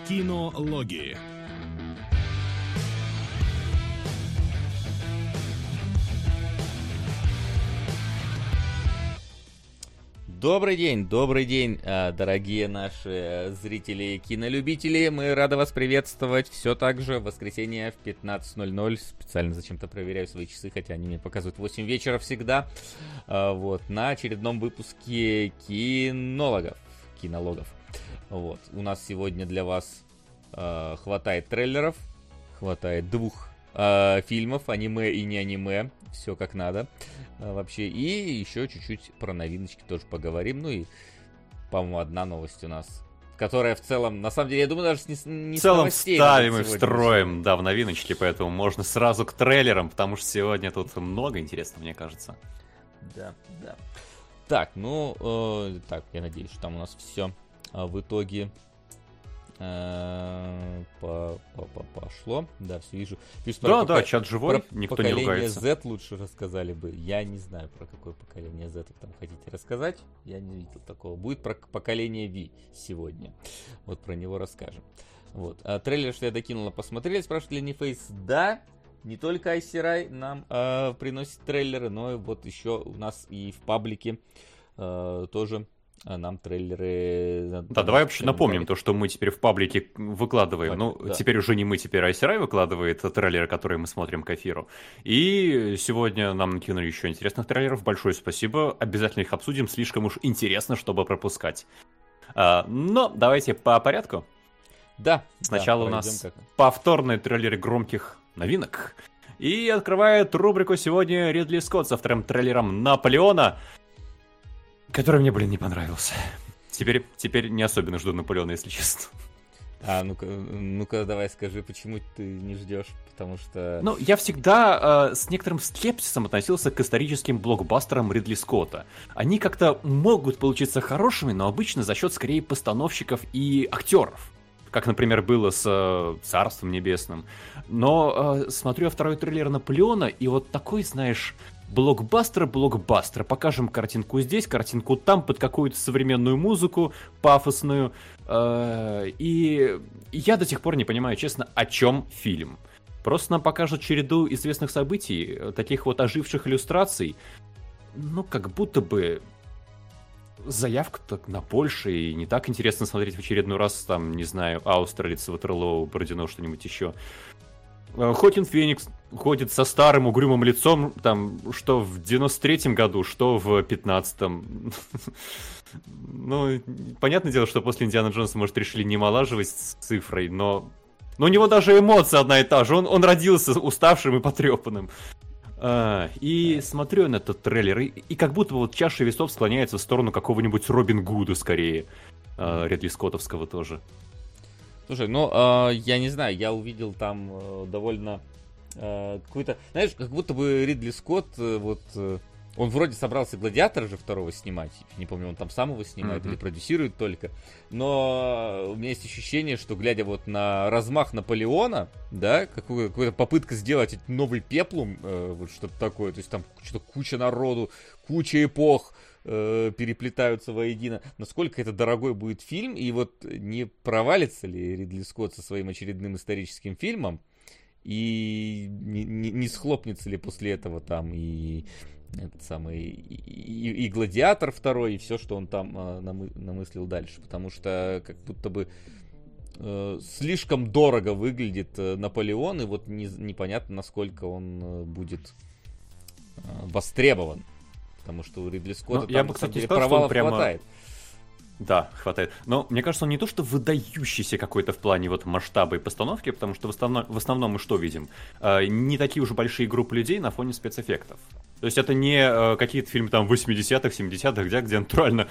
Кинологии. Добрый день, дорогие наши зрители, кинолюбители. Мы рады вас приветствовать все так же в воскресенье в 15:00. Специально зачем-то проверяю свои часы, хотя они мне показывают 8 вечера всегда. На очередном выпуске кинологов. Вот. У нас сегодня для вас хватает трейлеров, хватает двух фильмов, аниме и не аниме. Все как надо вообще. И еще чуть-чуть про новиночки тоже поговорим. Ну и, по-моему, одна новость у нас, которая в целом, на самом деле, я думаю, даже не в целом новостей вставим и встроим, да, в новиночки, поэтому можно сразу к трейлерам, потому что сегодня тут много интересного, мне кажется. Да. Так, я надеюсь, что там у нас все в итоге пошло. Да, все вижу. Да, чат живой, никто не ругается. Поколение Z лучше рассказали бы. Я не знаю, про какое поколение Z вы там хотите рассказать. Я не видел такого. Будет про поколение V сегодня. Вот про него расскажем. Вот. Трейлер, что я докинула, посмотрели. Спрашивали ли Нефейс? Да. Не только Айсерай нам приносит трейлеры, но и вот еще у нас и в паблике тоже нам трейлеры... Да, давай вообще напомним то, что мы теперь в паблике выкладываем. Да. Теперь уже не мы, теперь Айсерай выкладывает трейлеры, которые мы смотрим к эфиру. И сегодня нам накинули еще интересных трейлеров. Большое спасибо. Обязательно их обсудим. Слишком уж интересно, чтобы пропускать. Но давайте по порядку. Да. Сначала у нас повторные трейлеры громких новинок. И открывает рубрику сегодня Ридли Скотт со вторым трейлером Наполеона, который мне, не понравился. Теперь не особенно жду Наполеона, если честно. Ну-ка, давай скажи, почему ты не ждешь? Потому что... Я всегда с некоторым скепсисом относился к историческим блокбастерам Ридли Скотта. Они как-то могут получиться хорошими, но обычно за счет скорее постановщиков и актеров. Как, например, было с «Царством небесным». Но смотрю я второй трейлер Наполеона, и вот такой, знаешь... Блокбастер. Покажем картинку здесь, картинку там, под какую-то современную музыку, пафосную. И я до сих пор не понимаю, честно, о чем фильм. Просто нам покажут череду известных событий, таких вот оживших иллюстраций. Как будто бы заявка на Польшу, и не так интересно смотреть в очередной раз, там, не знаю, Аустерлиц, Ватерлоу, Бородино, что-нибудь еще. Хоакин Феникс ходит со старым угрюмым лицом, там, что в 93-м году, что в 15-м. Понятное дело, что после Индиана Джонса, может, решили не омолаживать с цифрой, но у него даже эмоция одна и та же. Он родился уставшим и потрепанным. И смотрю на этот трейлер, и как будто вот чаша весов склоняется в сторону какого-нибудь Робин Гуда, скорее. Ридли Скоттовского тоже. Слушай, я не знаю, я увидел там довольно какой-то... Знаешь, как будто бы Ридли Скотт, он вроде собрался «Гладиатора» же второго снимать. Не помню, он там сам его снимает или продюсирует только. Но у меня есть ощущение, что, глядя вот на размах Наполеона, да, какая-то попытка сделать новый пеплум, вот что-то такое, то есть там что-то куча народу, куча эпох переплетаются воедино. Насколько это дорогой будет фильм, и вот не провалится ли Ридли Скотт со своим очередным историческим фильмом, и не схлопнется ли после этого там и этот самый и «Гладиатор» второй, и все, что он там намыслил дальше. Потому что как будто бы слишком дорого выглядит Наполеон, и вот непонятно, насколько он будет востребован. Потому что у Ридли Скотта там, я бы, кстати, сказал, провалов хватает. Да, хватает. Но мне кажется, он не то, что выдающийся какой-то в плане вот масштаба и постановки, потому что в основном мы что видим? Не такие уже большие группы людей на фоне спецэффектов. То есть это не какие-то фильмы там 80-х, 70-х, где натурально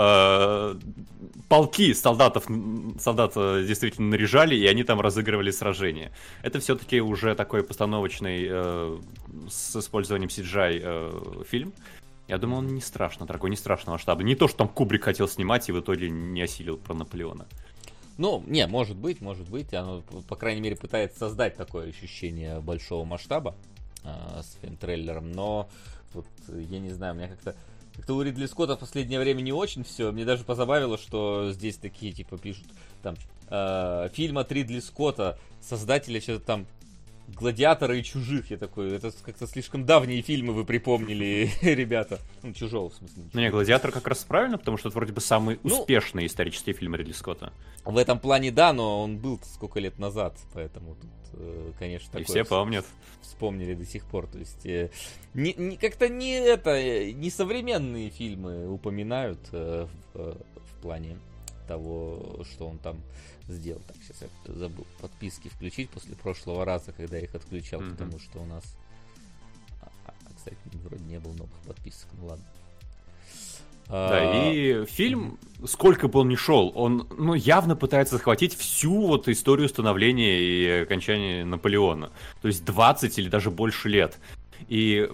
полки солдат действительно наряжали, и они там разыгрывали сражения. Это все-таки уже такой постановочный с использованием CGI фильм. Я думаю, он не страшно дорогой, не страшного масштаба. Не то, что там Кубрик хотел снимать и в итоге не осилил про Наполеона. Может быть. Оно, по крайней мере, пытается создать такое ощущение большого масштаба с своим трейлером. Но вот, я не знаю, у меня как-то у Ридли Скотта в последнее время не очень все. Мне даже позабавило, что здесь такие, типа, пишут, там, фильм от Ридли Скотта, создателя что-то там «Гладиатора» и «Чужих». Я такой, это как-то слишком давние фильмы вы припомнили, ребята. Ну, «Чужого», в смысле. Ну, не, «Гладиатор» как раз правильно, потому что это вроде бы самый успешный исторический фильм Ридли Скотта. В этом плане, да, но он был сколько лет назад, поэтому тут, конечно, такое... И все помнят. Вспомнили до сих пор, то есть... как-то не современные фильмы упоминают в плане того, что он там сделал. Так, сейчас я забыл подписки включить после прошлого раза, когда я их отключал, потому что у нас... кстати, вроде не было новых подписок, ну ладно. Да, и фильм, сколько бы он ни шел, он явно пытается захватить всю вот историю становления и окончания Наполеона. То есть 20 или даже больше лет. И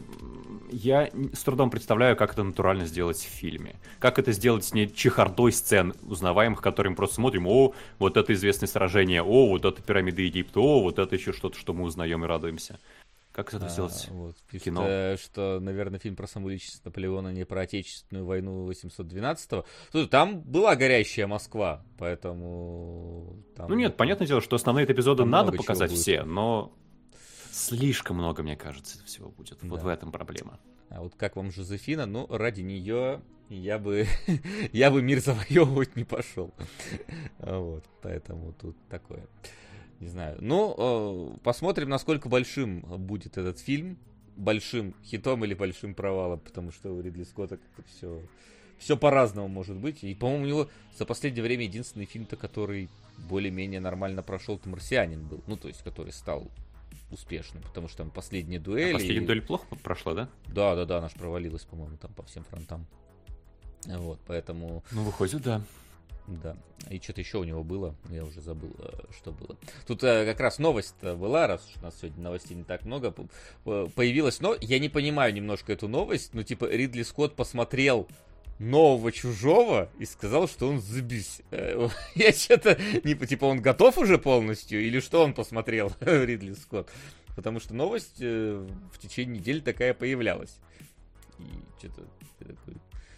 я с трудом представляю, как это натурально сделать в фильме. Как это сделать с не чехардой сцен узнаваемых, которые мы просто смотрим: о, вот это известное сражение, о, вот это пирамиды Египта, о, вот это еще что-то, что мы узнаем и радуемся. Как это сделать? Вот, пишет, кино? что, наверное, фильм про самоуличность Наполеона, не про Отечественную войну 812-го. Там была горящая Москва, поэтому... Там, ну нет, понятное дело, что основные эпизоды надо показать все, будет. но слишком много, мне кажется, всего будет. Да. Вот в этом проблема. А вот как вам Жозефина? Ну, ради нее я бы мир завоевывать не пошел. Вот, поэтому тут такое... Не знаю. Ну, посмотрим, насколько большим будет этот фильм. Большим хитом или большим провалом. Потому что у Ридли Скотта как-то все по-разному может быть. И, по-моему, у него за последнее время единственный фильм-то, который более-менее нормально прошел, это «Марсианин» был. Ну, то есть, который стал успешным. Потому что там «Последняя дуэль». «Последняя дуэль» плохо прошла, да? Да, она ж провалилась, по-моему, там по всем фронтам. Вот, поэтому... Ну, выходит, да. Да, и что-то еще у него было, я уже забыл, что было. Тут как раз новость была, раз уж у нас сегодня новостей не так много, появилась, но я не понимаю немножко эту новость, ну типа Ридли Скотт посмотрел нового «Чужого» и сказал, что он забись. Я что-то, типа он готов уже полностью, или что он посмотрел, Ридли Скотт? Потому что новость в течение недели такая появлялась. И что-то такое...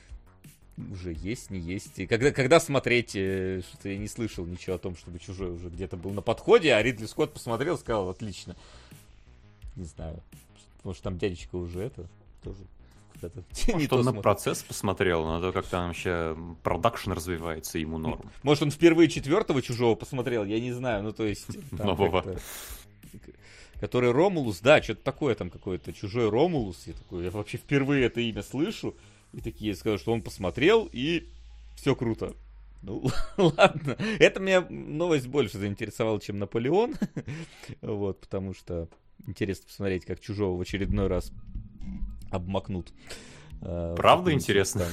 Уже есть, не есть. И когда смотреть, что-то я не слышал ничего о том, чтобы «Чужой» уже где-то был на подходе, а Ридли Скотт посмотрел, сказал: отлично. Не знаю. Может, там дядечка уже это тоже куда-то может, он на процесс посмотрел, но это как там вообще продакшн развивается, ему норм. Может, он впервые 4-го «Чужого» посмотрел, я не знаю, ну то есть... Нового. Который Ромулус, да, что-то такое там какое-то, «Чужой Ромулус, я вообще впервые это имя слышу. И такие сказали, что он посмотрел, и все круто. Ну, ладно. Это меня новость больше заинтересовала, чем «Наполеон». Вот, потому что интересно посмотреть, как «Чужого» в очередной раз обмакнут. Правда интересно?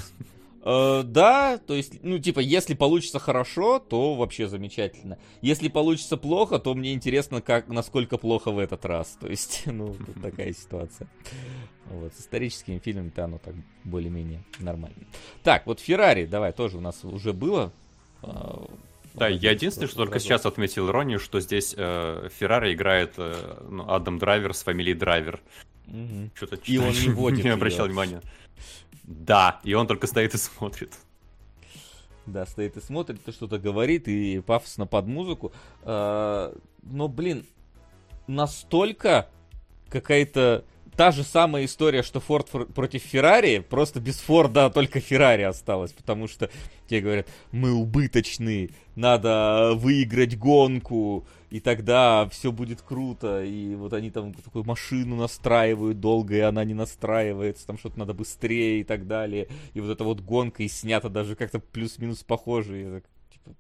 Да, то есть, ну, типа, если получится хорошо, то вообще замечательно. Если получится плохо, то мне интересно, насколько плохо в этот раз. То есть, ну, тут такая ситуация. Вот, с историческими фильмами-то оно так более-менее нормально. Так, вот «Феррари», давай, тоже у нас уже было. Да, я единственное, что только сейчас отметил иронию, что здесь Феррари играет Адам Драйвер с фамилией Драйвер. Что-то и он не водит не обращал внимания. Да, и он только стоит и смотрит. Да, стоит и смотрит, то что-то говорит, и пафосно под музыку. Но, блин, настолько какая-то та же самая история, что Форд против Феррари, просто без Форда только Феррари осталось, потому что тебе говорят: мы убыточны, надо выиграть гонку, и тогда все будет круто. И вот они там такую машину настраивают долго, и она не настраивается, там что-то надо быстрее и так далее. И вот эта вот гонка и снята даже как-то плюс-минус похоже. И так, типа...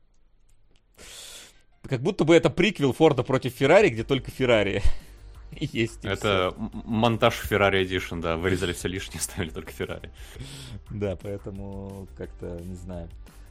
Как будто бы это приквел Форда против Феррари, где только Феррари есть. Это монтаж Ferrari Edition, да, вырезали все лишнее, ставили только Ferrari. Да, поэтому как-то, не знаю,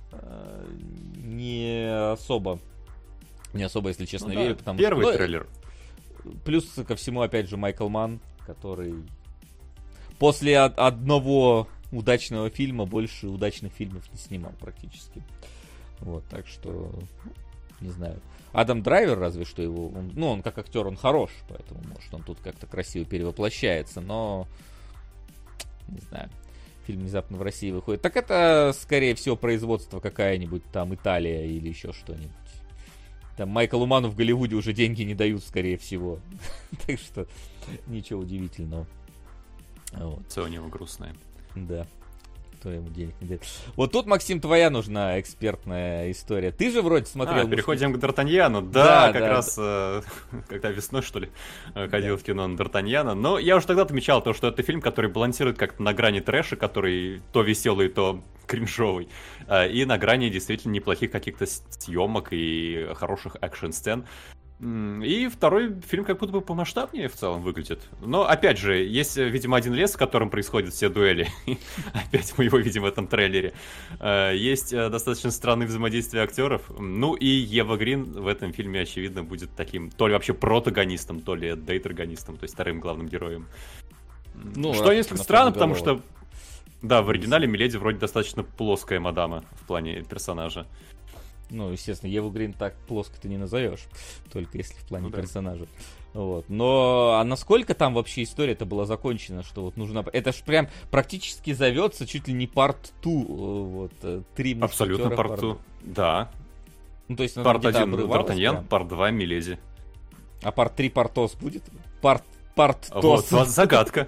не особо, если честно, верю, потому первый что... трейлер. Плюс ко всему, опять же, Майкл Манн, который после одного удачного фильма больше удачных фильмов не снимал практически. Вот, так что, не знаю. Адам Драйвер, разве что его... Он как актер, он хорош, поэтому, может, он тут как-то красиво перевоплощается, но... Не знаю. Фильм внезапно в России выходит. Так это, скорее всего, производство какая-нибудь там Италия или еще что-нибудь. Там Майклу Ману в Голливуде уже деньги не дают, скорее всего. Так что ничего удивительного. Вот. Все у него грустное. Да. Кто ему денег не дает. Вот тут, Максим, твоя нужна экспертная история. Ты же вроде смотрел... Переходим к Д'Артаньяну. Да, как да, раз, когда весной, что ли, ходил в кино на Д'Артаньяна. Но я уже тогда отмечал то, что это фильм, который балансирует как-то на грани трэша, который то веселый, то кринжовый. И на грани действительно неплохих каких-то съемок и хороших экшн-сцен. И второй фильм как будто бы помасштабнее в целом выглядит. Но, опять же, есть, видимо, один лес, в котором происходят все дуэли. Опять мы его видим в этом трейлере. Есть достаточно странные взаимодействия актеров. Ну и Ева Грин в этом фильме, очевидно, будет таким то ли вообще протагонистом, то ли дейтагонистом, то есть вторым главным героем. Ну, что несколько странно, потому что... Да, в оригинале Миледи вроде достаточно плоская мадама в плане персонажа. Ну, естественно, Еву Грин так плоско ты не назовешь, только если в плане персонажа. Вот. Но а насколько там вообще история-то была закончена, что вот нужно... Это ж прям практически зовется чуть ли не парт 2. Вот, 3 мушкетера. Абсолютно парт 2, да. Ну, то есть парт 1 Д'Артаньян, парт 2 Миледи. А парт 3 Портос будет? Парт вот загадка.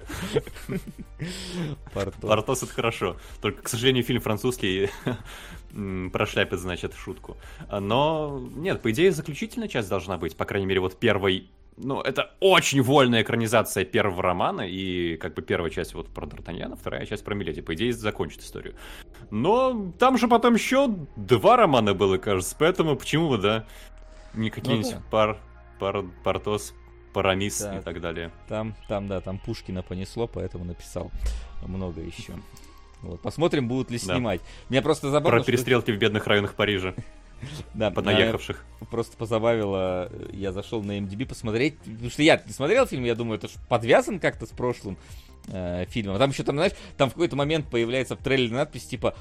Портос — это хорошо. Только, к сожалению, фильм французский прошляпит, значит, шутку. Но, нет, по идее, заключительная часть должна быть. По крайней мере, вот первой... Ну, это очень вольная экранизация первого романа. И как бы первая часть вот про Д'Артаньяна, вторая часть про Миледи. По идее, закончит историю. Но там же потом еще 2 романа было, кажется. Поэтому почему бы, да? Не какие-нибудь Портос... Парамис и так далее. Там Пушкина понесло, поэтому написал много еще. Вот. Посмотрим, будут ли снимать. Меня просто забавило... Про перестрелки в бедных районах Парижа. Да, понаехавших. Просто позабавило, я зашел на MDB посмотреть, потому что я не смотрел фильм, я думаю, это ж подвязан как-то с прошлым фильмом. А там еще, знаешь, там в какой-то момент появляется в трейлере надпись, типа,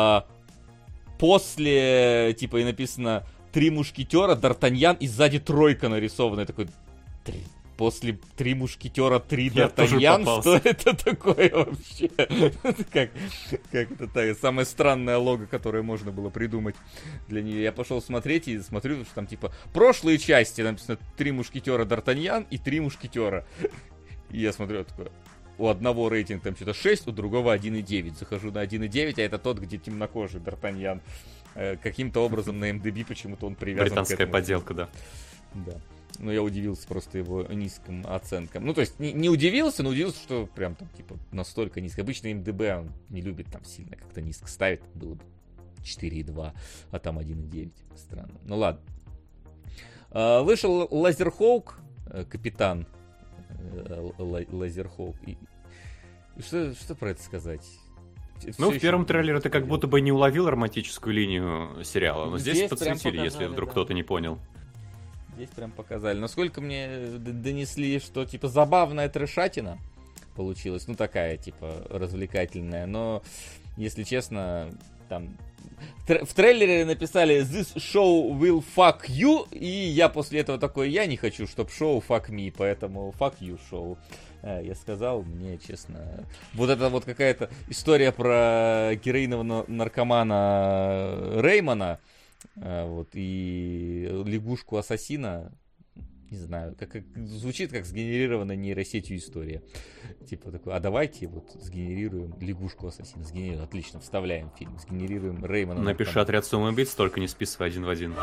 после, типа, и написано «Три мушкетера, Д'Артаньян», и сзади тройка нарисована. Я такой... После 3 мушкетера, 3 Д'Артаньян, что это такое вообще? Как это так, самое странное лого, которое можно было придумать для нее. Я пошел смотреть и смотрю, что там типа прошлые части, написано 3 мушкетера Д'Артаньян и 3 мушкетера. И я смотрю, такой, у одного рейтинг там что-то 6, у другого 1,9. Захожу на 1,9, а это тот, где темнокожий Д'Артаньян. Каким-то образом на MDB почему-то он привязан британская к этому. Подделка, да. Да. Но я удивился просто его низким оценкам. Ну, то есть, не удивился, но удивился, что прям там, типа, настолько низко. Обычно МДБ он не любит там сильно как-то низко ставить. Было бы 4,2, а там 1,9. Странно. Ну, ладно. Вышел Лазерхоук, капитан Лазерхоук. И что про это сказать? Ну, в первом трейлере ты как будто бы не уловил романтическую линию сериала. Но здесь подсветили, если вдруг кто-то не понял. Здесь прям показали. Насколько мне донесли, что, типа, забавная трэшатина получилась. Ну, такая, типа, развлекательная. Но, если честно, там... В трейлере написали «This show will fuck you», и я после этого такой, я не хочу, чтоб шоу fuck me, поэтому fuck you шоу. Я сказал, мне, честно... Вот это вот какая-то история про героинового наркомана Реймона, вот, и лягушку-ассасина, не знаю, звучит как сгенерированная нейросетью история. Типа такой, а давайте вот сгенерируем лягушку-ассасина. Сгенерируем, отлично, вставляем в фильм, сгенерируем Реймона. Напиши «Отряд самоубийц», только не списывай 1 в 1.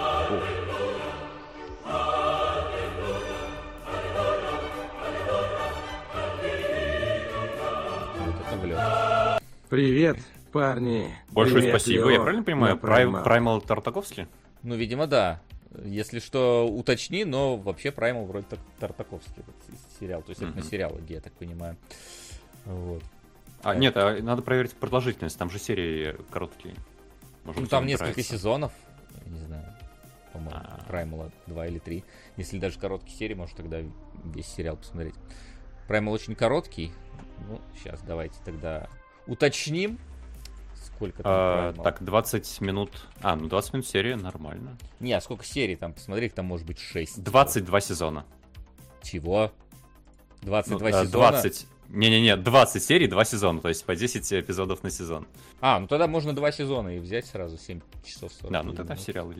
Вот это влет. Привет, парни. Большое Привет, спасибо. Лео. Я правильно понимаю? Праймал Тартаковский? Ну, видимо, да. Если что, уточни, но вообще Праймал вроде Тартаковский вот, сериал. То есть это на сериалоге, я так понимаю. Вот. Нет, надо проверить продолжительность. Там же серии короткие. Может, там несколько сезонов. Не знаю. По-моему, Праймала 2 или 3. Если даже короткие серии, может тогда весь сериал посмотреть. Праймал очень короткий. Ну, сейчас давайте тогда уточним. Сколько там так, 20 минут. 20 минут серия, нормально. Не, а сколько серий там? Посмотри, там может быть 6. 22 сезона. Чего? 22 сезона? 20. Не-не-не, 20 серий, 2 сезона. То есть по 10 эпизодов на сезон. Ну тогда можно 2 сезона и взять сразу 7 часов 40. Да, ну тогда в сериал или.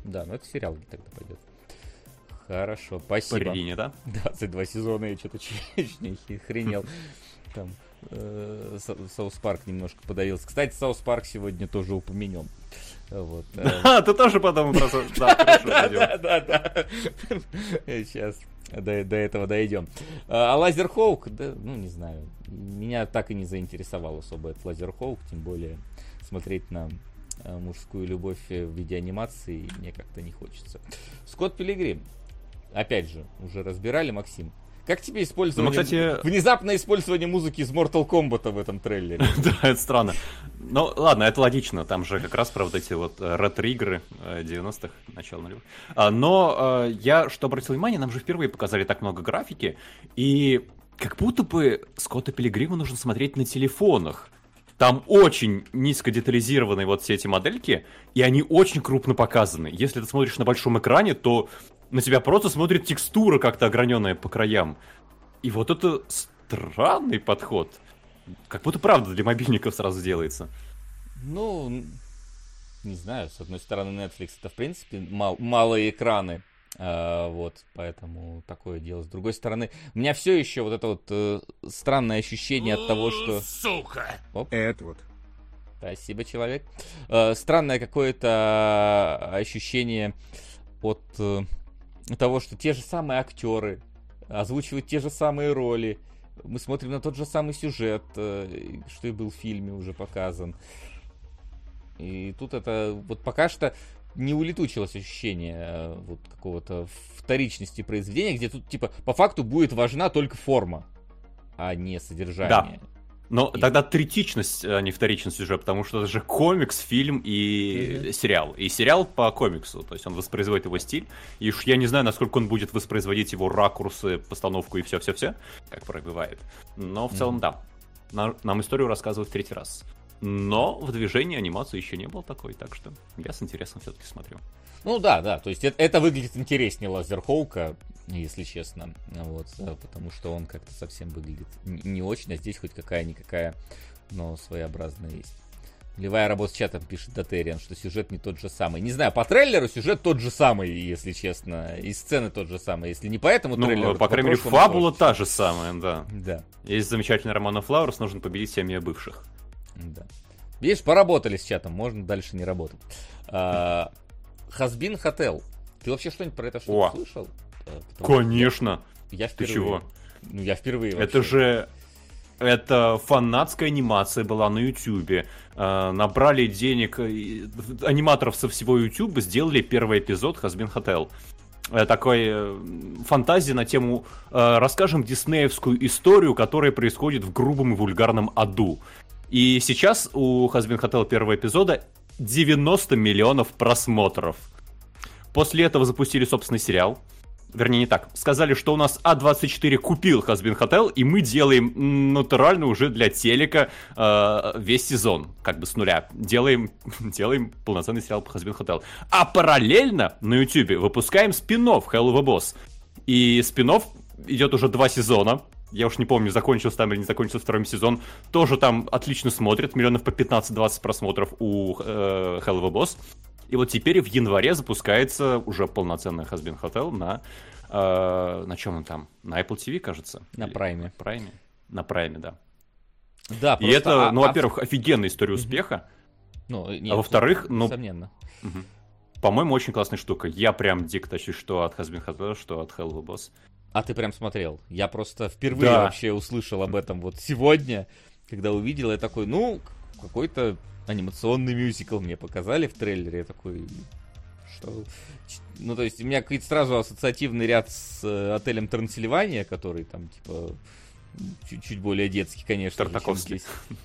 Да, ну это сериал тогда пойдет. Хорошо, спасибо. По Рине, да? 22 сезона, я что-то чуть не охренел. Там Саус Парк немножко подавился. Кстати, Саус Парк сегодня тоже упомянем. Вот. Ты тоже потом просто... Да, хорошо, пойдем. Да. Сейчас до этого дойдем. А Лазерхоук, да, ну не знаю. Меня так и не заинтересовал особо этот Лазерхоук, тем более смотреть на мужскую любовь в виде анимации мне как-то не хочется. Скотт Пилигрим. Опять же, уже разбирали, Максим. Как тебе использование... внезапное использование музыки из Mortal Kombat в этом трейлере? Да, это странно. Ну, ладно, это логично. Там же как раз про вот эти вот ретро-игры 90-х, начало нулевых. Но я, что обратил внимание, нам же впервые показали так много графики, и как будто бы Скотта Пилигрима нужно смотреть на телефонах. Там очень низко детализированы вот все эти модельки, и они очень крупно показаны. Если ты смотришь на большом экране, то на тебя просто смотрит текстура как-то ограненная по краям. И вот это странный подход. Как будто правда для мобильников сразу делается. Ну, не знаю, с одной стороны, Netflix это, в принципе, малые экраны. Вот, поэтому такое дело. С другой стороны, у меня все еще вот это вот странное ощущение от того, что... Сука! Оп. Это вот. Спасибо, человек. Странное какое-то ощущение от того, что те же самые актеры озвучивают те же самые роли. Мы смотрим на тот же самый сюжет, что и был в фильме уже показан. И тут это вот пока что не улетучилось ощущение вот какого-то вторичности произведения, где тут типа по факту будет важна только форма, а не содержание. Да. Но тогда третичность, а не вторичность уже, потому что это же комикс, фильм и сериал. И сериал по комиксу, то есть он воспроизводит его стиль. И уж я не знаю, насколько он будет воспроизводить его ракурсы, постановку и все-все-все, как порой бывает. Но в целом, да. Нам историю рассказывают в третий раз. Но в движении анимации еще не было такой, так что я с интересом все-таки смотрю. Ну да, то есть это выглядит интереснее Лазерхоука, если честно, вот, потому что он как-то совсем выглядит не очень, а здесь хоть какая-никакая, но своеобразная есть. Левая работа с чатом пишет Дотериан, что сюжет не тот же самый. Не знаю, по трейлеру сюжет тот же самый, если честно, и сцены тот же самый. Если не по этому трейлеру, ну, по крайней мере, фабула та же самая, да. Да. Есть замечательный роман Флауэрс, нужно победить семьи бывших. Да. Видишь, поработали с чатом, можно дальше не работать. Хазбин Хотел. Ты вообще что-нибудь про это что-то слышал? Конечно. Я впервые. Ты чего? Ну, я впервые Это вообще. же... Это фанатская анимация была на Ютубе. Набрали денег аниматоров со всего Ютуба, сделали первый эпизод Хазбин Хотел. Такой фантазия на тему расскажем диснеевскую историю, которая происходит в грубом и вульгарном аду. И сейчас у Хазбин Хотел первого эпизода 90 миллионов просмотров. После этого запустили собственный сериал. Вернее, не так. Сказали, что у нас А24 купил Хазбин Хотел, и мы делаем натурально уже для телека весь сезон. Как бы с нуля. Делаем полноценный сериал по Хазбин Хотел. А параллельно на Ютубе выпускаем спин-офф Hell of a Boss. И спин-офф идет уже 2 сезона. Я уж не помню, закончился там или не закончился второй сезон. Тоже там отлично смотрят. Миллионов по 15-20 просмотров у Hell of a Boss. И вот теперь в январе запускается уже полноценный Хазбин Хотел на чем он там? На Apple TV, кажется? На Прайме. На Прайме, да. Да, и это, во-первых, офигенная история успеха. Ну, нет, а во-вторых, несомненно. По-моему, очень классная штука. Я прям дико тащусь, что от Хазбин Хотел, что от Hell of a Boss. А ты прям смотрел? Я просто впервые вообще услышал об этом вот сегодня, когда увидел, я такой, какой-то анимационный мюзикл мне показали в трейлере, я такой, что... Ну, то есть, у меня какой-то сразу ассоциативный ряд с отелем Трансильвания, который там, типа, чуть более детский, конечно. Тартаковский.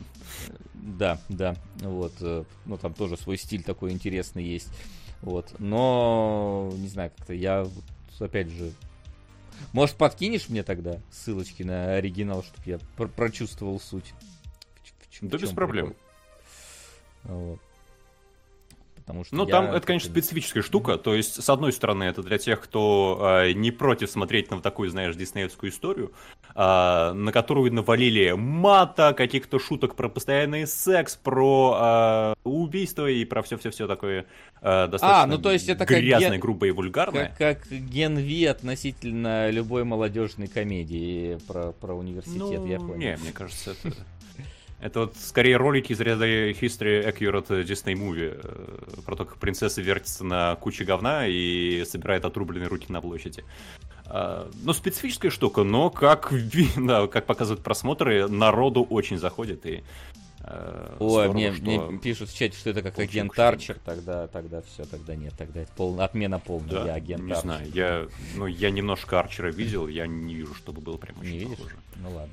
Да, вот. Ну, там тоже свой стиль такой интересный есть. Вот. Но, не знаю, как-то я, опять же... Может, подкинешь мне тогда ссылочки на оригинал, чтобы я прочувствовал суть? Да без проблем. Вот. Потому что Ну, там это, конечно, специфическая штука. То есть, с одной стороны, это для тех, кто не против смотреть на такую, знаешь, диснеевскую историю, на которую навалили мата, каких-то шуток про постоянный секс, про убийство и про все-все-все такое достаточно ну, то есть это грязное, грубое и вульгарное. Как Ген Ви относительно любой молодежной комедии про университет, я понял. Не, мне кажется, это вот скорее ролики из ряда History Accurate Disney Movie про то, как принцесса вертится на куче говна и собирает отрубленные руки на площади. Ну, специфическая штука, но как показывают просмотры, народу очень заходит. И ой, мне пишут в чате, что это как агент Арчер, тогда все, тогда нет, тогда это отмена полная, да? Я агент не Арчер. знаю, я немножко Арчера видел, я не вижу, чтобы было прям очень похоже. Ну ладно.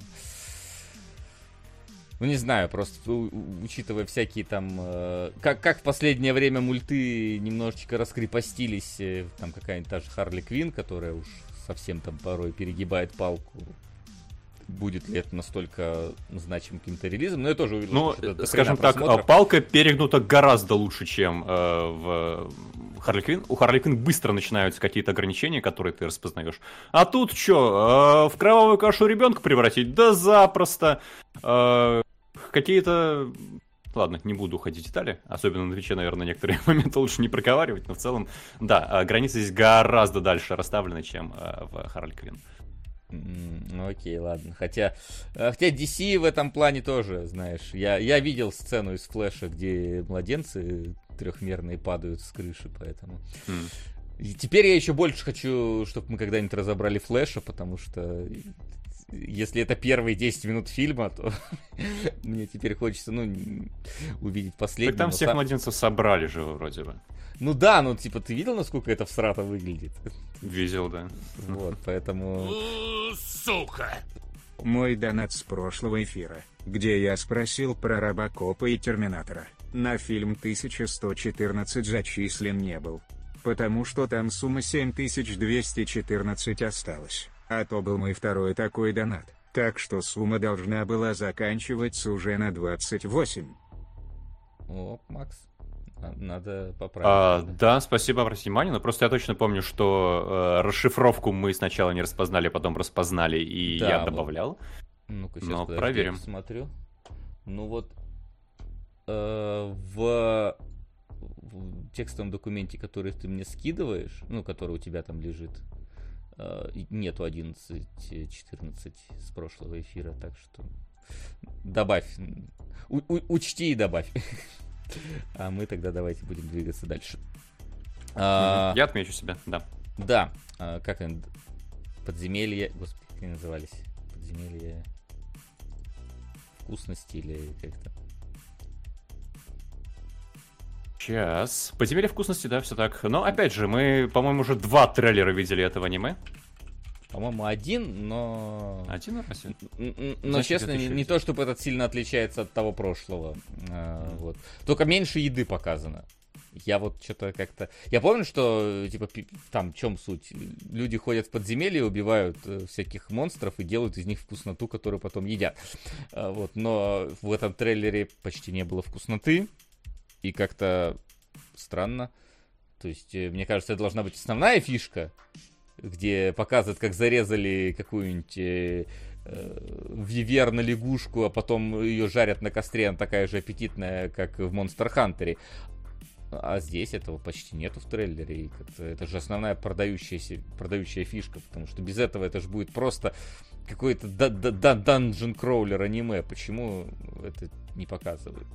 Ну, не знаю, просто учитывая всякие там... как в последнее время мульты немножечко раскрепостились, там какая-нибудь та же Харли Квинн, которая уж совсем там порой перегибает палку. Будет ли это настолько значимым каким-то релизом? Но я тоже увидел, ну, что это скажем так, палка перегнута гораздо лучше, чем в Харли Квинн. У Харли Квинн быстро начинаются какие-то ограничения, которые ты распознаешь. А тут что, в кровавую кашу ребенка превратить? Да запросто. Какие-то... Ладно, не буду уходить в детали. Особенно на Твиче, наверное, некоторые моменты лучше не проговаривать. Но в целом, да, границы здесь гораздо дальше расставлены, чем в Харли Квинн. Ну окей, ладно. Хотя DC в этом плане тоже, знаешь, я видел сцену из Флэша, где младенцы трехмерные падают с крыши, поэтому... И теперь я еще больше хочу, чтобы мы когда-нибудь разобрали Флэша, потому что если это первые 10 минут фильма, то мне теперь хочется, увидеть последний. Так там всех младенцев собрали же вроде бы. Ну да, типа, ты видел, насколько это всрато выглядит? Видел, да. Вот, поэтому... Сука! Мой донат с прошлого эфира, где я спросил про Робокопа и Терминатора, на фильм 1114 зачислен не был. Потому что там сумма 7214 осталась, а то был мой второй такой донат, так что сумма должна была заканчиваться уже на 28. О, Макс. Надо поправить. Да, спасибо, обратите внимание, но просто я точно помню, что расшифровку мы сначала не распознали, потом распознали, и да, я добавлял. Ну-ка, сейчас но проверим. Смотрю. Ну вот в текстовом документе, который ты мне скидываешь, который у тебя там лежит, нету 11.14 с прошлого эфира, так что добавь. Учти и добавь. А мы тогда давайте будем двигаться дальше. Я отмечу себя, да. Да, как они? Подземелье... Господи, как они назывались? Подземелье... Вкусности или как-то? Сейчас. Подземелье вкусности, да, все так. Но, опять же, мы, по-моему, уже 2 трейлера видели этого аниме. По-моему, один, но... Один раз? Но, честно, не то, чтобы этот сильно отличается от того прошлого. Вот. Только меньше еды показано. Я вот что-то как-то... Я помню, что, типа, там, в чем суть? Люди ходят в подземелье, убивают всяких монстров и делают из них вкусноту, которую потом едят. Вот. Но в этом трейлере почти не было вкусноты. И как-то странно. То есть, мне кажется, это должна быть основная фишка, где показывают, как зарезали какую-нибудь виверну-лягушку, а потом ее жарят на костре, она такая же аппетитная, как в Monster Hunter. А здесь этого почти нету в трейлере. И это же основная продающая фишка, потому что без этого это же будет просто какой-то dungeon crawler аниме. Почему это не показывают?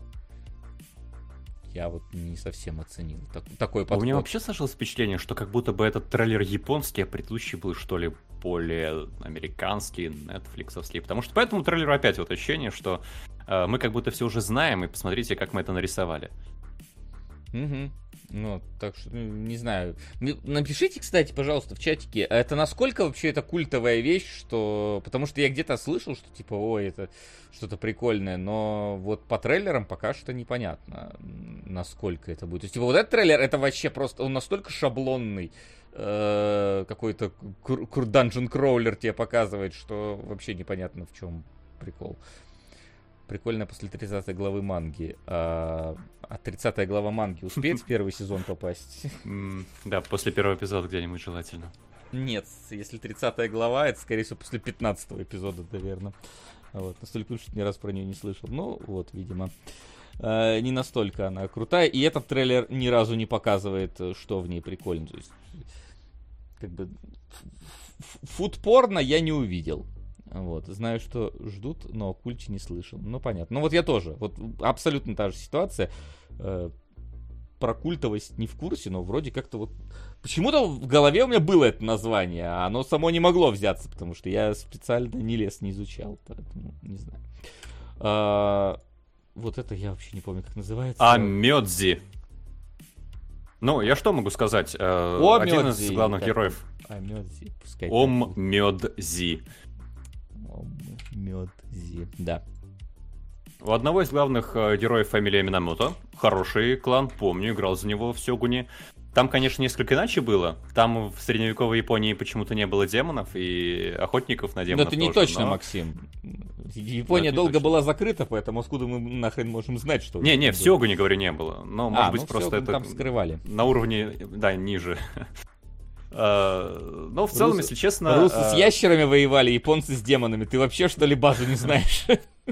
Я вот не совсем оценил такой подход. У меня вообще сложилось впечатление, что как будто бы этот трейлер японский, а предыдущий был, что ли, более американский, нетфликсовский. Потому что по этому трейлеру опять вот ощущение, что мы как будто все уже знаем, и посмотрите, как мы это нарисовали. Угу. Ну, так что, не знаю. Напишите, кстати, пожалуйста, в чатике, это насколько вообще это культовая вещь, что... Потому что я где-то слышал, что типа, ой, это что-то прикольное, но вот по трейлерам пока что непонятно, насколько это будет. То есть, типа, вот этот трейлер, это вообще просто, он настолько шаблонный, какой-то dungeon crawler тебе показывает, что вообще непонятно, в чем прикол. прикольная после 30 главы манги. А 30 глава манги успеет в первый сезон попасть? Да, после первого эпизода где-нибудь желательно. Нет, если 30 глава, это, скорее всего, после 15 эпизода, наверное. Вот, настолько уж ни раз про нее не слышал. Ну, вот, видимо, не настолько она крутая. И этот трейлер ни разу не показывает, что в ней прикольно. То есть, как бы, фуд-порно я не увидел. Вот, знаю, что ждут, но о культе не слышал. Ну, понятно. Ну, вот я тоже. Вот абсолютно та же ситуация. Про культовость не в курсе, но вроде как-то вот... Почему-то в голове у меня было это название, а оно само не могло взяться, потому что я специально не лез, не изучал, поэтому не знаю. Вот это я вообще не помню, как называется. Амёдзи. Ну, я что могу сказать? Один из главных героев. Амёдзи, пускай. Оммёдзи. Оммёдзи, да. У одного из главных героев фамилия Минамото. Хороший клан, помню, играл за него в Сёгуне. Там, конечно, несколько иначе было. Там в средневековой Японии почему-то не было демонов и охотников на демонов. Но это не тоже, точно, Максим. Япония долго была закрыта, поэтому откуда мы нахрен можем знать, что... Не, в Сёгуне, говорю, не было. Но, может быть, просто это... там скрывали. На уровне, да, ниже. Но в целом, если честно... Русы с ящерами воевали, японцы с демонами. Ты вообще, что ли, базу не знаешь?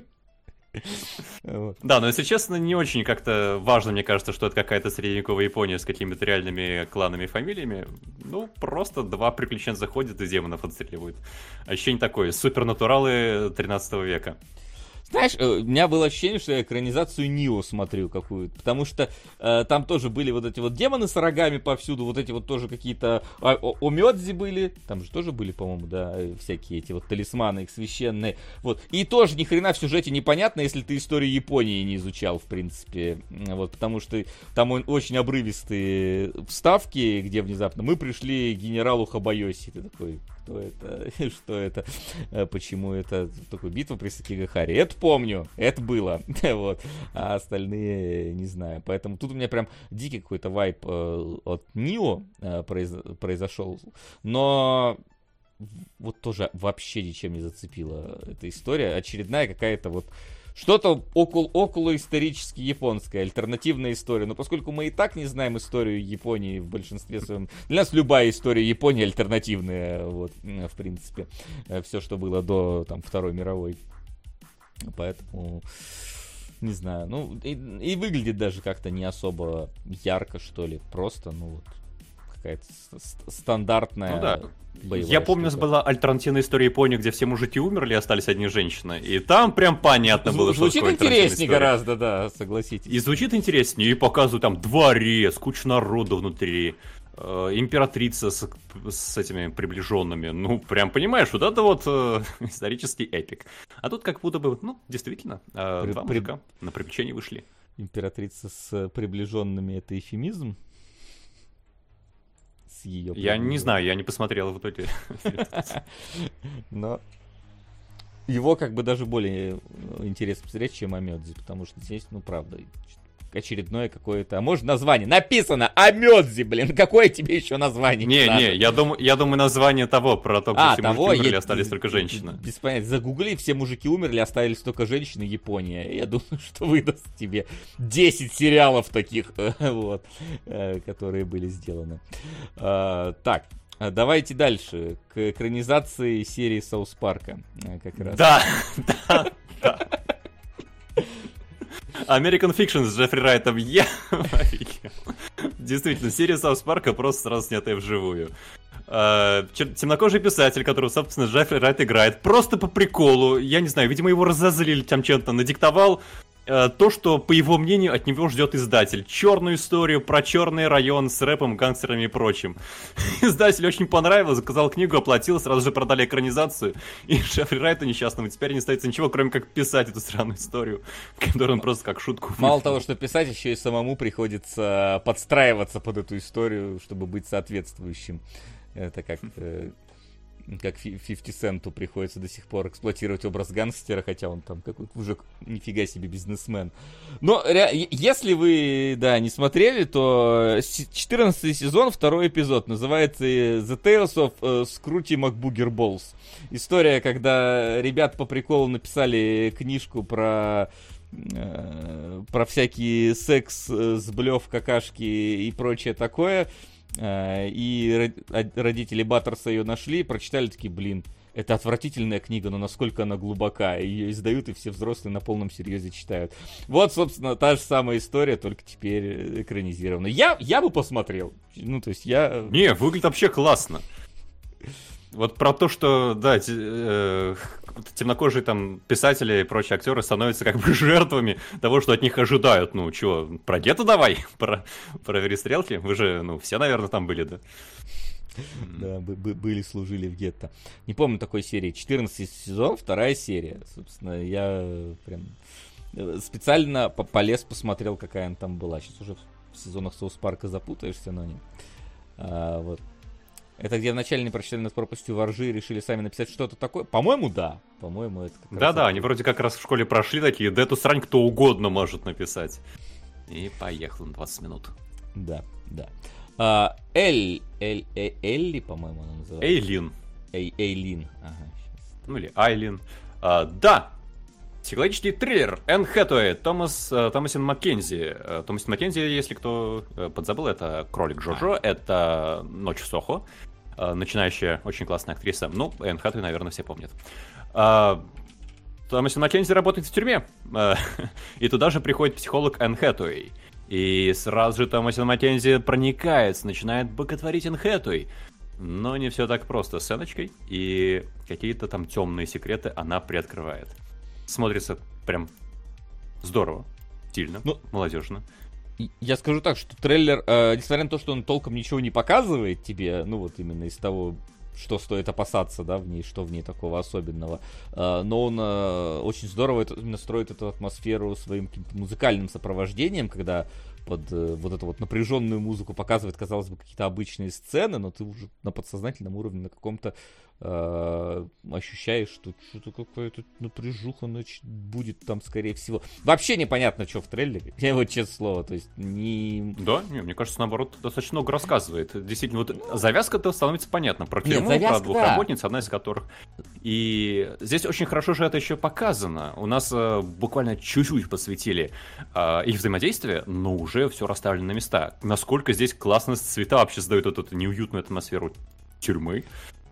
Да, но если честно, не очень как-то важно, мне кажется, что это какая-то средневековая Япония с какими-то реальными кланами и фамилиями. Ну, просто два приключенца ходят и демонов отстреливают. Ощущение такое, супернатуралы 13 века. Знаешь, у меня было ощущение, что я экранизацию Нио смотрю какую-то, потому что там тоже были вот эти вот демоны с рогами повсюду, вот эти вот тоже какие-то омёдзи были, там же тоже были, по-моему, да, всякие эти вот талисманы их священные, вот, и тоже ни хрена в сюжете непонятно, если ты историю Японии не изучал, в принципе, вот, потому что там очень обрывистые вставки, где внезапно мы пришли к генералу Хабайоси, ты такой... Кто это? Что это? Почему это? Такой битва при Сакигахаре. Это помню, это было. Вот. А остальные не знаю. Поэтому тут у меня прям дикий какой-то вайб от Нио произошел. Но вот тоже вообще ничем не зацепила эта история. Очередная какая-то вот что-то около исторически японская, альтернативная история. Но поскольку мы и так не знаем историю Японии в большинстве своем, для нас любая история Японии альтернативная, вот, в принципе, все, что было до там, Второй мировой. Поэтому, не знаю, ну, и выглядит даже как-то не особо ярко, что ли, просто, ну, вот, какая-то стандартная... Ну да. Я помню, была альтернативная история Японии, где все мужики умерли, остались одни женщины. И там прям понятно было, что звучит интереснее гораздо, да, согласитесь. И звучит интереснее, и показывают там дворец, куча народу внутри, императрица с этими приближенными. Ну, прям понимаешь, вот это вот исторический эпик. А тут как будто бы, ну, действительно, два мужика на приключения вышли. Императрица с приближенными — это эвфемизм? Ее я не знаю, я не посмотрел в итоге. Но его как бы даже более интересно посмотреть, чем Амёдзи, потому что здесь, ну, правда, очередное какое-то... А может название? Написано Амёдзи, блин, какое тебе еще название? Не, я думаю название того, про то, где все мужики умерли, остались только женщины. Без понятия. Загугли, все мужики умерли, остались только женщины, Япония. Я думаю, что выдаст тебе 10 сериалов таких, вот, которые были сделаны. Так, давайте дальше, к экранизации серии Саус Парка. Как раз. Да. American Fiction с Джеффри Райтом. Я действительно, серия Саус Парка просто сразу снятая вживую. Темнокожий писатель, которого, собственно, Джеффри Райт играет, просто по приколу, я не знаю, видимо, его разозлили, там чем-то надиктовал то, что, по его мнению, от него ждет издатель. Черную историю про черный район с рэпом, гангстерами и прочим. Издатель очень понравилось, заказал книгу, оплатил, сразу же продали экранизацию. И Джеффри Райту несчастному теперь не остается ничего, кроме как писать эту странную историю, которую он просто как шутку... Мало того, что писать, еще и самому приходится подстраиваться под эту историю, чтобы быть соответствующим. Это как-то... как 50 Центу приходится до сих пор эксплуатировать образ гангстера, хотя он там какой-то уже нифига себе бизнесмен. Но если вы, да, не смотрели, то 14 сезон, 2 эпизод, называется The Tales of Scrooty McBooger Balls. История, когда ребят по приколу написали книжку про всякий секс, сблев, какашки и прочее такое. И родители Баттерса ее нашли, прочитали, такие, блин, это отвратительная книга, но насколько она глубока. Ее издают, и все взрослые на полном серьезе читают. Вот, собственно, та же самая история, только теперь экранизирована. Я бы посмотрел. Ну, то есть я... Не, выглядит вообще классно. Вот про то, что, да, темнокожие там писатели и прочие актеры становятся как бы жертвами того, что от них ожидают. Ну, чего, про гетто давай? Про перестрелки? Вы же, ну, все, наверное, там были, да? Да, были, служили в гетто. Не помню такой серии. 14 сезон, 2 серия. Собственно, я прям специально полез, посмотрел, какая она там была. Сейчас уже в сезонах Соус Парка запутаешься, но не. Вот. Это где вначале не прочитали над пропастью воржи и решили сами написать что-то такое? По-моему, да. По-моему, это как раз... Да-да, они вроде как раз в школе прошли такие, да эту срань кто угодно может написать. И поехал на 20 минут. Да, да. Элли, по-моему, она называется. Эйлин. Эйлин, ага. Ну или Айлин. Да! Психологический триллер Энн Хэтэуэй, Томасин Маккензи. Томасин Маккензи, если кто подзабыл, это «Кролик Джоджо», это «Ночь в Сохо». Начинающая, очень классная актриса. Ну, Энн Хэтэуэй, наверное, все помнят. Томасин Маккензи работает в тюрьме. И туда же приходит психолог Энн Хэтэуэй. И сразу же Томасин Маккензи проникается, начинает боготворить Энн Хэтэуэй. Но не все так просто с Энночкой. И какие-то там темные секреты она приоткрывает. Смотрится прям здорово, стильно, молодежно. Я скажу так, что трейлер, несмотря на то, что он толком ничего не показывает тебе, ну вот именно из того, что стоит опасаться, да, в ней, что в ней такого особенного, но он очень здорово именно строит эту атмосферу своим каким-то музыкальным сопровождением, когда под вот эту вот напряженную музыку показывает, казалось бы, какие-то обычные сцены, но ты уже на подсознательном уровне, на каком-то ощущаешь, что что-то какая-то напряжуха будет там, скорее всего. Вообще непонятно, что в трейлере. Я вот честное слово, то есть не... Да, не, мне кажется, наоборот, достаточно много рассказывает. Действительно, вот завязка-то становится понятна. Про тюрьму, завязка, про двух работниц, одна из которых. И здесь очень хорошо же это еще показано. У нас буквально чуть-чуть посвятили их взаимодействие, но уже все расставлено на места. Насколько здесь классно цвета вообще создают эту неуютную атмосферу тюрьмы.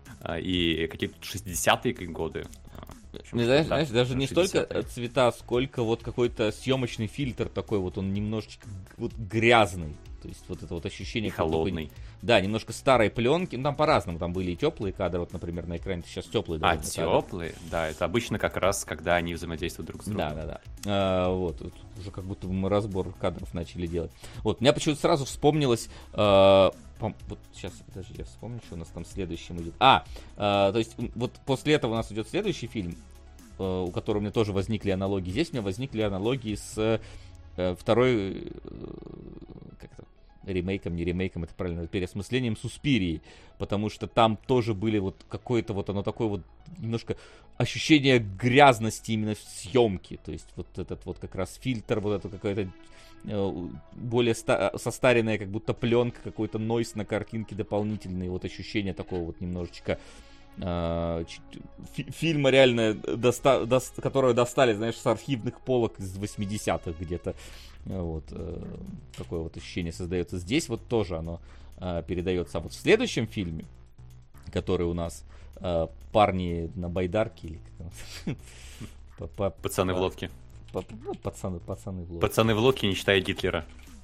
И какие-то 60-е годы. Знаешь, даже не столько цвета, сколько вот какой-то съемочный фильтр такой вот, он немножечко вот грязный. То есть вот это вот ощущение... Холодный. Да, немножко старой пленки. Ну, там по-разному. Там были и теплые кадры. Вот, например, на экране сейчас теплые. Теплые? Да, это обычно как раз, когда они взаимодействуют друг с другом. Да. Вот уже как будто мы разбор кадров начали делать. Вот, мне почему-то сразу вспомнилось... Вот сейчас, подожди, я вспомню, что у нас там следующим идет. То есть вот после этого у нас идет следующий фильм, у которого у меня тоже возникли аналогии. Здесь у меня возникли аналогии с второй... как-то ремейком, не ремейком, это правильно, переосмыслением Суспирии, потому что там тоже были вот какое-то вот оно такое вот немножко ощущение грязности именно в съемке, то есть вот этот вот как раз фильтр, вот это какая-то более состаренная как будто пленка, какой-то нойз на картинке дополнительный, вот ощущение такого вот немножечко фильма реально, которого достали, знаешь, с архивных полок из 80-х где-то. Вот, такое вот ощущение создается. Здесь вот тоже оно передается. А вот в следующем фильме, который у нас парни на байдарке или пацаны в лодке. Пацаны в лодке. Пацаны в лодке, не считая Гитлера.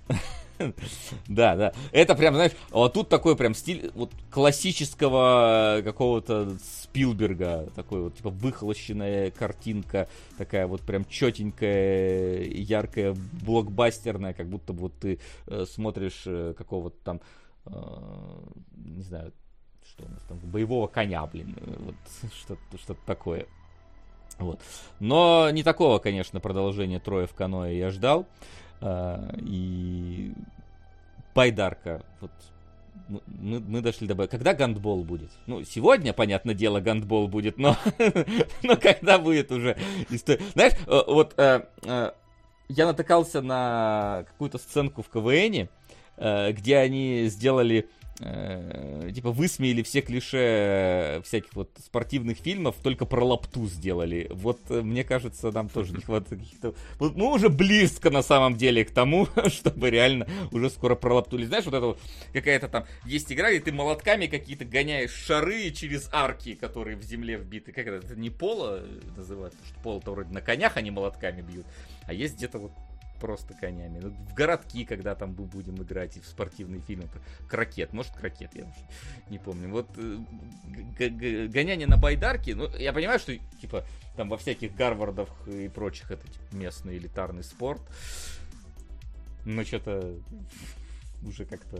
Да. Это прям, знаешь, вот тут такой прям стиль вот классического какого-то Спилберга, такой вот типа выхолощенная картинка, такая вот прям четенькая, яркая, блокбастерная, как будто вот ты смотришь какого-то там, не знаю, что у нас там, боевого коня, блин, вот что-то такое. Вот. Но не такого, конечно, продолжения «Трое в каноэ» я ждал. И байдарка, вот мы дошли до... Когда гандбол будет? Ну, сегодня, понятное дело, гандбол будет, но когда будет уже история? Знаешь, вот я натыкался на какую-то сценку в КВНе, где они сделали... типа высмеяли все клише всяких вот спортивных фильмов, только про лапту сделали. Вот мне кажется, нам тоже не хватает каких-то... Вот мы уже близко на самом деле к тому, чтобы реально уже скоро про лапту. Или знаешь, вот это вот какая-то там есть игра, где ты молотками какие-то гоняешь шары через арки, которые в земле вбиты. Как это не поло называют? Потому что поло-то вроде на конях они молотками бьют. А есть где-то вот просто конями. В городки, когда там мы будем играть, и в спортивные фильмы. Крокет. Может, крокет, я уж не помню. Вот гоняние на байдарке, ну, я понимаю, что, типа, там во всяких Гарвардах и прочих это, типа, местный элитарный спорт. Но что-то уже как-то...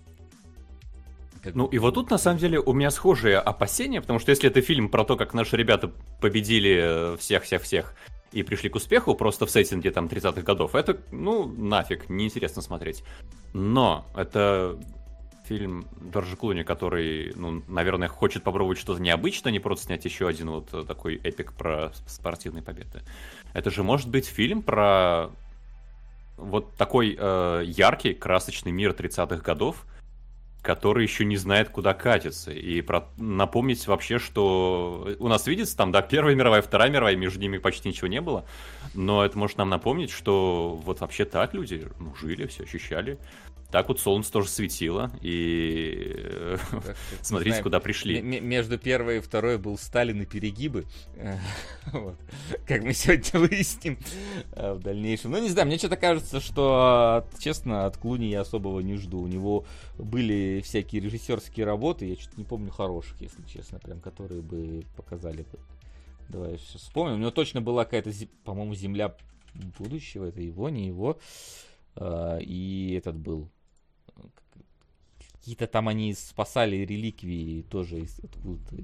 Ну и вот тут, на самом деле, у меня схожие опасения, потому что если это фильм про то, как наши ребята победили всех-всех-всех, и пришли к успеху просто в сеттинге там 30-х годов, это, ну, нафиг, неинтересно смотреть. Но это фильм Джорджа Клуни, который, ну, наверное, хочет попробовать что-то необычное, не просто снять еще один вот такой эпик про спортивные победы. Это же может быть фильм про вот такой яркий, красочный мир 30-х годов, который еще не знает, куда катится. И напомнить вообще, что у нас видится там, да, Первая мировая, Вторая мировая, между ними почти ничего не было. Но это может нам напомнить, что вот вообще так люди жили, все ощущали. Так вот солнце тоже светило. И смотрите, куда пришли. Между первой и второй был Сталин и перегибы. Вот. Как мы сегодня выясним в дальнейшем. Ну, не знаю, мне что-то кажется, что, честно, от Клуни я особого не жду. У него были всякие режиссерские работы, я что-то не помню хороших, если честно, прям, которые бы показали бы. Давай я сейчас вспомню. У него точно была какая-то, по-моему, «Земля будущего». Это его, не его. И этот был. Какие-то там они спасали реликвии тоже откуда-то.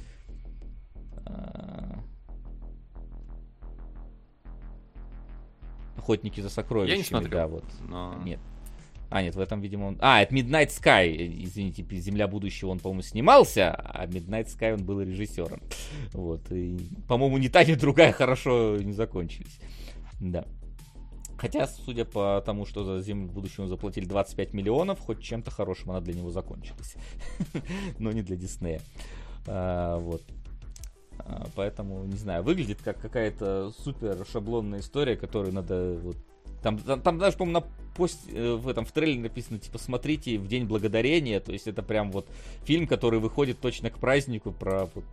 Охотники за сокровищами. Я не смотрел. Да, вот. Но... Нет. Нет, в этом, видимо, он... это Midnight Sky, извините, «Земля будущего» он, по-моему, снимался, а Midnight Sky он был режиссером. Вот, и, по-моему, ни та, ни другая хорошо не закончились. Да. Хотя, судя по тому, что за «Землю будущего» заплатили 25 миллионов, хоть чем-то хорошим она для него закончилась. Но не для Диснея. Вот. Поэтому, не знаю, выглядит как какая-то супер шаблонная история, которую надо... Вот, там даже, по-моему, в трейлере написано, типа, смотрите в День Благодарения. То есть это прям вот фильм, который выходит точно к празднику про вот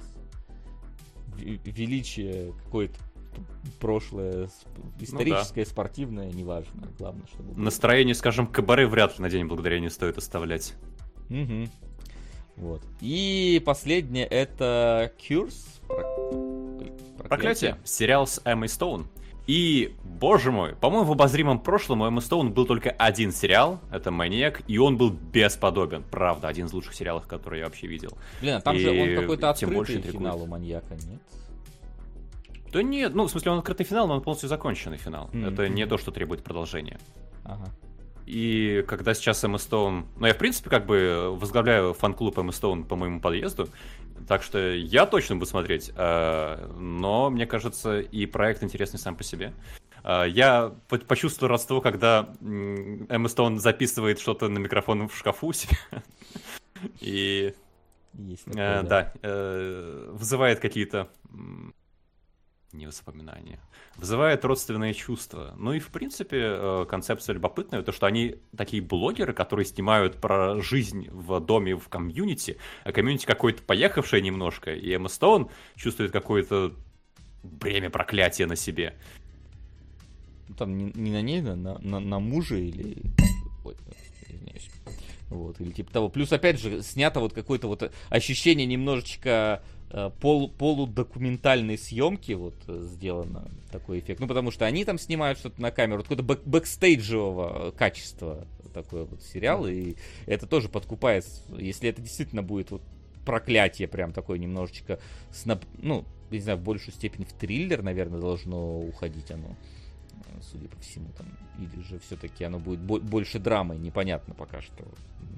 величие какое-то прошлое, историческое, спортивное, неважно. Главное, чтобы... Настроение, скажем, кабаре вряд ли на День Благодарения стоит оставлять. Угу. Вот. И последнее это Curse. Проклятие. Сериал с Эммой Стоун. И, боже мой, по-моему, в обозримом прошлом у Эммы Стоун был только один сериал, это «Маньяк», и он был бесподобен. Правда, один из лучших сериалов, которые я вообще видел. Блин, а там же он какой-то открытый финал у «Маньяка», нет? Да нет, ну, в смысле, он открытый финал, но он полностью законченный финал. Это не то, что требует продолжения. Ага. И когда сейчас Эмма Стоун... Ну, я, в принципе, как бы возглавляю фан-клуб Эммы Стоун по моему подъезду, так что я точно буду смотреть. Но, мне кажется, и проект интересный сам по себе. Я почувствовал родство, когда Эмма Стоун записывает что-то на микрофон в шкафу у себя. И... Да, вызывает какие-то... Не воспоминания. Вызывает родственные чувства. Ну и, в принципе, концепция любопытная, то, что они такие блогеры, которые снимают про жизнь в доме, в комьюнити, а комьюнити какое-то поехавшее немножко, и Эмма Стоун чувствует какое-то бремя проклятия на себе. Там не на ней, на муже или... Ой, извиняюсь. Вот, или типа того. Плюс, опять же, снято вот какое-то вот ощущение немножечко... полудокументальной съемки вот сделано такой эффект. Ну, потому что они там снимают что-то на камеру. Какое-то бэкстейджевого качества такой вот сериал. И это тоже подкупает. Если это действительно будет вот проклятие прям такое немножечко, ну, не знаю, в большую степень в триллер, наверное, должно уходить оно. Судя по всему, там, или же все-таки оно будет больше драмой, непонятно пока что.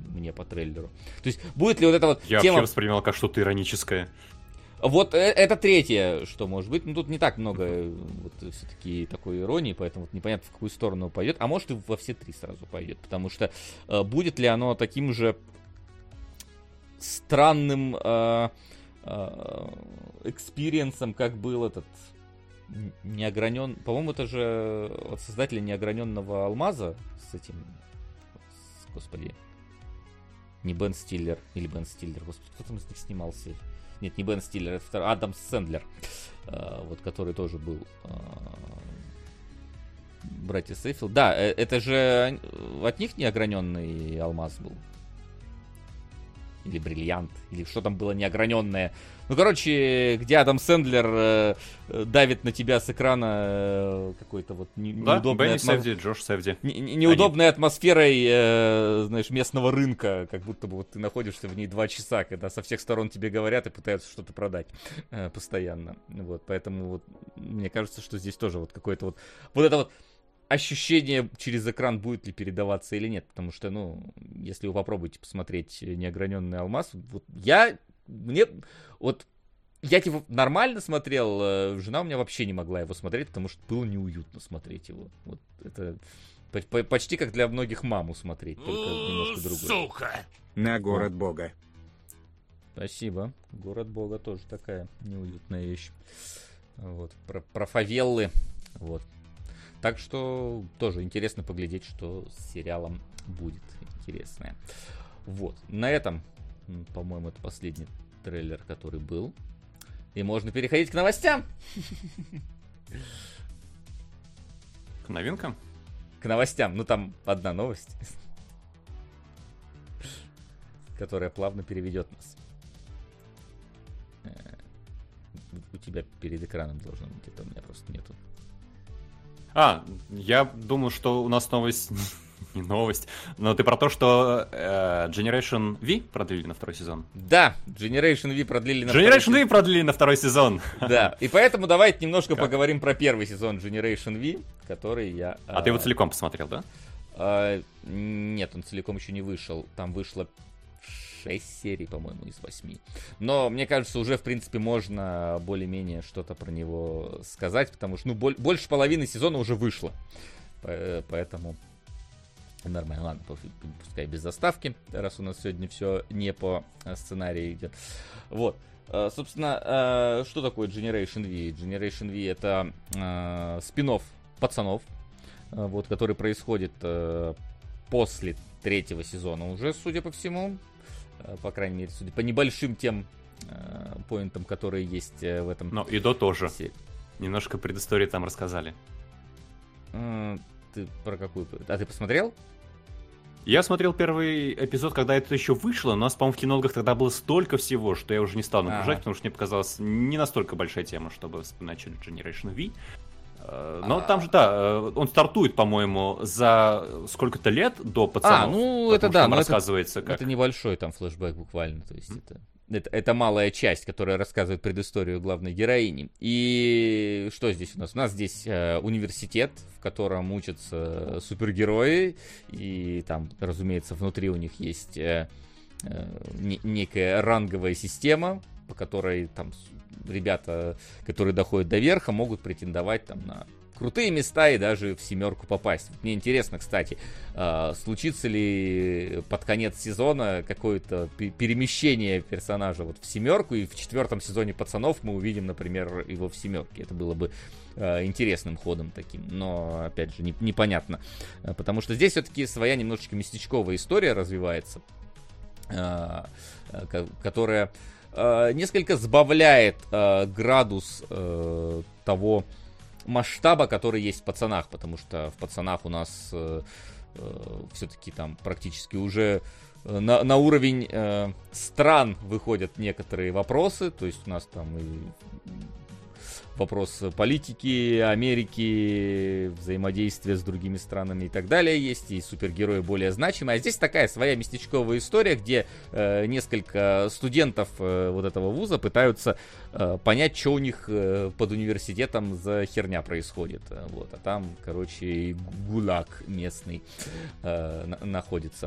мне по трейлеру. То есть будет ли вот эта вот Я тема... вообще воспринимал как что-то ироническое. Вот это третье, что может быть. Ну, тут не так много вот, все-таки такой иронии, поэтому вот непонятно, в какую сторону пойдет. А может, и во все три сразу пойдет. Потому что будет ли оно таким же странным экспириенсом, как был этот неогранен... По-моему, это же от создателя неограненного алмаза с этим... Господи. Не Бен Стиллер. Или Бен Стиллер. Господи, кто там из них снимался? Нет, не Бен Стиллер, это второй, Адам Сэндлер, вот, который тоже был братья Сейфилд. Да, это же от них неограненный алмаз был. Или бриллиант, или что там было неограненное. Ну, короче, где Адам Сэндлер давит на тебя с экрана какой-то вот неудобной Джош Сэвди. Неудобной атмосферой, знаешь, местного рынка, как будто бы вот ты находишься в ней 2 часа, когда со всех сторон тебе говорят и пытаются что-то продать постоянно. Вот, поэтому вот мне кажется, что здесь тоже вот какое-то вот это вот ощущение через экран будет ли передаваться или нет, потому что, ну, если вы попробуете посмотреть неограненный алмаз, вот я типа нормально смотрел, жена у меня вообще не могла его смотреть, потому что было неуютно смотреть его. Вот это почти как для многих маму смотреть, только немножко другое. Сука! На город Бога. Спасибо. Город Бога тоже такая неуютная вещь. Вот. Про фавеллы. Вот. Так что тоже интересно поглядеть, что с сериалом будет интересное. Вот. На этом, по-моему, это последний трейлер, который был. И можно переходить к новостям. К новинкам? К новостям. Ну, там одна новость, которая плавно переведет нас. У тебя перед экраном должно быть, это у меня просто нету. Я думаю, что у нас новость... Не новость, но ты про то, что Generation V продлили на 2 сезон? Да, Generation V продлили на Generation V продлили на 2 сезон. Да, и поэтому давайте немножко поговорим про первый сезон Generation V, который я... А ты его целиком посмотрел, да? Нет, он целиком еще не вышел. Там вышло 6 серий, по-моему, из 8. Но, мне кажется, уже, в принципе, можно более-менее что-то про него сказать, потому что, ну, больше половины сезона уже вышло. Поэтому нормально. Ладно, пускай без заставки, раз у нас сегодня все не по сценарию идет. Вот. Собственно, что такое Generation V? Generation V — это спин-офф «Пацанов», вот, который происходит после 3-го сезона уже, судя по всему. По крайней мере, судя по небольшим тем поинтам, которые есть в этом. Но и до тоже. Немножко предыстории там рассказали. Ты про какую? А ты посмотрел? Я смотрел первый эпизод, когда это еще вышло, но у нас, по-моему, в кинологах тогда было столько всего, что я уже не стал нагружать, потому что мне показалась не настолько большая тема, чтобы вспоминать Generation V. Но там же, да, он стартует, по-моему, за сколько-то лет до «Пацанов». Ну это да, но рассказывается как... это небольшой там флешбэк буквально, то есть это малая часть, которая рассказывает предысторию главной героини. И что здесь у нас? У нас здесь университет, в котором учатся супергерои, и там, разумеется, внутри у них есть некая ранговая система, по которой там ребята, которые доходят до верха, могут претендовать там на крутые места и даже в 7 попасть. Мне интересно, кстати, случится ли под конец сезона какое-то перемещение персонажа вот в 7, и в 4 сезоне «Пацанов» мы увидим, например, его в 7. Это было бы интересным ходом таким, но, опять же, непонятно. Потому что здесь все-таки своя немножечко местечковая история развивается, которая несколько сбавляет градус того масштаба, который есть в «Пацанах», потому что в «Пацанах» у нас все-таки там практически уже на уровень стран выходят некоторые вопросы, то есть у нас там и вопрос политики, Америки, взаимодействия с другими странами и так далее есть, и супергерои более значимые. А здесь такая своя местечковая история, где несколько студентов вот этого вуза пытаются понять, что у них под университетом за херня происходит. Вот. А там, короче, ГУЛАГ местный находится.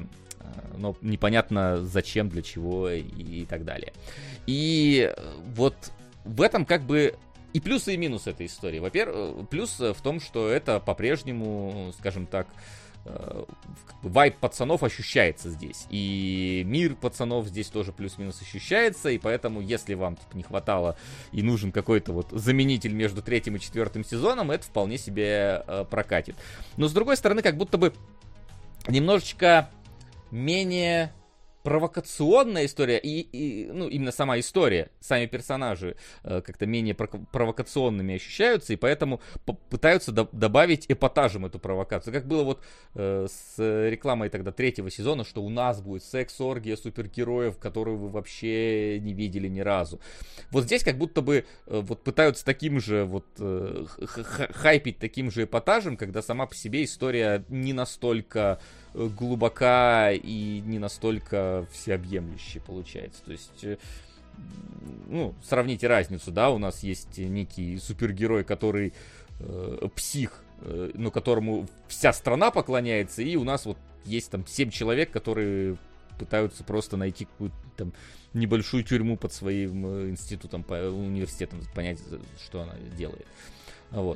но непонятно зачем, для чего и так далее. И вот в этом как бы и плюсы, и минусы этой истории. Во-первых, плюс в том, что это по-прежнему, скажем так, вайб пацанов ощущается здесь. И мир пацанов здесь тоже плюс-минус ощущается. И поэтому, если вам типа, не хватало и нужен какой-то вот заменитель между 3-м и 4-м сезоном, это вполне себе прокатит. Но с другой стороны, как будто бы немножечко менее провокационная история, ну, именно сама история, сами персонажи как-то менее провокационными ощущаются, и поэтому пытаются добавить эпатажем эту провокацию. Как было вот с рекламой тогда 3-го сезона, что у нас будет секс-оргия супергероев, которую вы вообще не видели ни разу. Вот здесь как будто бы вот пытаются таким же вот хайпить таким же эпатажем, когда сама по себе история не настолько глубока и не настолько всеобъемлющая получается. То есть, ну, сравните разницу, да, у нас есть некий супергерой, который псих, но которому вся страна поклоняется, и у нас вот есть там 7 человек, которые пытаются просто найти какую-то там небольшую тюрьму под своим институтом, университетом, понять, что она делает. Вот.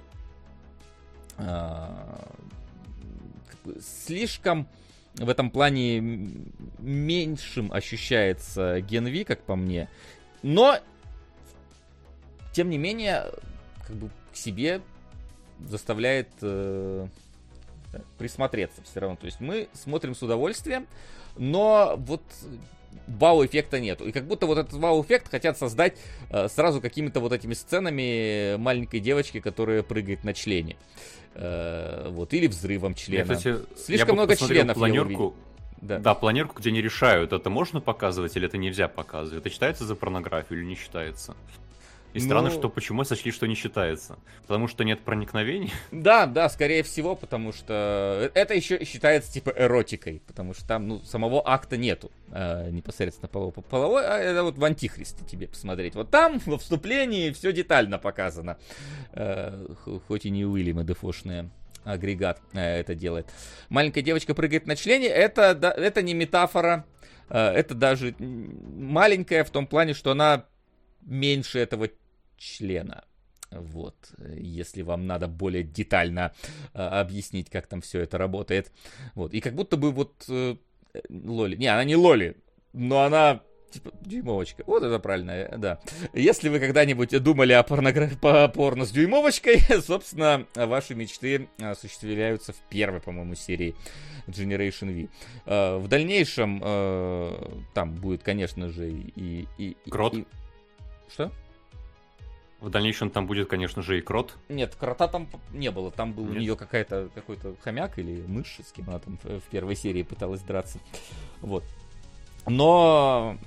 Слишком в этом плане меньшим ощущается Ген Ви, как по мне. Но, тем не менее, как бы к себе заставляет присмотреться все равно. То есть мы смотрим с удовольствием, но вот вау-эффекта нету. И как будто вот этот вау-эффект хотят создать сразу какими-то вот этими сценами маленькой девочки, которая прыгает на члене. Вот, или взрывом члена. Кстати, слишком много членов планерку. Да. Да, планерку, где не решают, это можно показывать или это нельзя показывать. Это считается за порнографию или не считается? И странно, что почему сочли, что не считается. Потому что нет проникновений? Да, скорее всего, потому что это еще считается типа эротикой, потому что там, ну, самого акта нету непосредственно половой, а это вот в Антихристе тебе посмотреть. Вот там во вступлении все детально показано. Хоть и не Уильям Дефошный агрегат это делает. Маленькая девочка прыгает на члене, это не метафора, это даже маленькая в том плане, что она меньше этого члена. Вот, если вам надо более детально объяснить, как там все это работает. Вот, и как будто бы вот Лоли, не, она не Лоли, но она типа дюймовочка. Вот это правильно, да. Если вы когда-нибудь думали о порно с дюймовочкой, собственно, ваши мечты осуществляются в первой, по-моему, серии Generation V. В дальнейшем там будет, конечно же, Крот? Что? В дальнейшем там будет, конечно же, и крот. Нет, крота там не было. Там был у нее какой-то хомяк или мышь, с кем она там в первой серии пыталась драться. Вот. Но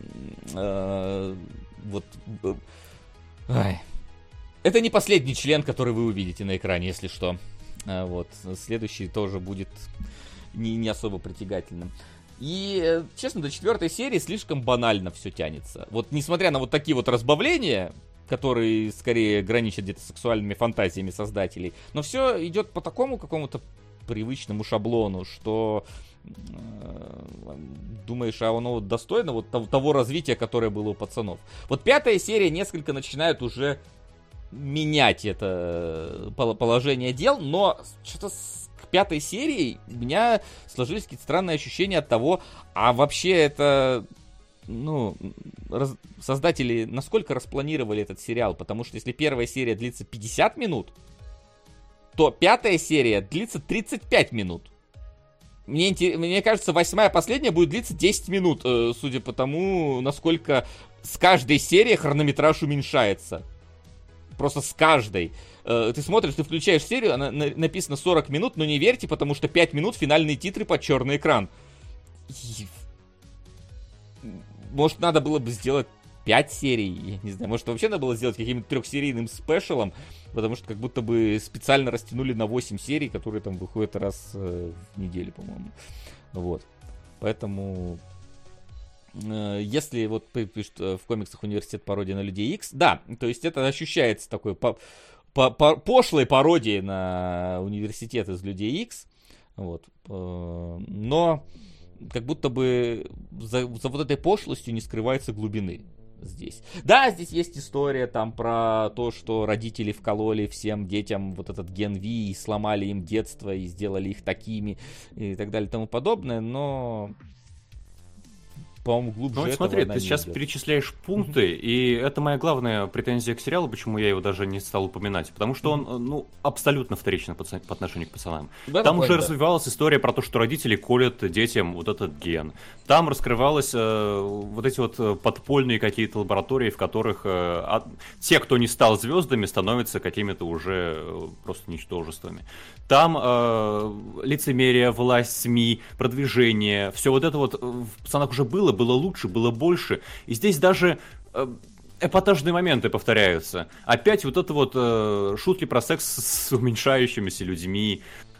вот это не последний член, который вы увидите на экране, если что. Вот. Следующий тоже будет не особо притягательным. И, честно, до 4-й серии слишком банально все тянется. Вот, несмотря на вот такие вот разбавления, которые скорее граничат где-то с сексуальными фантазиями создателей, но все идет по такому какому-то привычному шаблону, что думаешь, а оно вот достойно вот того развития, которое было у пацанов. Вот 5-я серия несколько начинает уже менять это положение дел, но что-то с 5-й серии у меня сложились какие-то странные ощущения от того, а вообще это, ну, создатели насколько распланировали этот сериал, потому что если первая серия длится 50 минут, то 5-я серия длится 35 минут. Мне кажется, 8-я последняя будет длиться 10 минут, судя по тому, насколько с каждой серии хронометраж уменьшается. Просто с каждой. Ты смотришь, ты включаешь серию, она написано 40 минут, но не верьте, потому что 5 минут финальные титры под черный экран. Может, надо было бы сделать 5 серий, я не знаю, может, вообще надо было сделать каким-то 3-серийным спешалом, потому что как будто бы специально растянули на 8 серий, которые там выходят раз в неделю, по-моему. Вот. Поэтому, если вот пишут в комиксах «Университет пародия на Людей Икс», да, то есть это ощущается такой пошлой пародией на университет из Людей Икс, вот, но как будто бы за вот этой пошлостью не скрывается глубины здесь. Да, здесь есть история там про то, что родители вкололи всем детям вот этот ген Ви и сломали им детство и сделали их такими и так далее и тому подобное, но... По-моему, глубже Ну, вот этого смотри, она ты не сейчас идет. перечисляешь пункты, и это моя главная претензия к сериалу, почему я его даже не стал упоминать. Потому что он, ну, абсолютно вторичен по отношению к пацанам. В этом Там плане, уже да. развивалась история про то, что родители колят детям вот этот ген. Там раскрывалось вот эти вот подпольные какие-то лаборатории, в которых те, кто не стал звездами, становятся какими-то уже просто ничтожествами. Там лицемерие, власть, СМИ, продвижение, все вот это вот в пацанах уже было лучше, было больше. И здесь даже эпатажные моменты повторяются. Опять вот это вот шутки про секс с уменьшающимися людьми.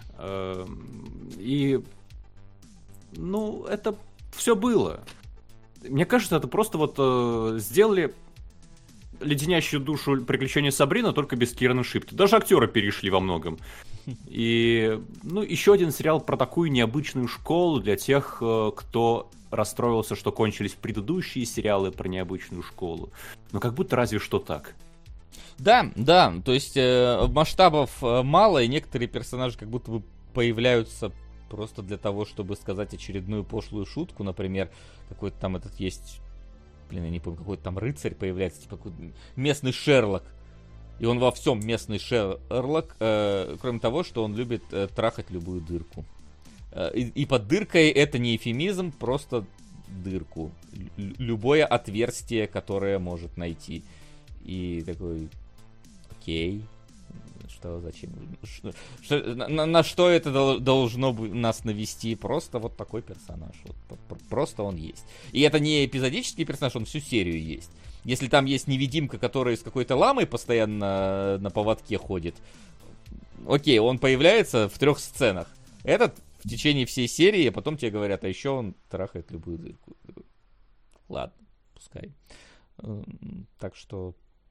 И, ну, это все было. Мне кажется, это просто вот сделали леденящую душу приключения Сабрина, только без Кирана Шипта. Даже актеры перешли во многом. И, ну, еще один сериал про такую необычную школу для тех, кто расстроился, что кончились предыдущие сериалы про необычную школу. Но как будто разве что так. Да, то есть масштабов мало, и некоторые персонажи как будто бы появляются просто для того, чтобы сказать очередную пошлую шутку. Например, какой-то там этот есть, я не помню, какой-то там рыцарь появляется, типа местный Шерлок. И он во всем местный Шерлок, кроме того, что он любит трахать любую дырку. И под дыркой это не эвфемизм, просто дырку. Любое отверстие, которое может найти. И такой, окей, что, зачем? На что это должно нас навести? Просто вот такой персонаж. Вот, просто он есть. И это не эпизодический персонаж, он всю серию есть. Если там есть невидимка, которая с какой-то ламой постоянно на поводке ходит, окей, он появляется в 3 сценах. Этот в течение всей серии, а потом тебе говорят, а еще он трахает любую дырку. Ладно, пускай. Так что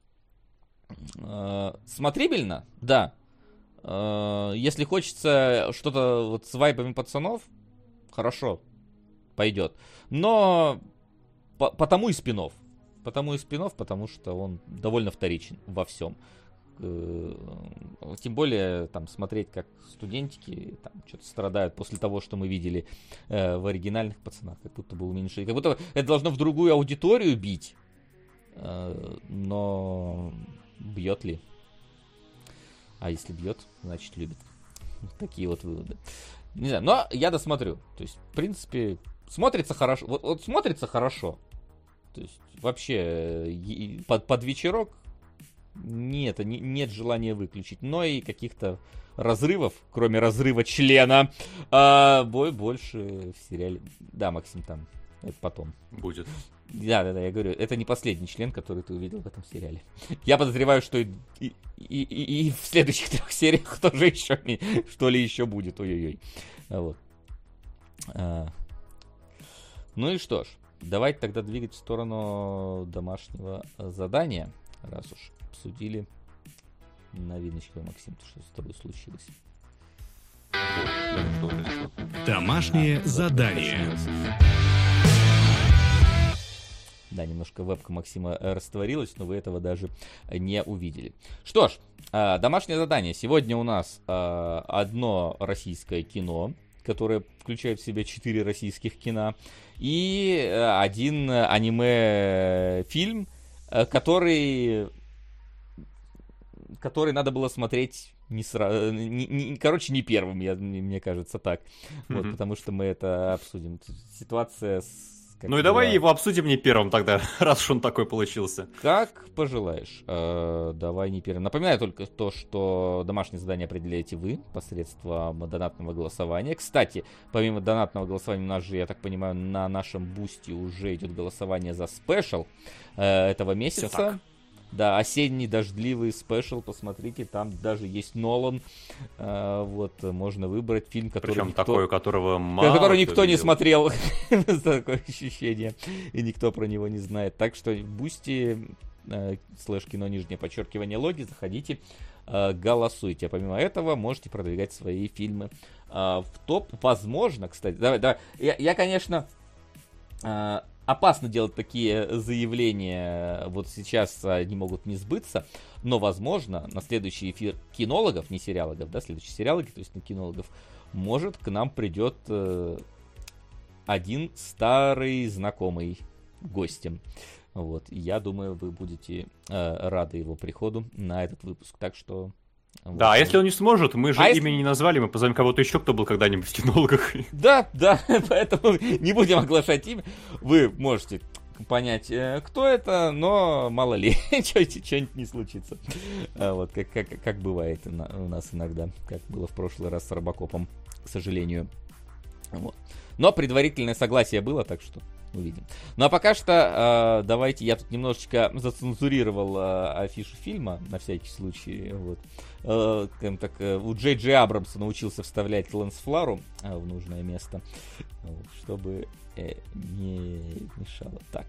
смотрибельно, да. Если хочется что-то вот с вайбами пацанов, хорошо, пойдет. Но потому и спин-офф. Потому что он довольно вторичен во всем. Тем более, там, смотреть, как студентики там что-то страдают после того, что мы видели в оригинальных пацанах, как будто бы уменьшили. Как будто это должно в другую аудиторию бить. Но бьет ли? А если бьет, значит любит. Такие вот выводы. Не знаю, но я досмотрю. То есть, в принципе, смотрится хорошо. Вот смотрится хорошо. То есть, вообще, под вечерок нет желания выключить. Но и каких-то разрывов, кроме разрыва члена, больше в сериале. Да, Максим, там, это потом. Будет. Да, я говорю, это не последний член, который ты увидел в этом сериале. Я подозреваю, что и в следующих 3 сериях тоже еще что ли еще будет. Ой-ой-ой. Вот. Ну и что ж, давайте тогда двигать в сторону домашнего задания, раз уж обсудили новиночку. Максим, что с тобой случилось? Домашнее задание. Да, немножко вебка Максима растворилась, но вы этого даже не увидели. Что ж, домашнее задание. Сегодня у нас одно российское кино, которое включает в себя 4 российских кино, и один аниме-фильм, который надо было смотреть не сразу, не первым, мне кажется, так. Вот, потому что мы это обсудим. Ситуация с... Ну и давай его обсудим не первым тогда, раз уж он такой получился. Как пожелаешь. Давай не первым. Напоминаю только то, что домашнее задание определяете вы посредством донатного голосования. Кстати, помимо донатного голосования, у нас же, я так понимаю, на нашем бусте уже идет голосование за спешл этого месяца. Всё так. Да, осенний дождливый спешл, посмотрите, там даже есть Нолан. Вот, можно выбрать фильм, который... Причем такой, у которого мало который кто никто не видел. смотрел. Такое ощущение. И никто про него не знает. Так что в Бусти /кино _логи, заходите, голосуйте. А помимо этого, можете продвигать свои фильмы в топ. Возможно, кстати, давай. Я, конечно, опасно делать такие заявления, вот сейчас они могут не сбыться, но, возможно, на следующий эфир кинологов, не сериалогов, да, следующие сериалоги, то есть на кинологов, может, к нам придет один старый знакомый гостем. Вот, я думаю, вы будете рады его приходу на этот выпуск, так что... Да, а если он не сможет, мы же имя не назвали, мы позовем кого-то еще, кто был когда-нибудь в кинологах. Да, поэтому не будем оглашать имя. Вы можете понять, кто это, но мало ли, что-нибудь не случится. Вот, как бывает у нас иногда, как было в прошлый раз с Робокопом, к сожалению. Вот. Но предварительное согласие было, так что увидим. Ну а пока что давайте, я тут немножечко зацензурировал афишу фильма, на всякий случай. Вот. Так, у Джей Джей Абрамса научился вставлять Лэнс Флару в нужное место, вот, чтобы не мешало. Так.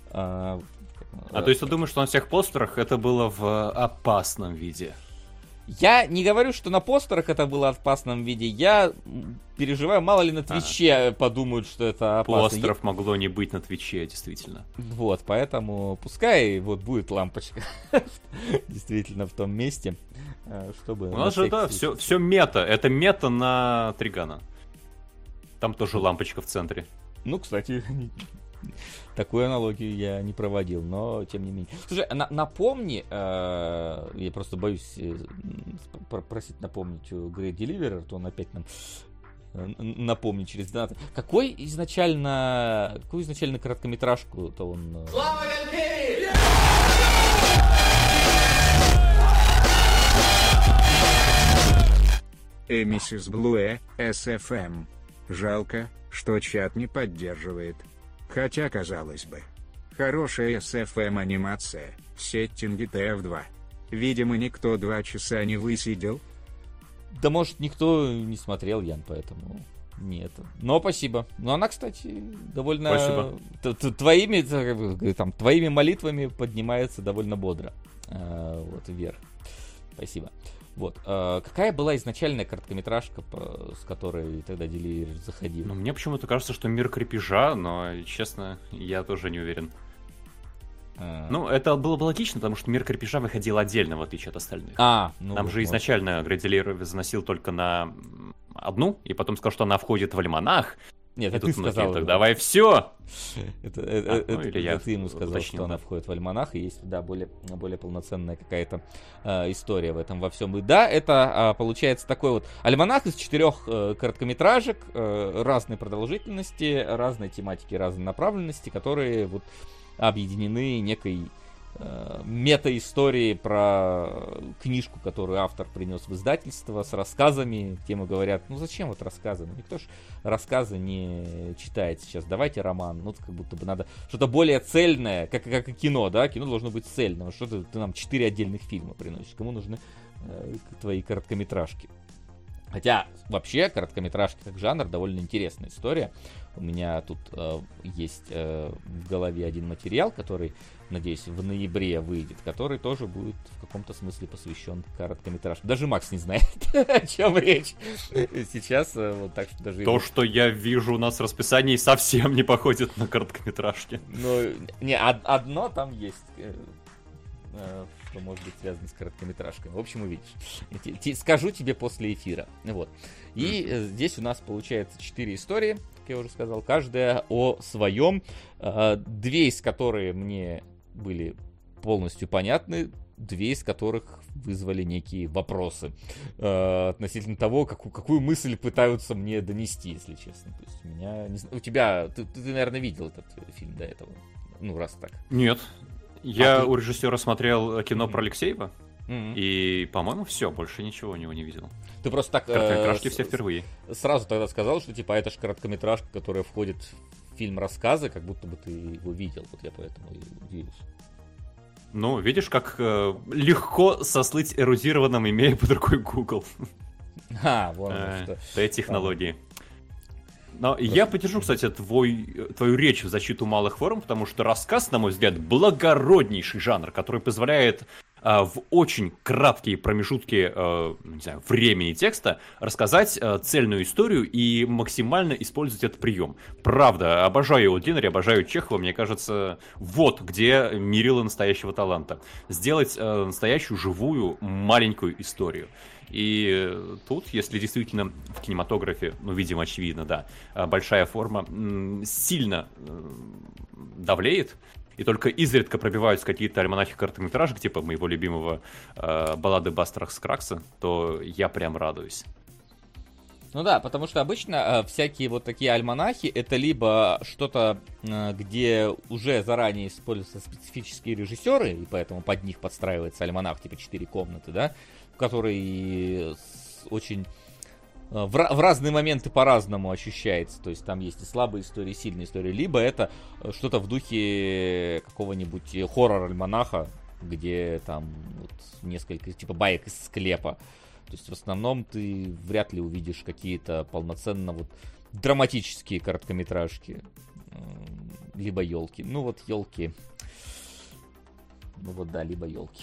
То есть ты думаешь, что на всех постерах это было в опасном виде? Я не говорю, что на постерах это было в опасном виде. Я переживаю, мало ли на Твиче подумают, что это опасно. Постеров могло не быть на Твиче, действительно. Вот, поэтому пускай вот будет лампочка действительно в том месте, чтобы... У нас же, да, все мета. Это мета на Тригана. Там тоже лампочка в центре. Ну, кстати, такую аналогию я не проводил, но тем не менее. Слушай, напомни, я просто боюсь просить напомнить у Great Deliverer, то он опять нам напомнит через донаты. Какую изначально короткометражку-то он... Слава Империи! Миссис Блуэ, SFM. Жалко, что чат не поддерживает. Хотя, казалось бы, хорошая SFM анимация, в сеттинге TF2. Видимо, никто 2 часа не высидел. Да, может, никто не смотрел, Ян, поэтому нет. Но спасибо. Но она, кстати, довольно... Твоими молитвами поднимается довольно бодро. Вот, вверх. Спасибо. Вот. Какая была изначальная короткометражка, с которой тогда Delivery заходил? Ну, мне почему-то кажется, что «Мир крепежа», но, честно, я тоже не уверен. Ну, это было бы логично, потому что «Мир крепежа» выходил отдельно, в отличие от остальных. Нам же изначально Great Delivery заносил только на одну, и потом сказал, что она входит в альманах. Нет, это ты сказал. Так давай все! Это ты ему сказал, что она входит в альманах, и есть, да, более полноценная какая-то история в этом во всем. И да, это получается такой вот альманах из 4 короткометражек разной продолжительности, разной тематики, разной направленности, которые вот объединены некой мета-истории про книжку, которую автор принес в издательство, с рассказами, где ему говорят, ну зачем вот рассказы, ну никто ж рассказы не читает сейчас, давайте роман, ну как будто бы надо что-то более цельное, как и кино, да, кино должно быть цельным, что ты нам 4 отдельных фильма приносишь, кому нужны твои короткометражки. Хотя, вообще, короткометражки как жанр довольно интересная история. У меня тут есть в голове один материал, который, надеюсь, в ноябре выйдет, который тоже будет в каком-то смысле посвящен короткометражкам. Даже Макс не знает, о чем речь сейчас. Вот так что даже то, что я вижу у нас в расписании, совсем не походит на короткометражки. Ну, не, одно там есть, что может быть связано с короткометражками. В общем, увидишь. Скажу тебе после эфира. Вот. И здесь у нас получается 4 истории, как я уже сказал, каждая о своем. 2 из которых мне были полностью понятны, 2 из которых вызвали некие вопросы относительно того, какую мысль пытаются мне донести, если честно. То есть у меня... У тебя... Ты, наверное, видел этот фильм до этого? Ну, раз так. Нет. Я у режиссера смотрел кино про Алексеева, и, по-моему, все, больше ничего у него не видел. Ты просто так... Короткометражки все впервые. Сразу тогда сказал, что, типа, это же короткометражка, которая входит в фильм рассказы, как будто бы ты его видел. Вот я поэтому и удивился. Ну, видишь, как легко сослыть эрудированным, имея под рукой Google. Вон что. Т-технологии. Но я поддержу, кстати, твою речь в защиту малых форм, потому что рассказ, на мой взгляд, благороднейший жанр, который позволяет в очень краткие промежутки, не знаю, времени текста рассказать цельную историю и максимально использовать этот прием. Правда, обожаю Олдинери, обожаю Чехова, мне кажется, вот где мерило настоящего таланта. Сделать настоящую, живую, маленькую историю. И тут, если действительно в кинематографе, ну, видимо, очевидно, да, большая форма сильно давлеет, и только изредка пробиваются какие-то альманахи-короткометражек, типа моего любимого баллады Бастера Скракса, то я прям радуюсь. Ну да, потому что обычно всякие вот такие альманахи это либо что-то, где уже заранее используются специфические режиссеры, и поэтому под них подстраивается альманах, типа 4 комнаты, да, который очень в разные моменты по-разному ощущается. То есть там есть и слабые истории, и сильные истории. Либо это что-то в духе какого-нибудь хоррор-альманаха, где там вот несколько типа баек из склепа. То есть в основном ты вряд ли увидишь какие-то полноценно вот драматические короткометражки. Либо елки. Ну вот елки. Ну вот да, либо елки.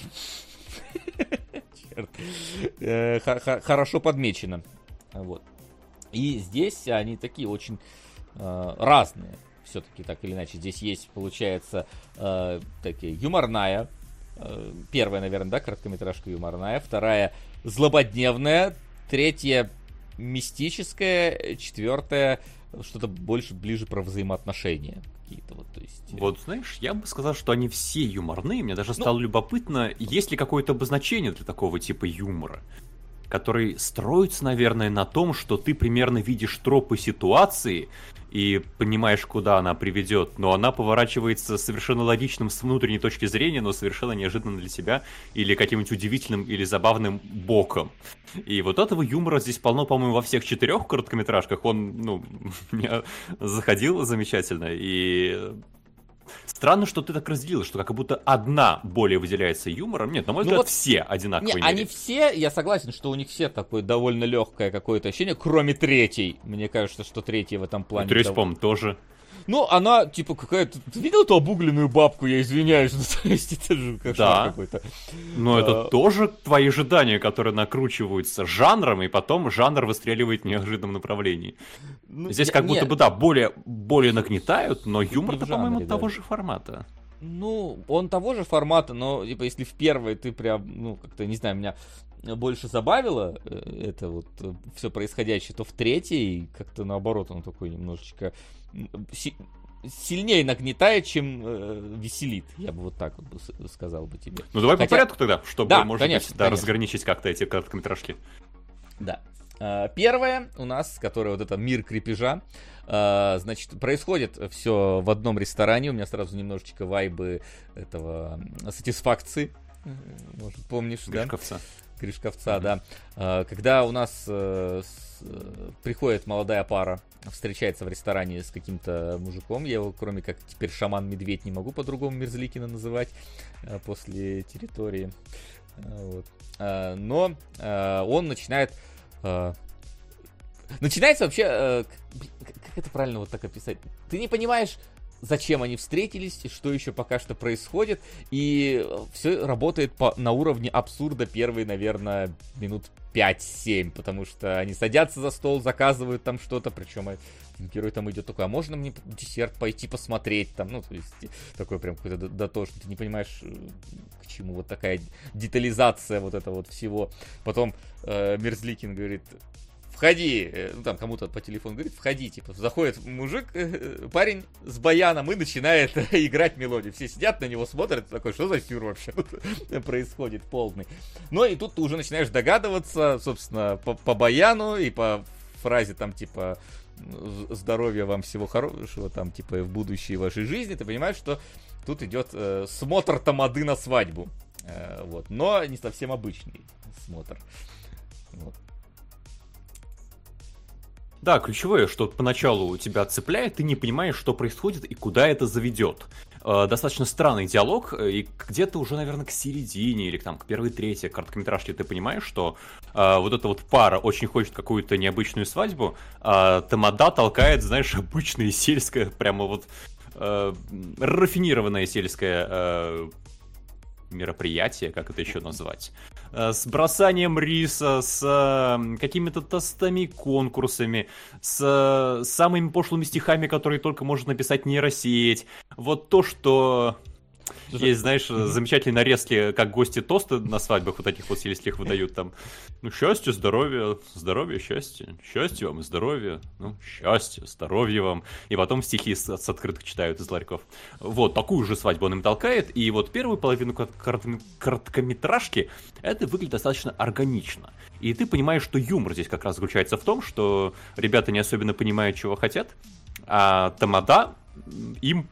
Хорошо подмечено. Вот. И здесь они такие очень разные. Все-таки так или иначе. Здесь есть, получается, такие юморная. Первая, наверное, да, короткометражка юморная. Вторая злободневная. Третья мистическая. Четвертая что-то больше ближе про взаимоотношения. Какие-то вот, то есть... Вот, знаешь, я бы сказал, что они все юморные. Мне даже стало любопытно, есть ли какое-то обозначение для такого типа юмора, который строится, наверное, на том, что ты примерно видишь тропы ситуации и понимаешь, куда она приведет, но она поворачивается совершенно логичным с внутренней точки зрения, но совершенно неожиданно для тебя, или каким-нибудь удивительным или забавным боком. И вот этого юмора здесь полно, по-моему, во всех 4 короткометражках. Он, ну, меня заходил замечательно, и... Странно, что ты так разделил, что как будто одна более выделяется юмором. Нет, на мой взгляд, вот все одинаковые. Не, они все, я согласен, что у них все такое довольно легкое какое-то ощущение, кроме третьей. Мне кажется, что третья в этом плане... Третья, по-моему, тоже. Ну, она, типа, какая-то... Ты видел эту обугленную бабку? Я извиняюсь. То есть, это же кошмар какой-то. Но это тоже твои ожидания, которые накручиваются жанром, и потом жанр выстреливает в неожиданном направлении. Ну, здесь как будто бы, да, более нагнетают, но юмор-то, по-моему, того же формата. Ну, он того же формата, но, типа, если в первой ты прям, ну, как-то, не знаю, меня больше забавило это вот все происходящее, то в третьей как-то наоборот он такой немножечко сильнее нагнетает, чем веселит. Я бы вот так вот сказал бы тебе. Ну давай по порядку тогда, чтобы, да, может конечно, быть, да, разграничить как-то эти короткометражки. Да. Первое у нас, которое вот это мир крепежа, значит, происходит все в одном ресторане. У меня сразу немножечко вайбы этого сатисфакции. Может, помнишь, Гришковца. Да? Гришковца, да. Когда у нас приходит молодая пара, встречается в ресторане с каким-то мужиком, я его, кроме как теперь шаман-медведь, не могу по-другому Мерзликина называть после территории. Вот. Но он начинает... Начинается вообще... Как это правильно вот так описать? Ты не понимаешь, зачем они встретились, и что еще пока что происходит, и все работает на уровне абсурда первые, наверное, минут 5-7, потому что они садятся за стол, заказывают там что-то, причем герой там идет такой, а можно мне десерт пойти посмотреть там, ну, то есть такой прям какой-то дотошный, ты не понимаешь, к чему вот такая детализация вот этого вот всего. Потом Мерзликин говорит: входи, ну там кому-то по телефону говорит, входи, типа, заходит мужик, парень с баяном и начинает играть мелодию. Все сидят на него, смотрят, такой, что за сюр вообще происходит полный. Ну и тут ты уже начинаешь догадываться, собственно, по баяну и по фразе там, типа, здоровья вам, всего хорошего, там, типа, в будущей вашей жизни, ты понимаешь, что тут идет смотр тамады на свадьбу. Вот, но не совсем обычный смотр. Вот. Да, ключевое, что поначалу тебя цепляет, ты не понимаешь, что происходит и куда это заведет. Достаточно странный диалог, и где-то уже, наверное, к середине или там, к первой трети короткометражки ты понимаешь, что вот эта вот пара очень хочет какую-то необычную свадьбу, а тамада толкает, знаешь, обычное сельское, прямо вот рафинированное сельское мероприятие, как это еще назвать, с бросанием риса, с какими-то тостами, конкурсами, с самыми пошлыми стихами, которые только может написать нейросеть. Вот то, что... Есть, знаешь, замечательные нарезки, как гости тосты на свадьбах вот этих вот, если их выдают там. Ну, счастье, здоровье, здоровье, счастье. Счастье вам и здоровье. Ну, счастье, здоровье вам. И потом стихи с открыток читают из ларьков. Вот, такую же свадьбу он им толкает. И вот первую половину короткометражки это выглядит достаточно органично. И ты понимаешь, что юмор здесь как раз заключается в том, что ребята не особенно понимают, чего хотят, а тамада им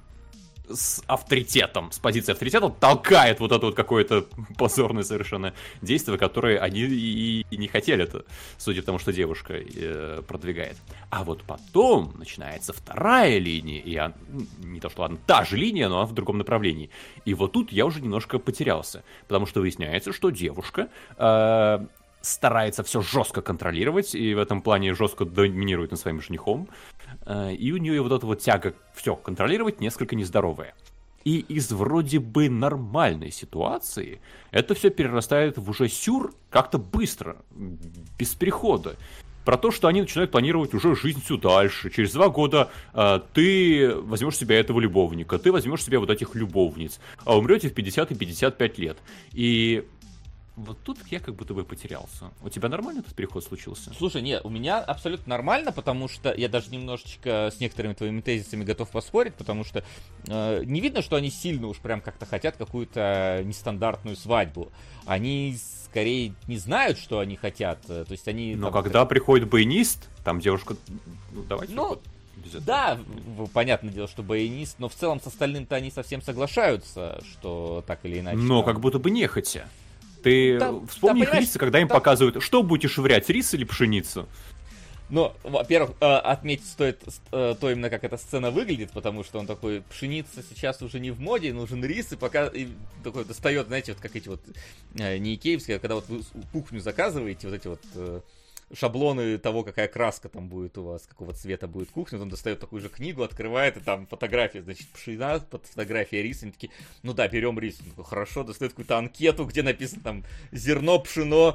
с авторитетом, с позиции авторитета толкает вот это вот какое-то позорное совершенно действие, которое они и не хотели, это, судя по тому, что девушка продвигает. А вот потом начинается вторая линия, и не то что ладно, та же линия, но она в другом направлении. И вот тут я уже немножко потерялся, потому что выясняется, что девушка старается все жестко контролировать, и в этом плане жестко доминирует над своим женихом. И у нее вот эта вот тяга все контролировать несколько нездоровая. И из вроде бы нормальной ситуации это все перерастает в уже сюр как-то быстро, без перехода. Про то, что они начинают планировать уже жизнь все дальше. Через 2 года ты возьмешь себе этого любовника, ты возьмешь себе вот этих любовниц, а умрете в 50 и 55 лет. И вот тут я как будто бы потерялся. У тебя нормально этот переход случился? Слушай, нет, у меня абсолютно нормально, потому что я даже немножечко с некоторыми твоими тезисами готов поспорить, потому что не видно, что они сильно уж прям как-то хотят какую-то нестандартную свадьбу. Они скорее не знают, что они хотят. То есть они... Но там, когда приходит баянист, там девушка... Ну, давайте... Да, понятное дело, что баянист, но в целом с остальным-то они совсем соглашаются, что так или иначе... Но как будто бы нехотя. Ты вспомни их лица, когда им показывают, что будете швырять, рис или пшеницу? Ну, во-первых, отметить стоит то именно, как эта сцена выглядит, потому что он такой, пшеница сейчас уже не в моде, нужен рис, и пока и такой достает, знаете, вот как эти вот не икеевские, когда вот вы кухню заказываете, вот эти вот шаблоны того, какая краска там будет у вас, какого цвета будет кухня, он достает такую же книгу, открывает, и там фотография, значит, пшена, под фотография риса, они такие, ну да, берем рис, он такой, хорошо, достает какую-то анкету, где написано там зерно, пшено,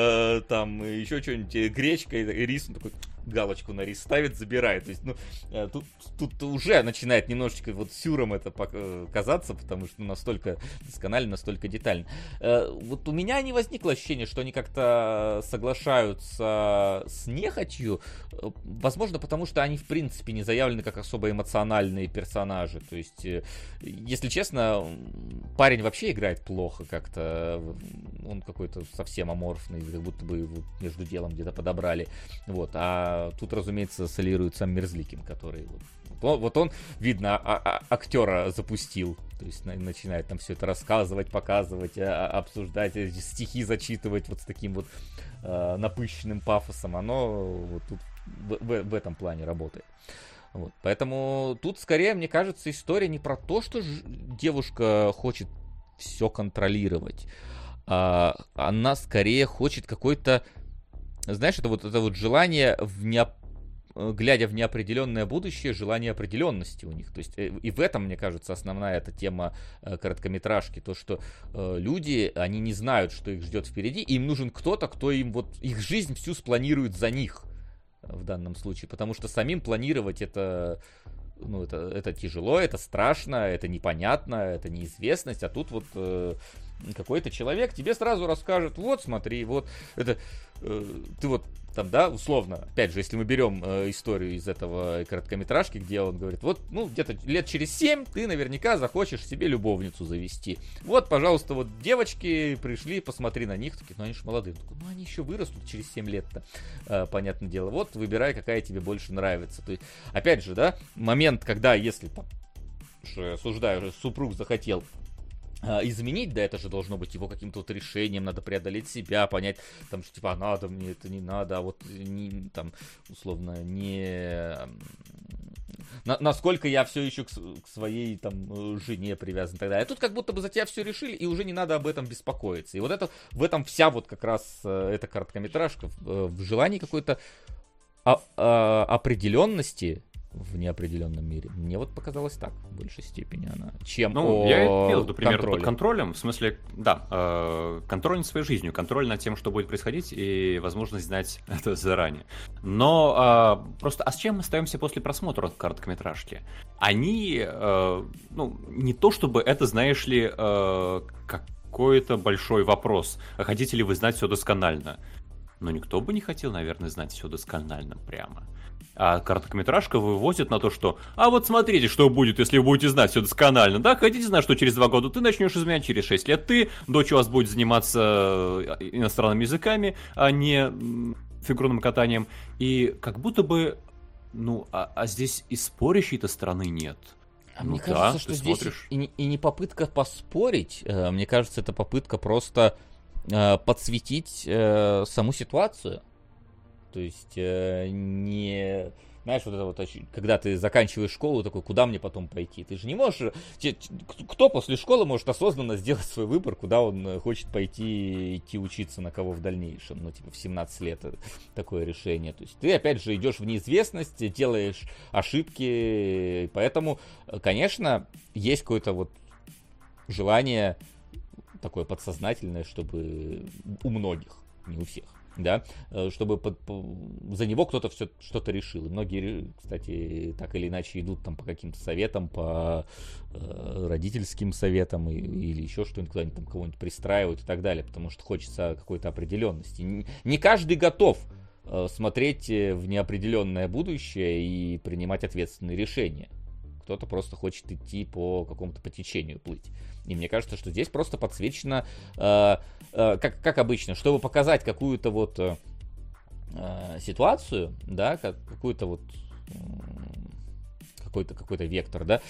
там еще что-нибудь, гречка, и рис, он такой, галочку на рис ставит, забирает. То есть, ну, тут уже начинает немножечко вот сюром это казаться, потому что настолько досконально, настолько детально. Вот у меня не возникло ощущения, что они как-то соглашаются с нехотью. Возможно, потому что они, в принципе, не заявлены как особо эмоциональные персонажи. То есть, если честно, парень вообще играет плохо как-то. Он какой-то совсем аморфный, как будто бы его между делом где-то подобрали. Вот. А тут, разумеется, солирует сам Мерзликин, который вот он, видно, актера запустил. То есть начинает там все это рассказывать, показывать, обсуждать, стихи зачитывать вот с таким вот напыщенным пафосом. Оно вот тут в этом плане работает. Вот. Поэтому тут скорее, мне кажется, история не про то, что девушка хочет все контролировать. Она скорее хочет какой-то, знаешь, это вот желание, глядя в неопределенное будущее, желание определенности у них. То есть и в этом, мне кажется, основная эта тема короткометражки. То, что люди, они не знают, что их ждет впереди, и им нужен кто-то, кто им вот их жизнь всю спланирует за них в данном случае. Потому что самим планировать это тяжело, это страшно, это непонятно, это неизвестность. А тут вот какой-то человек тебе сразу расскажет, вот смотри, вот это ты вот там, да, условно, опять же, если мы берем историю из этого короткометражки, где он говорит, вот, ну, где-то лет через 7 ты наверняка захочешь себе любовницу завести. Вот, пожалуйста, вот девочки пришли, посмотри на них, такие, ну, они же молодые. Такой, ну, они еще вырастут через 7 лет-то, понятное дело. Вот, выбирай, какая тебе больше нравится. То есть, опять же, да, момент, когда, если там, осуждаю, супруг захотел изменить, да, это же должно быть его каким-то вот решением, надо преодолеть себя, понять, там, что, типа, надо мне, это не надо, а вот, не, там, условно, не... Насколько я все еще к своей, там, жене привязан и так далее. А тут как будто бы за тебя все решили, и уже не надо об этом беспокоиться. И вот это, в этом вся вот как раз эта короткометражка, в желании какой-то определенности, в неопределенном мире. Мне вот показалось так, в большей степени она, чем я имел в виду пример контроле. под контролем, в смысле, да, контроль над своей жизнью, контроль над тем, что будет происходить, и возможность знать это заранее. Но просто, с чем мы остаемся после просмотра короткометражки? Они, не то чтобы это, знаешь ли, какой-то большой вопрос, хотите ли вы знать все досконально? Но никто бы не хотел, наверное, знать все досконально прямо. А короткометражка выводит на то, что вот смотрите, что будет, если вы будете знать все досконально. Да, хотите знать, что через 2 года ты начнешь изменять, через 6 лет ты, дочь у вас будет заниматься иностранными языками, а не фигурным катанием. И как будто бы, здесь и спорящей-то стороны нет. Мне кажется, что здесь и не попытка поспорить, мне кажется, это попытка просто подсветить саму ситуацию. То есть, не... Знаешь, вот это вот, когда ты заканчиваешь школу, такой, куда мне потом пойти? Ты же не можешь... Кто после школы может осознанно сделать свой выбор, куда он хочет идти учиться, на кого в дальнейшем? В 17 лет такое решение. То есть, ты, опять же, идешь в неизвестность, делаешь ошибки. Поэтому, конечно, есть какое-то вот желание такое подсознательное, чтобы у многих, не у всех, да, чтобы за него кто-то что-то решил. И многие, кстати, так или иначе идут там по каким-то советам, по родительским советам или еще что-нибудь, куда-нибудь там кого-нибудь пристраивают и так далее, потому что хочется какой-то определенности. Не каждый готов смотреть в неопределенное будущее и принимать ответственные решения. Кто-то просто хочет идти по какому-то течению, плыть. И мне кажется, что здесь просто подсвечено, как обычно, чтобы показать какую-то вот ситуацию, да, какую-то вот какой-то вектор, да,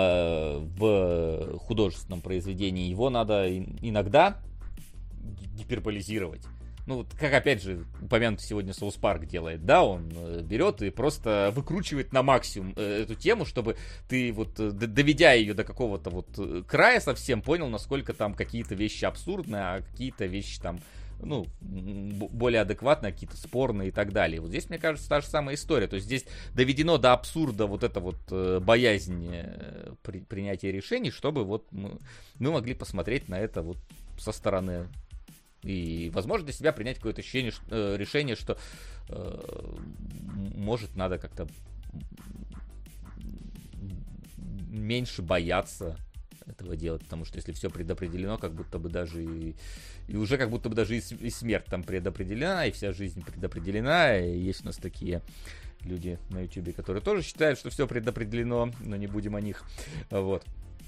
в художественном произведении. Его надо иногда гиперболизировать. Как опять же упомянутый сегодня Соус Парк делает, да, он берет и просто выкручивает на максимум эту тему, чтобы ты вот, доведя ее до какого-то вот края совсем, понял, насколько там какие-то вещи абсурдные, а какие-то вещи там, более адекватные, какие-то спорные и так далее. Вот здесь, мне кажется, та же самая история. То есть здесь доведено до абсурда вот эта вот боязнь принятия решений, чтобы вот мы могли посмотреть на это вот со стороны. И, возможно, для себя принять какое-то решение, что может надо как-то меньше бояться этого делать, потому что если все предопределено, как будто бы даже и уже как будто бы даже и смерть там предопределена, и вся жизнь предопределена, и есть у нас такие люди на YouTube, которые тоже считают, что все предопределено, но не будем о них, вот.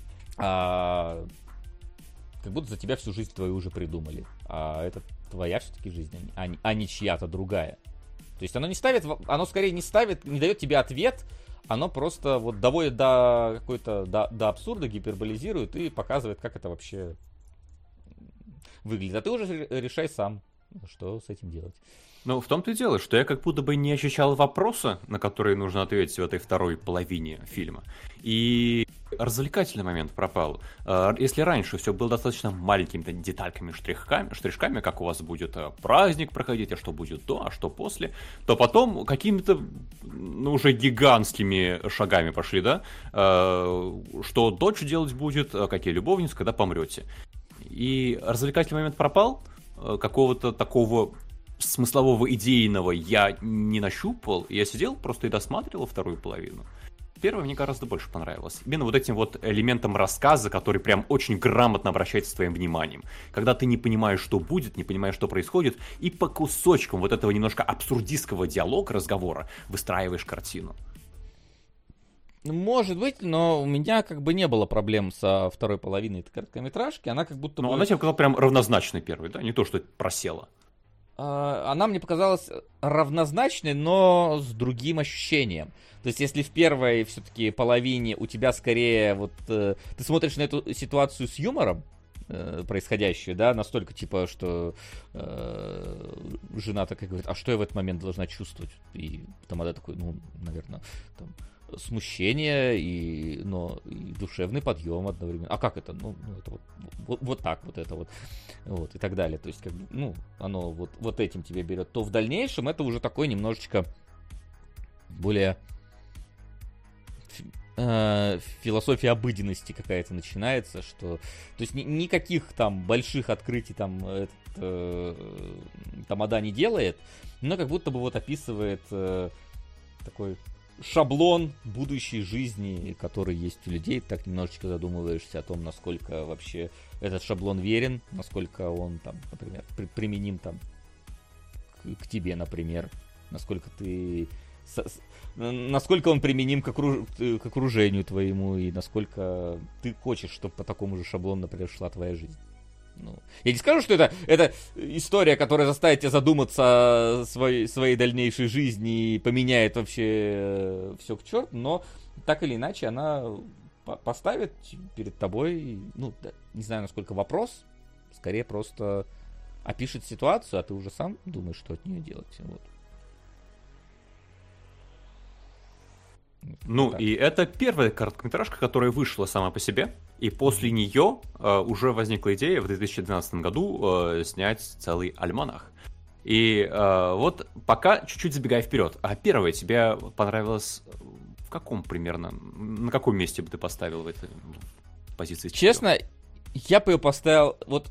Как будто за тебя всю жизнь твою уже придумали. А это твоя все-таки жизнь, а не чья-то другая. То есть оно скорее не дает тебе ответ, оно просто вот доводит до абсурда, гиперболизирует и показывает, как это вообще выглядит. А ты уже решай сам, что с этим делать. В том-то и дело, что я как будто бы не ощущал вопроса, на которые нужно ответить в этой второй половине фильма. И развлекательный момент пропал. Если раньше все было достаточно маленькими детальками, штришками, как у вас будет праздник проходить, а что будет до, а что после, то потом какими-то уже гигантскими шагами пошли, да, что дочь делать будет, какие любовницы, когда помрете. И развлекательный момент пропал, какого-то такого смыслового идейного я не нащупал, я сидел просто и досматривал вторую половину. Первая мне гораздо больше понравилась. Именно вот этим вот элементом рассказа, который прям очень грамотно обращается с твоим вниманием. Когда ты не понимаешь, что будет, не понимаешь, что происходит, и по кусочкам вот этого немножко абсурдистского диалога, разговора выстраиваешь картину. Может быть, но у меня как бы не было проблем со второй половиной этой короткометражки. Она как будто бы... она тебе показала прям равнозначной первой, да? Не то, что просела. Она мне показалась равнозначной, но с другим ощущением. То есть, если в первой все-таки половине у тебя скорее вот... ты смотришь на эту ситуацию с юмором, происходящую, да, настолько типа, что жена такая говорит, а что я в этот момент должна чувствовать? И Тамада такой, наверное, там... смущение, но и душевный подъем одновременно. А как это? Это вот так вот это вот и так далее. То есть, как бы, оно вот этим тебе берет. То в дальнейшем это уже такой немножечко более философия обыденности какая-то начинается, что... То есть никаких там больших открытий там Тамада не делает, но как будто бы вот описывает такой шаблон будущей жизни, который есть у людей. Так немножечко задумываешься о том, насколько вообще этот шаблон верен, насколько он там, например, применим там к тебе, например, насколько ты... Насколько он применим к окружению твоему, и насколько ты хочешь, чтобы по такому же шаблону, например, шла твоя жизнь. Ну, я не скажу, что это история, которая заставит тебя задуматься о своей дальнейшей жизни и поменяет вообще все к черту, но так или иначе она поставит перед тобой, ну, не знаю, насколько вопрос, скорее просто опишет ситуацию, а ты уже сам думаешь, что от нее делать. Вот. Ну, Так. и это первая короткометражка, которая вышла сама по себе, и после нее уже возникла идея в 2012 году снять целый альманах. И вот пока чуть-чуть забегая вперед, а первая тебе понравилась в каком примерно, на каком месте бы ты поставил в этой позиции? Честно, я бы ее поставил, вот,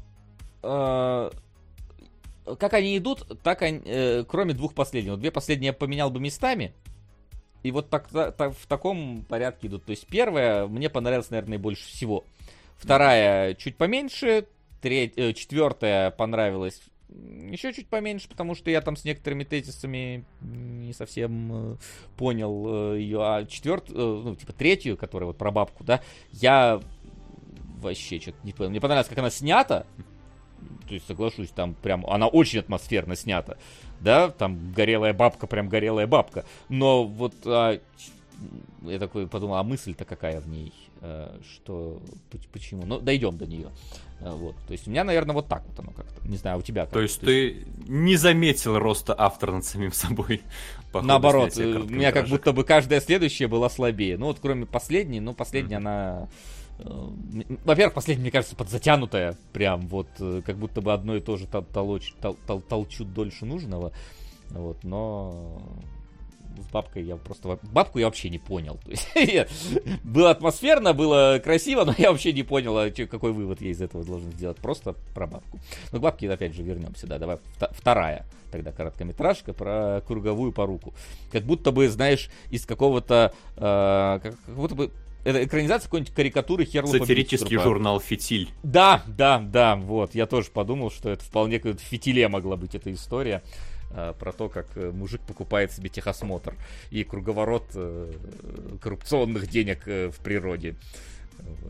как они идут, так они, кроме двух последних. Вот две последние я поменял бы местами. И вот так, в таком порядке идут. То есть первая мне понравилась, наверное, больше всего. Вторая чуть поменьше. Четвертая понравилась еще чуть поменьше, потому что я там с некоторыми тезисами не совсем понял ее. А четвертую, ну, типа третью, которая вот про бабку, да, я вообще что-то не понял. Мне понравилось, как она снята. То есть, соглашусь, там прям она очень атмосферно снята. Да, там горелая бабка, прям горелая бабка. Но вот я такой подумал, а мысль-то какая в ней? Что, почему? Ну, дойдем до нее. Вот. То есть у меня, наверное, вот так вот оно как-то. Не знаю, у тебя как? То есть ты не заметил роста автора над самим собой? Наоборот, у меня как будто бы каждая следующая была слабее. Ну вот кроме последней, но последняя она... Во-первых, последняя, мне кажется, подзатянутая. Прям вот, как будто бы одно и то же толчут дольше нужного. Вот, но с бабкой я просто... Бабку я вообще не понял. То есть, было атмосферно, было красиво, но я вообще не понял, какой вывод я из этого должен сделать. Просто про бабку. Но к бабке, опять же, вернемся. Да, давай вторая тогда короткометражка про круговую поруку. Как будто бы, знаешь, из какого-то... как будто бы это экранизация какой-нибудь карикатуры Херлопа сатирический журнал «Фитиль». Да, вот. Я тоже подумал, что это вполне как в «Фитиле» могла быть эта история. Про то, как мужик покупает себе техосмотр и круговорот коррупционных денег в природе. Вот.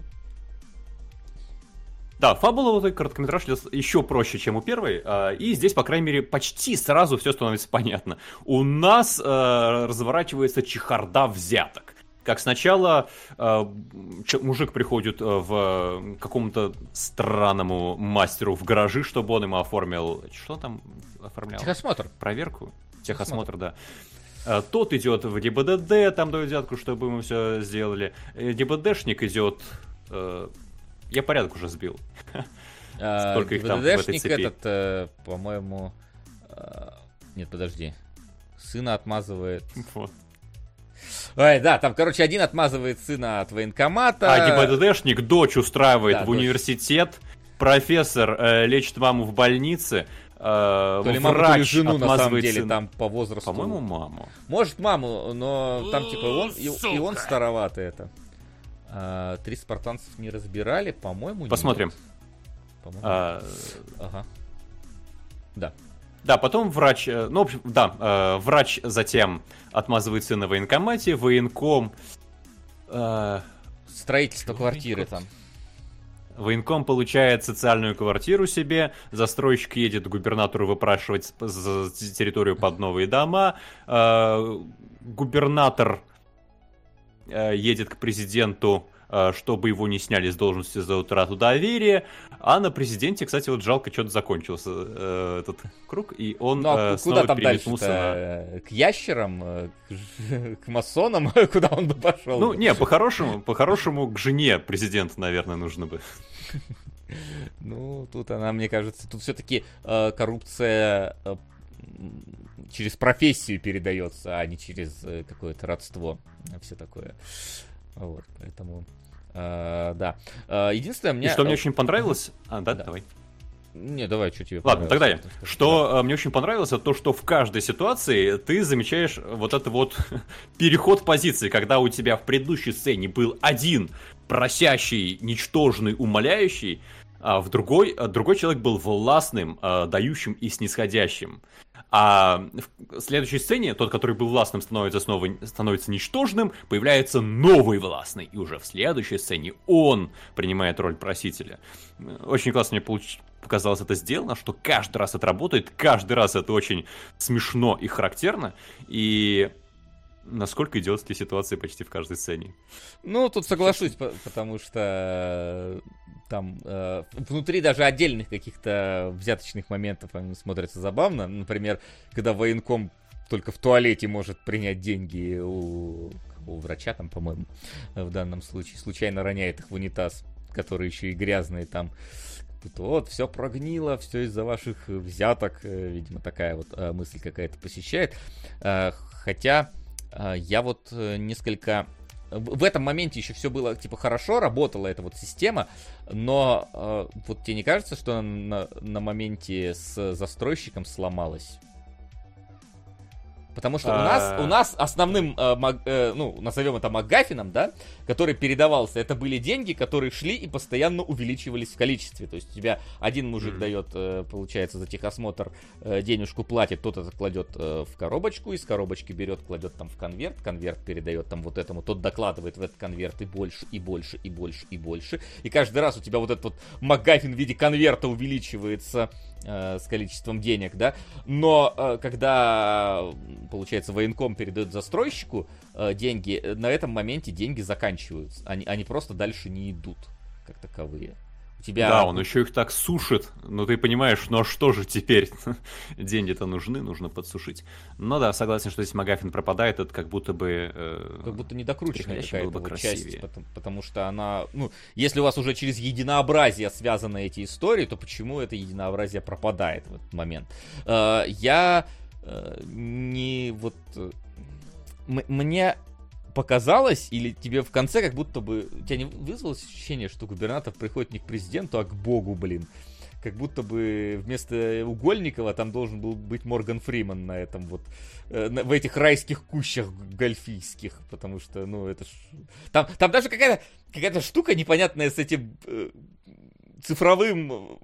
Да, фабула у этой короткометражки еще проще, чем у первой, и здесь, по крайней мере, почти сразу все становится понятно. У нас разворачивается чехарда взяток. Как сначала мужик приходит в какому-то странному мастеру в гаражи, чтобы он ему оформил... Что там оформлял? Техосмотр. Проверку? Техосмотр, да. Тот идет в ГИБДД, там дают взятку, чтобы ему все сделали. ГИБДшник идет... Я порядок уже сбил. Сколько их там в этой цепи. этот, по-моему... Нет, подожди. Сына отмазывает... Вот. Ой, да, там, короче, один отмазывает сына от военкомата. А ГИБДДшник дочь устраивает да, в университет, профессор лечит маму в больнице, то ли маму, врач то ли жену, на самом деле, сына. там по возрасту. По-моему, маму. Может, маму, но там, типа, и он староватый это. 3 спартанцев не разбирали, по-моему, посмотрим. Нет. По-моему, ага. Да. Да, потом врач, ну, в общем, да, врач затем отмазывает сына в военкомате, военком... Строительство квартиры там. Военком получает социальную квартиру себе, застройщик едет к губернатору выпрашивать за территорию под новые дома, губернатор едет к президенту, чтобы его не сняли с должности за утрату доверия, а на президенте, кстати, вот жалко, что-то закончился этот круг, и он снова куда там переметнулся к ящерам, к масонам, куда он бы пошел? Ну, не, по-хорошему к жене президента, наверное, нужно бы. Ну, тут она, мне кажется, тут все-таки коррупция через профессию передается, а не через какое-то родство, все такое. Вот, поэтому, да. Единственное, И что мне очень понравилось... Давай. Не, давай, что тебе Ладно, тогда я. понравилось? Что мне очень понравилось, это то, что в каждой ситуации ты замечаешь вот это вот переход позиции, когда у тебя в предыдущей сцене был один просящий, ничтожный, умоляющий, а в другой человек был властным, дающим и снисходящим. А в следующей сцене тот, который был властным, становится ничтожным, появляется новый властный. И уже в следующей сцене он принимает роль просителя. Очень классно мне показалось это сделано, что каждый раз это работает, каждый раз это очень смешно и характерно. И насколько идиотские ситуации почти в каждой сцене. Ну, тут соглашусь, потому что там внутри даже отдельных каких-то взяточных моментов они смотрятся забавно. Например, когда военком только в туалете может принять деньги у врача, там, по-моему, в данном случае, случайно роняет их в унитаз, которые еще и грязные там. Тут вот, все прогнило, все из-за ваших взяток. Видимо, такая вот мысль какая-то посещает. Хотя я вот несколько... В этом моменте еще все было, типа, хорошо, работала эта вот система, но вот тебе не кажется, что она на моменте с застройщиком сломалась? Потому что у нас основным, назовем это МакГаффином, да, который передавался, это были деньги, которые шли и постоянно увеличивались в количестве. То есть у тебя один мужик дает, получается, за техосмотр денежку платит, тот это кладет в коробочку, из коробочки берет, кладет там в конверт, конверт передает там вот этому, тот докладывает в этот конверт и больше, и больше, и больше, и больше. И каждый раз у тебя вот этот вот МакГаффин в виде конверта увеличивается с количеством денег, да, но когда, получается, военком передает застройщику деньги, на этом моменте деньги заканчиваются, они просто дальше не идут, как таковые. Да, он еще их так сушит, но ты понимаешь, ну а что же теперь? Деньги-то нужно подсушить. Но да, согласен, что если МакГаффин пропадает, это как будто бы... как будто недокрученная какая-то бы вот часть, потому что она... Ну, если у вас уже через единообразие связаны эти истории, то почему это единообразие пропадает в этот момент? Я не вот... Мне... показалось, или тебе в конце как будто бы... У тебя не вызвалось ощущение, что губернатор приходит не к президенту, а к богу, блин? Как будто бы вместо Угольникова там должен был быть Морган Фриман на этом вот... в этих райских кущах гольфийских, потому что, ну, это ж... Там даже какая-то штука непонятная с этим цифровым...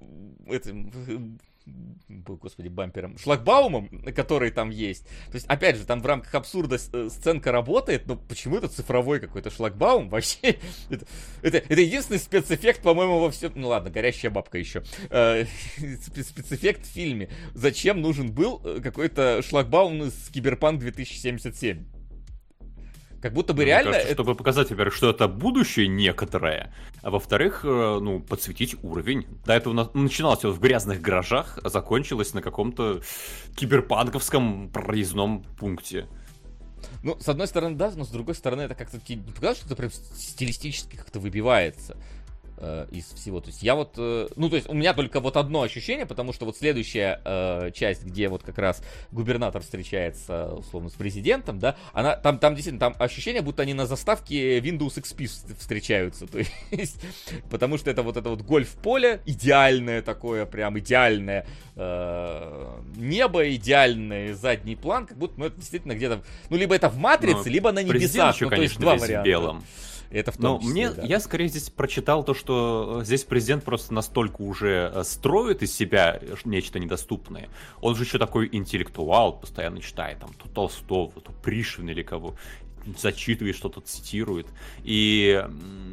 Господи, бампером, шлагбаумом, который там есть. То есть, опять же, там в рамках абсурда сценка работает, но почему это цифровой какой-то шлагбаум? Вообще, это единственный спецэффект, по-моему, во всем... Ну ладно, горящая бабка еще. Спецэффект в фильме. Зачем нужен был какой-то шлагбаум из Киберпанк 2077? Как будто бы реально... Кажется, чтобы показать, во-первых, что это будущее некоторое, а во-вторых, подсветить уровень. До этого начиналось все в грязных гаражах, а закончилось на каком-то киберпанковском проездном пункте. Ну, с одной стороны, да, но с другой стороны, это как-то... Не показалось, что это прям стилистически как-то выбивается из всего. То есть я вот... то есть у меня только вот одно ощущение, потому что вот следующая часть, где вот как раз губернатор встречается, условно, с президентом, да, она, там действительно, там ощущение, будто они на заставке Windows XP встречаются. То есть, потому что это вот гольф-поле идеальное такое, прям идеальное небо, идеальный задний план, как будто, это действительно где-то... Ну, либо это в «Матрице», либо на небесах. Еще, ну, конечно, то есть два весь варианта. В белом. Это в том числе, да. Я скорее здесь прочитал то, что здесь президент просто настолько уже строит из себя нечто недоступное. Он же еще такой интеллектуал, постоянно читает там то Толстого, то Пришвина или кого. Зачитывает, что-то цитирует. И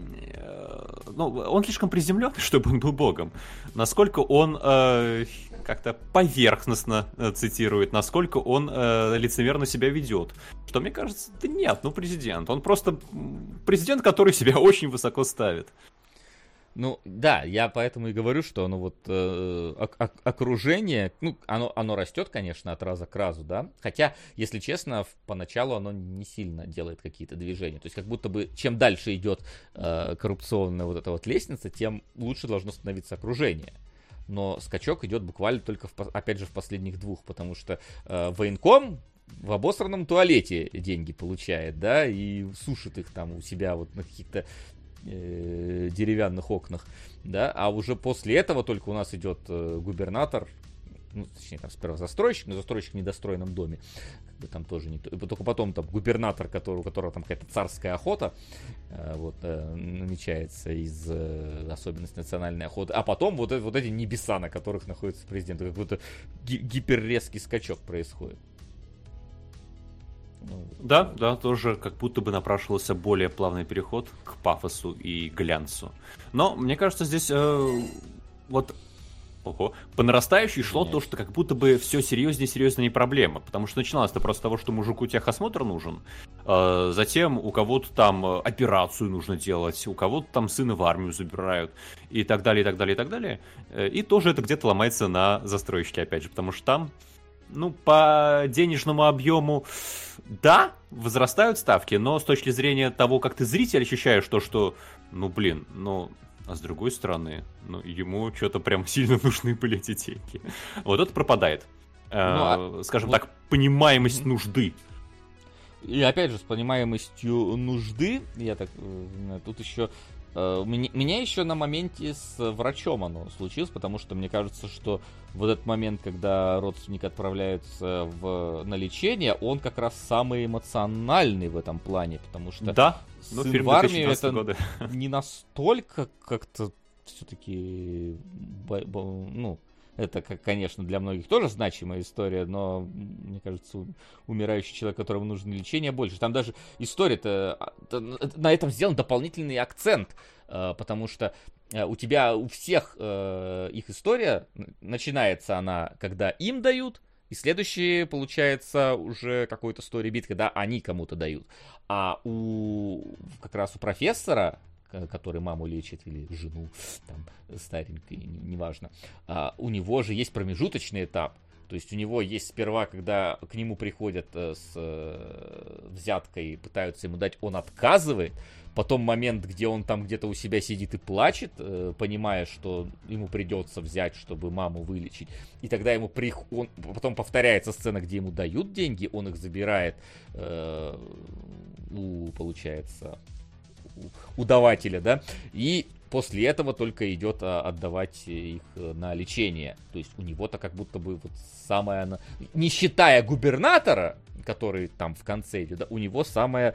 он слишком приземленный, чтобы он был богом. Насколько он как-то поверхностно цитирует, насколько он лицемерно себя ведет. Что, мне кажется, да нет, президент. Он просто президент, который себя очень высоко ставит. Ну, да, я поэтому и говорю, что оно вот окружение, оно растет, конечно, от раза к разу, да, хотя, если честно, поначалу оно не сильно делает какие-то движения, то есть как будто бы чем дальше идет коррупционная вот эта вот лестница, тем лучше должно становиться окружение. Но скачок идет буквально только, опять же, в последних двух, потому что военком в обосранном туалете деньги получает, да, и сушит их там у себя вот на каких-то деревянных окнах, да, а уже после этого только у нас идет губернатор, ну, точнее, там сперва застройщик, но застройщик в недостроенном доме, как бы там тоже не то, и только потом там губернатор, у которого там какая-то царская охота, намечается из особенностей национальной охоты, а потом вот эти небеса, на которых находится президент, какой-то гиперрезкий скачок происходит. Да, тоже как будто бы напрашивался более плавный переход к пафосу и глянцу. Но, мне кажется, здесь по нарастающей шло то, что как будто бы все серьезно не проблема. Потому что начиналось это просто с того, что мужику техосмотр нужен. Затем у кого-то там операцию нужно делать, у кого-то там сына в армию забирают. И так далее, и так далее, и так далее. И тоже это где-то ломается на застройщике, опять же. Потому что там, по денежному объему, да, возрастают ставки, но с точки зрения того, как ты зритель ощущаешь то, что, а с другой стороны, ему что-то прям сильно нужны были эти деньги. Вот это пропадает. Скажем так, понимаемость нужды. И опять же, с понимаемостью нужды, тут еще... Меня еще на моменте с врачом оно случилось, потому что мне кажется, что вот этот момент, когда родственники отправляются на лечение, он как раз самый эмоциональный в этом плане, потому что сын в армию это не настолько как-то все-таки, это, конечно, для многих тоже значимая история, но, мне кажется, умирающий человек, которому нужно лечение, больше. Там даже история-то, на этом сделан дополнительный акцент, потому что у всех их история, начинается она, когда им дают, и следующее, получается, уже какой-то story-бит, когда они кому-то дают. А как раз у профессора, который маму лечит, или жену, там, старенькой, неважно, у него же есть промежуточный этап. То есть у него есть сперва, когда к нему приходят с взяткой и пытаются ему дать, он отказывает. Потом момент, где он там где-то у себя сидит и плачет, понимая, что ему придется взять, чтобы маму вылечить. И тогда потом повторяется сцена, где ему дают деньги, он их забирает получается, у давателя, да, и после этого только идет отдавать их на лечение. То есть у него-то как будто бы вот самая, не считая губернатора, который там в конце идет, да, у него самая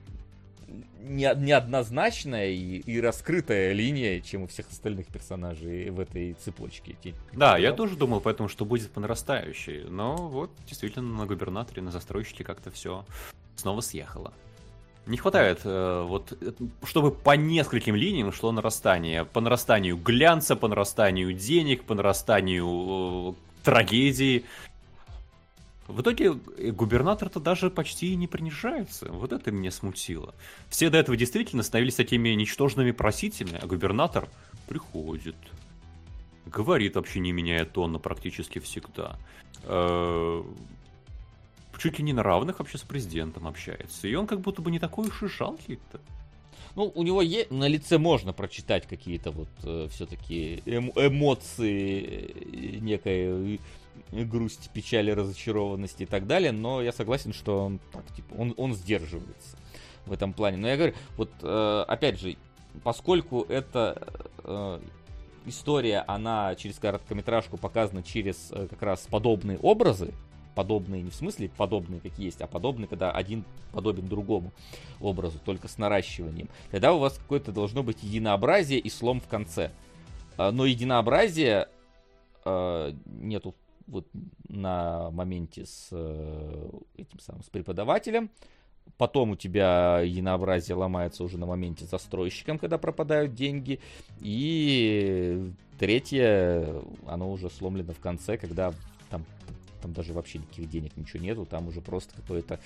неоднозначная и раскрытая линия, чем у всех остальных персонажей в этой цепочке. Да, я тоже думал, поэтому, что будет по нарастающей. Но вот действительно на губернаторе, на застройщике как-то все снова съехало. Не хватает, чтобы по нескольким линиям шло нарастание. По нарастанию глянца, по нарастанию денег, по нарастанию трагедии. В итоге губернатор-то даже почти не принижается. Вот это меня смутило. Все до этого действительно становились такими ничтожными просителями, а губернатор приходит. Говорит, вообще не меняя тона практически всегда. Чуть ли не на равных вообще с президентом общается. И он как будто бы не такой уж и жалкий-то. У него на лице можно прочитать какие-то все-таки эмоции некой грусти, печали, разочарованности и так далее, но я согласен, что он сдерживается в этом плане. Но я говорю, опять же, поскольку эта история, она через короткометражку показана через как раз подобные образы, подобные не в смысле подобные, какие есть, а подобные, когда один подобен другому образу, только с наращиванием. Тогда у вас какое-то должно быть единообразие и слом в конце. Но единообразия нету на моменте с с преподавателем. Потом у тебя единообразие ломается уже на моменте с застройщиком, когда пропадают деньги. И третье, оно уже сломлено в конце, когда там даже вообще никаких денег, ничего нету, там уже просто какой-то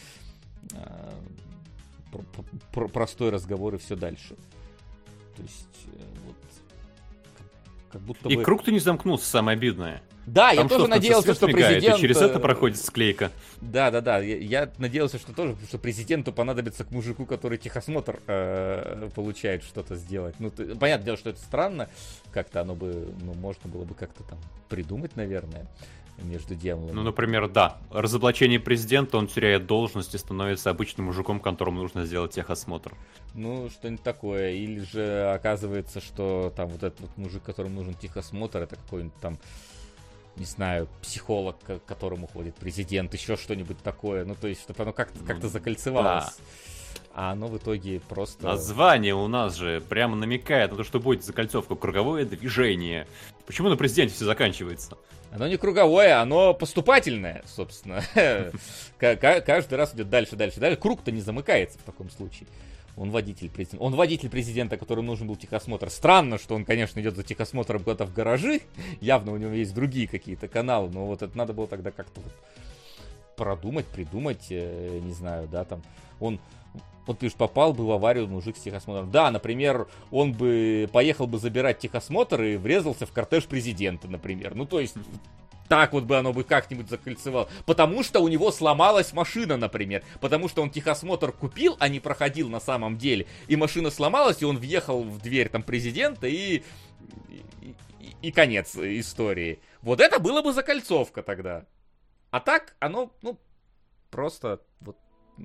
простой разговор и все дальше. То есть, как будто и бы... круг-то не замкнулся, самое обидное. Да, я Там тоже что, в конце надеялся, свет что мигает, президент... и через это проходит склейка. Да, я надеялся, что тоже, что президенту понадобится к мужику, который техосмотр получает, что-то сделать. Ну, понятное дело, что это странно, как-то оно бы, ну, можно было бы как-то там придумать, наверное, между делом. Ну, например, да, разоблачение президента, он теряет должность и становится обычным мужиком, которому нужно сделать техосмотр. Ну, что-нибудь такое. Или же оказывается, что там вот этот вот мужик, которому нужен техосмотр, это какой-нибудь там, не знаю, психолог, к которому ходит президент, еще что-нибудь такое. Ну, то есть, чтобы оно как-то закольцевалось. Да. А оно в итоге просто... Название у нас же прямо намекает на то, что будет закольцовка, круговое движение. Почему на президенте все заканчивается? Оно не круговое, оно поступательное, собственно. Каждый раз идет дальше. Круг-то не замыкается в таком случае. Он водитель президента, которому нужен был техосмотр. Странно, что он, конечно, идет за техосмотром куда-то в гаражи. Явно у него есть другие какие-то каналы, но вот это надо было тогда как-то вот продумать, придумать, не знаю, да, там. Он, ты же попал бы в аварию мужик с техосмотром. Да, например, он бы поехал бы забирать техосмотр и врезался в кортеж президента, например. Ну, то есть... Так вот бы оно бы как-нибудь закольцевало. Потому что у него сломалась машина, например. Потому что он техосмотр купил, а не проходил на самом деле. И машина сломалась, и он въехал в дверь там президента, и конец истории. Вот это было бы закольцовка тогда. А так оно, ну, просто вот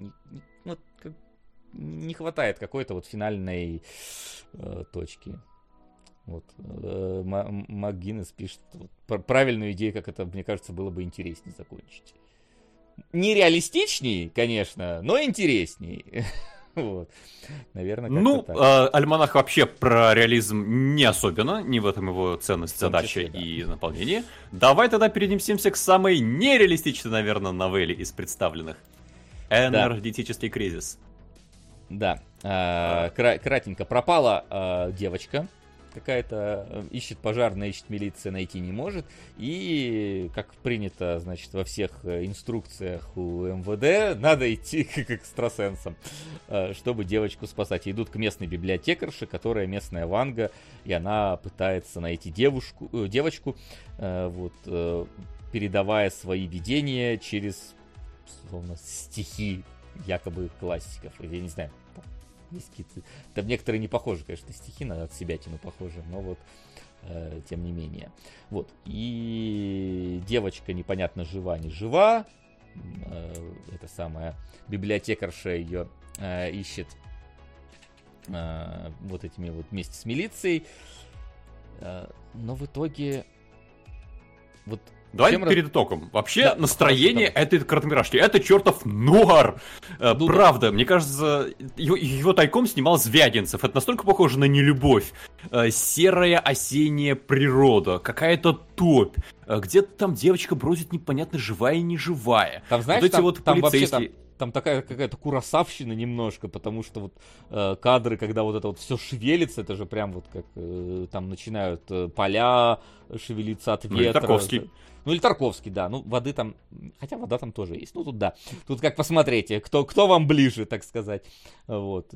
не хватает какой-то вот финальной точки. Вот. МакГиннес пишет вот, правильную идею, как это, мне кажется, было бы интереснее закончить. Нереалистичнее, конечно, но интереснее. Вот. Наверное, как-то ну, так. Альманах вообще про реализм не особенно, не в этом его ценность, задача числе, да. и наполнение. Давай тогда перенесемся к самой нереалистичной, наверное, новелле из представленных. Энергетический кризис. Да, кратенько. Пропала девочка какая-то, ищет пожарная, ищет милиция, найти не может. И, как принято, значит, во всех инструкциях у МВД, надо идти к экстрасенсам, чтобы девочку спасать. И идут к местной библиотекарше, которая местная Ванга, и она пытается найти девочку, вот, передавая свои видения через, словно, стихи якобы классиков. Я не знаю, есть какие-то... Там некоторые не похожи, конечно, стихи, на от себя тяну похожи, но вот тем не менее. Вот. И девочка непонятно жива, не жива. Это самая библиотекарша ее ищет вот этими вот вместе с милицией. Но в итоге... Вот Давай перед итогом. Вообще, настроение этой короткометражки — это чертов нуар. Правда, мне кажется, его тайком снимал Звягинцев. Это настолько похоже на нелюбовь. Серая осенняя природа, какая-то топь. Где-то там девочка бродит непонятно живая и неживая. Там, знаешь, вот эти там, вот там полицейские... вообще там такая какая-то куросавщина немножко, потому что вот кадры, когда вот это вот все шевелится, это же прям вот как там начинают поля шевелиться от ветра. Ну, и Тарковский. Ну, или Тарковский, да. Ну, воды там... Хотя вода там тоже есть. Ну, тут да. Тут как посмотрите, кто вам ближе, так сказать. Вот.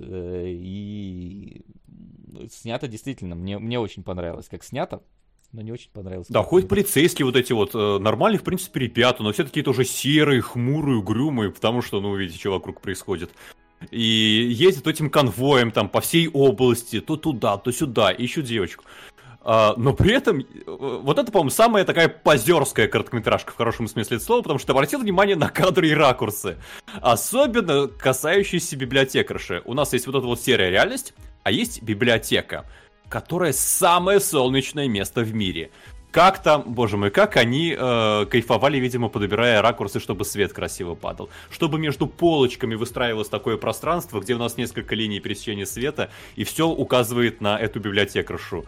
И снято действительно. Мне очень понравилось, как снято. Но не очень понравилось. Да, ходят полицейские вот эти вот, нормальные, в принципе, ребята, но все такие тоже серые, хмурые, угрюмые, потому что, ну, видите, что вокруг происходит. И ездят этим конвоем там по всей области, то туда, то сюда, ищут девочку. Но при этом, вот это, по-моему, самая такая позерская короткометражка в хорошем смысле этого слова, потому что обратил внимание на кадры и ракурсы. Особенно касающиеся библиотекарши. У нас есть вот эта вот серая реальность, а есть библиотека, которая самое солнечное место в мире. Как там, боже мой, как они кайфовали, видимо, подбирая ракурсы, чтобы свет красиво падал. Чтобы между полочками выстраивалось такое пространство, где у нас несколько линий пересечения света, и все указывает на эту библиотекаршу.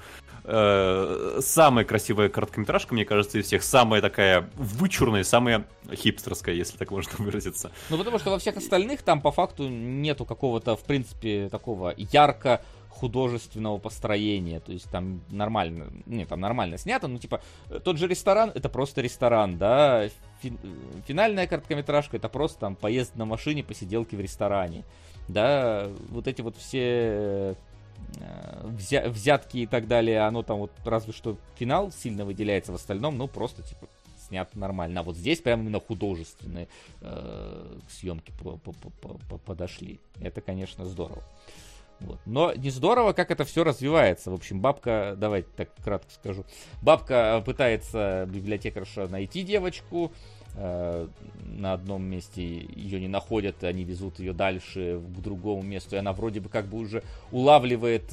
Самая красивая короткометражка, мне кажется, из всех. Самая такая вычурная, самая хипстерская, если так можно выразиться. Ну, потому что во всех остальных там по факту нету какого-то, в принципе, такого ярко художественного построения, то есть там нормально, там нормально снято, ну типа тот же ресторан, это просто ресторан, да, финальная короткометражка, это просто там поезд на машине, посиделки в ресторане, да, вот эти вот все взятки и так далее, оно там вот разве что финал сильно выделяется, в остальном, ну, просто, типа, снято нормально. А вот здесь прям именно художественные съемки подошли. Это, конечно, здорово. Вот. Но не здорово, как это все развивается. В общем, бабка, давайте так кратко скажу. Бабка пытается, библиотекарша, найти девочку. На одном месте ее не находят, они везут ее дальше к другому месту, и она вроде бы как бы уже улавливает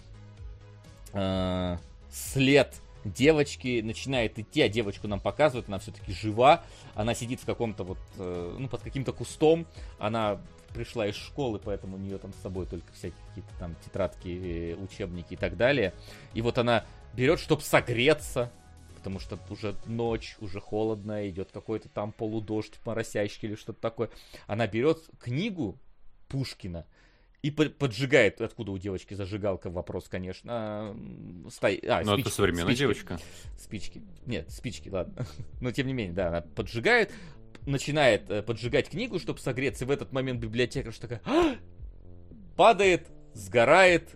след девочки, начинает идти, а девочку нам показывают, она все-таки жива, она сидит в каком-то вот, ну, под каким-то кустом, она пришла из школы, поэтому у нее там с собой только всякие какие-то там тетрадки, учебники и так далее, и вот она берет, чтобы согреться, потому что уже ночь, уже холодно, идет какой-то там полудождь моросящий или что-то такое. Она берет книгу Пушкина и поджигает, откуда у девочки зажигалка, вопрос, конечно. Но спички, это современная спички, девочка. Спички. Нет, спички, ладно. Но тем не менее, да, она поджигает, начинает поджигать книгу, чтобы согреться, и в этот момент библиотекарша такая падает, сгорает,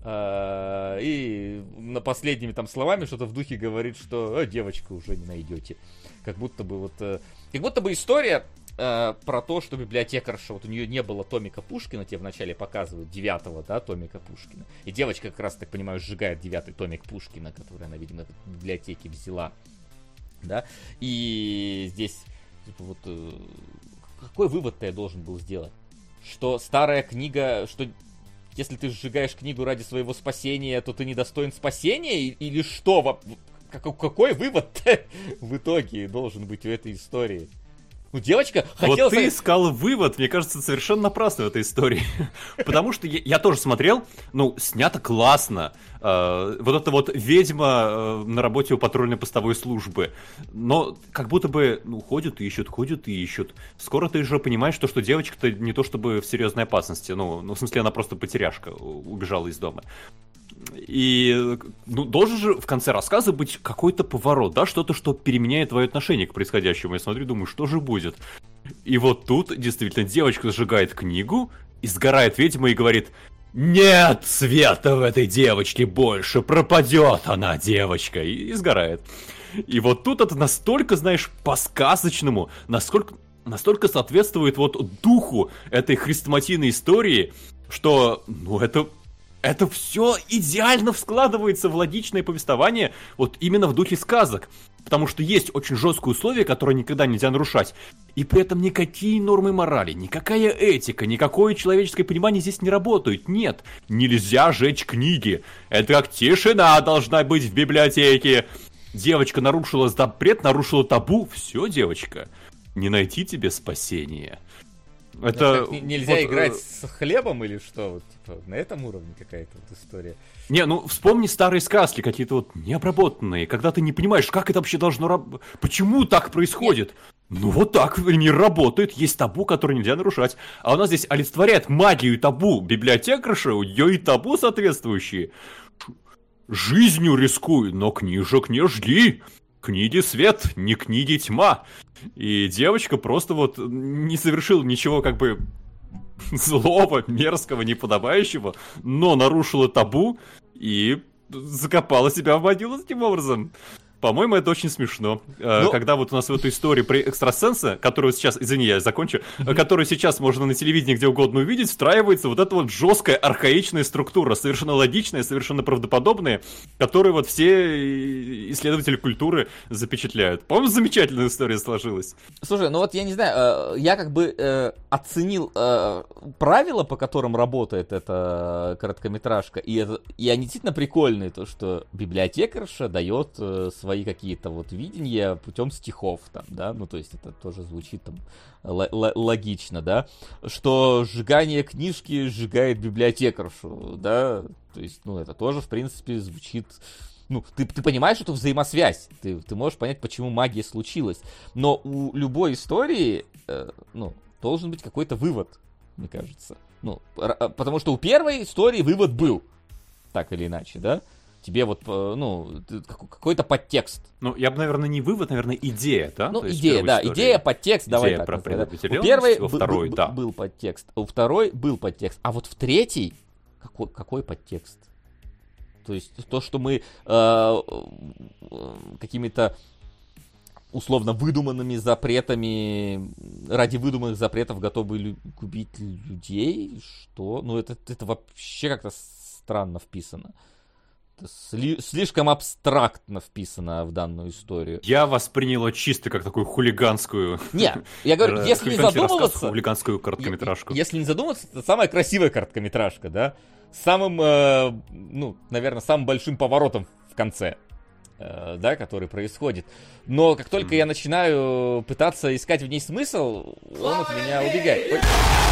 и на последними там словами что-то в духе говорит, что девочку уже не найдете. Как будто бы вот... как будто бы история про то, что библиотекарша, вот у нее не было томика Пушкина, тебе вначале показывают 9-го, да, томика Пушкина. И девочка как раз, так понимаю, сжигает 9-й томик Пушкина, который она, видимо, в библиотеке взяла. Да? И здесь типа, вот какой вывод-то я должен был сделать? Что старая книга, что если ты сжигаешь книгу ради своего спасения, то ты недостоин спасения? Или что? Какой вывод в итоге должен быть у этой истории? Ну, девочка хотела... Вот ты искал вывод, мне кажется, совершенно напрасно в этой истории. Потому что я тоже смотрел, ну, снято классно. Вот эта вот ведьма на работе у патрульной постовой службы. Но как будто бы, ну, ходят и ищут. Скоро ты уже понимаешь, что девочка-то не то чтобы в серьезной опасности. Ну, в смысле, она просто потеряшка, убежала из дома. И ну, должен же в конце рассказа быть какой-то поворот, да, что-то, что переменяет твое отношение к происходящему. Я смотрю, думаю, что же будет? И вот тут действительно девочка зажигает книгу, и сгорает ведьма и говорит: «Нет света в этой девочке больше, пропадет она, девочка», и сгорает. И вот тут это настолько, знаешь, по-сказочному, настолько соответствует вот духу этой хрестоматийной истории, что, ну, это все идеально складывается в логичное повествование, вот именно в духе сказок. Потому что есть очень жесткие условия, которые никогда нельзя нарушать. И при этом никакие нормы морали, никакая этика, никакое человеческое понимание здесь не работают. Нет, нельзя жечь книги. Это как тишина должна быть в библиотеке. Девочка нарушила запрет, нарушила табу. Все, девочка, не найти тебе спасения. Это нельзя вот, играть с хлебом или что? Вот, типа, на этом уровне какая-то вот история. Не, ну вспомни старые сказки, какие-то вот необработанные, когда ты не понимаешь, как это вообще должно работать, почему так происходит. Нет. Ну вот так мир работает, есть табу, который нельзя нарушать. А у нас здесь олицетворяет магию и табу библиотекарша, у нее и табу соответствующие. Жизнью рискуй, но книжек не жди. Книги свет, не книги тьма. И девочка просто вот не совершила ничего как бы злого, мерзкого, неподобающего, но нарушила табу и закопала себя в могилу таким образом. По-моему, это очень смешно. Когда вот у нас в этой истории про экстрасенса, которую сейчас, извини, я закончу, которую сейчас можно на телевидении где угодно увидеть, встраивается вот эта вот жесткая архаичная структура, совершенно логичная, совершенно правдоподобная, которую вот все исследователи культуры запечатляют. По-моему, замечательная история сложилась. Слушай, ну вот я не знаю, я как бы оценил правила, по которым работает эта короткометражка, и они действительно прикольные, то, что библиотекарша дает свои какие-то вот видения путем стихов там, да, ну то есть это тоже звучит там логично, да, что сжигание книжки сжигает библиотекаршу, да, то есть, ну это тоже в принципе звучит, ну ты понимаешь эту взаимосвязь, ты можешь понять, почему магия случилась, но у любой истории, ну, должен быть какой-то вывод, мне кажется, ну, потому что у первой истории вывод был, так или иначе, да. Тебе вот, ну, какой-то подтекст. Ну, я бы, наверное, не вывод, наверное, идея, да? Ну, идея, да, идея, подтекст, давай так. Про у первой во второй, да. был подтекст, у второй был подтекст, а вот в третий какой подтекст? То есть то, что мы какими-то условно выдуманными запретами, ради выдуманных запретов готовы губить людей, что? Ну, это вообще как-то странно вписано. Это слишком абстрактно вписано в данную историю. Я воспринял ее чисто как такую хулиганскую... Не, я говорю, если не задумываться... Хулиганскую короткометражку. Если не задумываться, это самая красивая короткометражка, да? С самым, наверное, самым большим поворотом в конце, да, который происходит. Но как только я начинаю пытаться искать в ней смысл, он от меня убегает. Ой.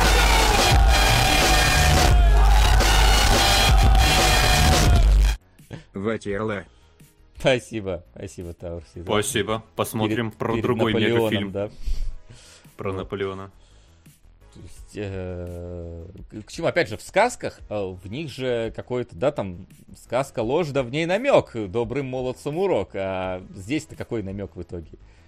Ватерла. Спасибо, Таурси. Спасибо. Посмотрим про другой мегафильм. Да. Про Наполеона. То есть, к чему, опять же, в сказках, в них же какой-то, да, там, сказка ложь, да в ней намек, добрым молодцам урок, а здесь-то какой намек в итоге?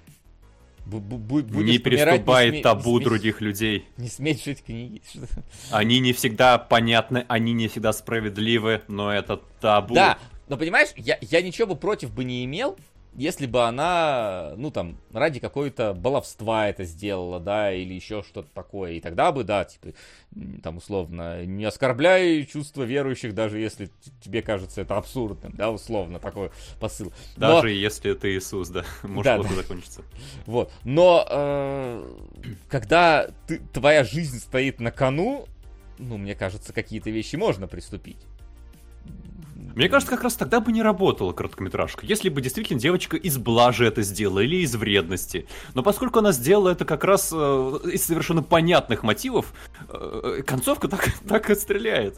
Не переступай табу других людей. Не сметь жить книги. Они не всегда понятны, они не всегда справедливы, но это табу. Да, но понимаешь, я ничего бы против бы не имел, если бы она, ну там, ради какой-то баловства это сделала, да, или еще что-то такое. И тогда бы, да, типа, там, условно, не оскорбляй чувства верующих, даже если тебе кажется это абсурдным, да, условно, такой посыл. Даже если это Иисус, да, может плохо закончиться. Вот, но когда твоя жизнь стоит на кону, ну, мне кажется, какие-то вещи можно приступить. Мне кажется, как раз тогда бы не работала короткометражка, если бы действительно девочка из блажи это сделала или из вредности. Но поскольку она сделала это как раз из совершенно понятных мотивов, концовка так и стреляет.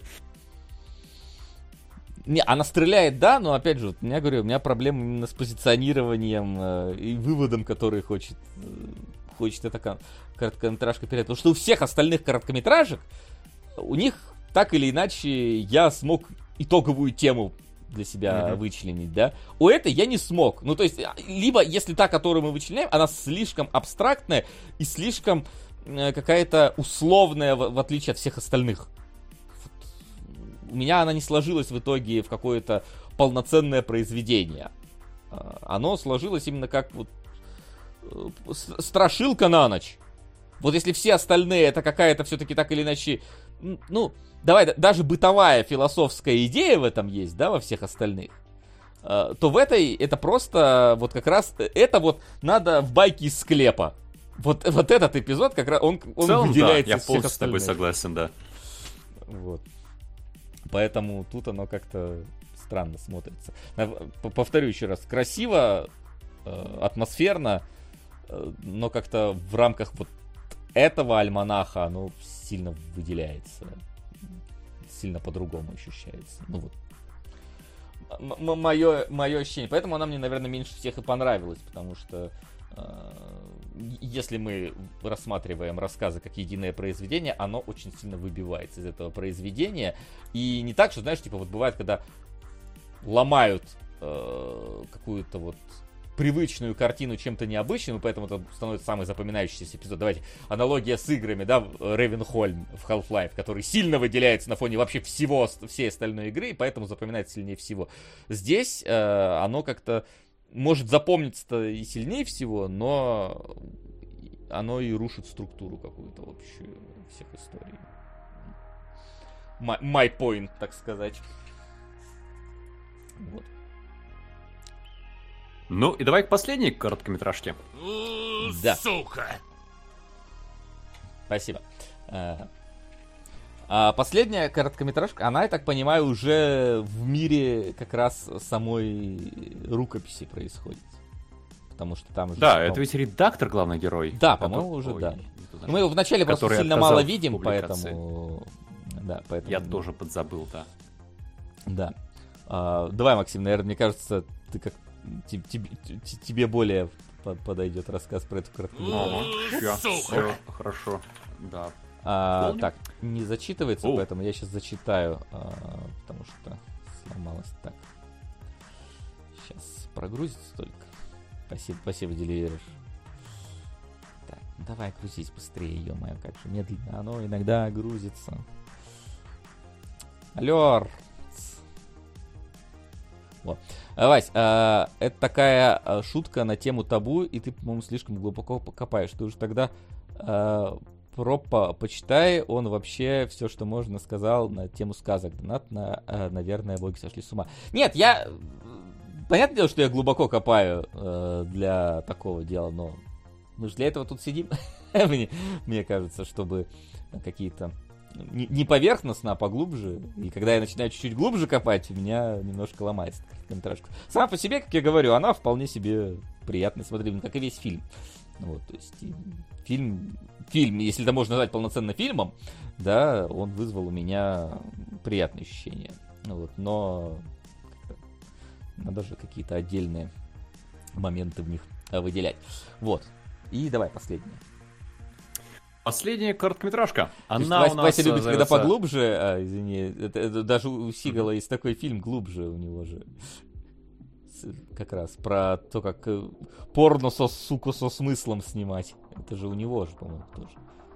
Не, она стреляет, да, но опять же, я говорю, у меня проблемы именно с позиционированием и выводом, который хочет эта короткометражка передать. Потому что у всех остальных короткометражек, у них так или иначе я смог итоговую тему для себя вычленить, да. У этой я не смог. Ну, то есть, либо, если та, которую мы вычленяем, она слишком абстрактная и слишком какая-то условная, в отличие от всех остальных. У меня она не сложилась в итоге в какое-то полноценное произведение. Оно сложилось именно как вот страшилка на ночь. Вот если все остальные это какая-то все-таки так или иначе, ну, давай, даже бытовая философская идея в этом есть, да, во всех остальных, то в этой это просто вот как раз, это вот надо в байке из склепа. Вот этот эпизод как раз, он целом, выделяется да, из всех остальных. Я полностью с тобой согласен, да. Вот. Поэтому тут оно как-то странно смотрится. Повторю еще раз, красиво, атмосферно, но как-то в рамках вот этого альманаха оно сильно выделяется, сильно по-другому ощущается. Ну вот, мое ощущение. Поэтому она мне, наверное, меньше всех и понравилась, потому что если мы рассматриваем рассказы как единое произведение, оно очень сильно выбивается из этого произведения. И не так, что, знаешь, типа вот бывает, когда ломают какую-то вот привычную картину чем-то необычным, и поэтому это становится самый запоминающийся эпизод. Давайте, аналогия с играми, да, Рейвенхольм в Half-Life, который сильно выделяется на фоне вообще всей остальной игры, и поэтому запоминается сильнее всего. Здесь оно как-то может запомниться-то и сильнее всего, но оно и рушит структуру какую-то общую всех историй. My point, так сказать. Вот. Ну, и давай к последней короткометражке. Да. Сука! Спасибо. Последняя короткометражка, она, я так понимаю, уже в мире как раз самой рукописи происходит. Потому что там же... Да, это ведь редактор, главный герой. Да, по-моему, уже да. Мы его вначале просто сильно мало видим, поэтому... Да, поэтому... Я тоже подзабыл, да. Да. Давай, Максим, наверное, мне кажется, ты как... Тебе более подойдет рассказ про эту короткометражку. Все хорошо, да. Так, не зачитывается, поэтому я сейчас зачитаю, потому что сломалось. Так, сейчас прогрузится только. Спасибо, Деливерер. Так, давай грузись быстрее, ё-моё, как же медленно оно иногда грузится. Алло. Вот. Вась, это такая шутка на тему табу, и ты, по-моему, слишком глубоко покопаешь. Ты уже тогда Пропа почитай, он вообще все, что можно, сказал на тему сказок. Донат наверное, боги сошли с ума. Нет, понятное дело, что я глубоко копаю для такого дела, но мы же для этого тут сидим, мне кажется, чтобы какие-то не поверхностно, а поглубже. И когда я начинаю чуть-чуть глубже копать, у меня немножко ломается короткометражка. Сама по себе, как я говорю, она вполне себе приятно смотрибельна, как и весь фильм. Вот, то есть фильм, если это можно назвать полноценно фильмом, да, он вызвал у меня приятные ощущения. Вот, но надо же какие-то отдельные моменты в них выделять. Вот. И давай последнее. Последняя короткометражка. Она у нас Вася любит, зовется... когда поглубже, извини, это даже у Сигала есть такой фильм глубже у него же. Как раз про то, как порно со смыслом снимать. Это же у него же, по-моему, тоже.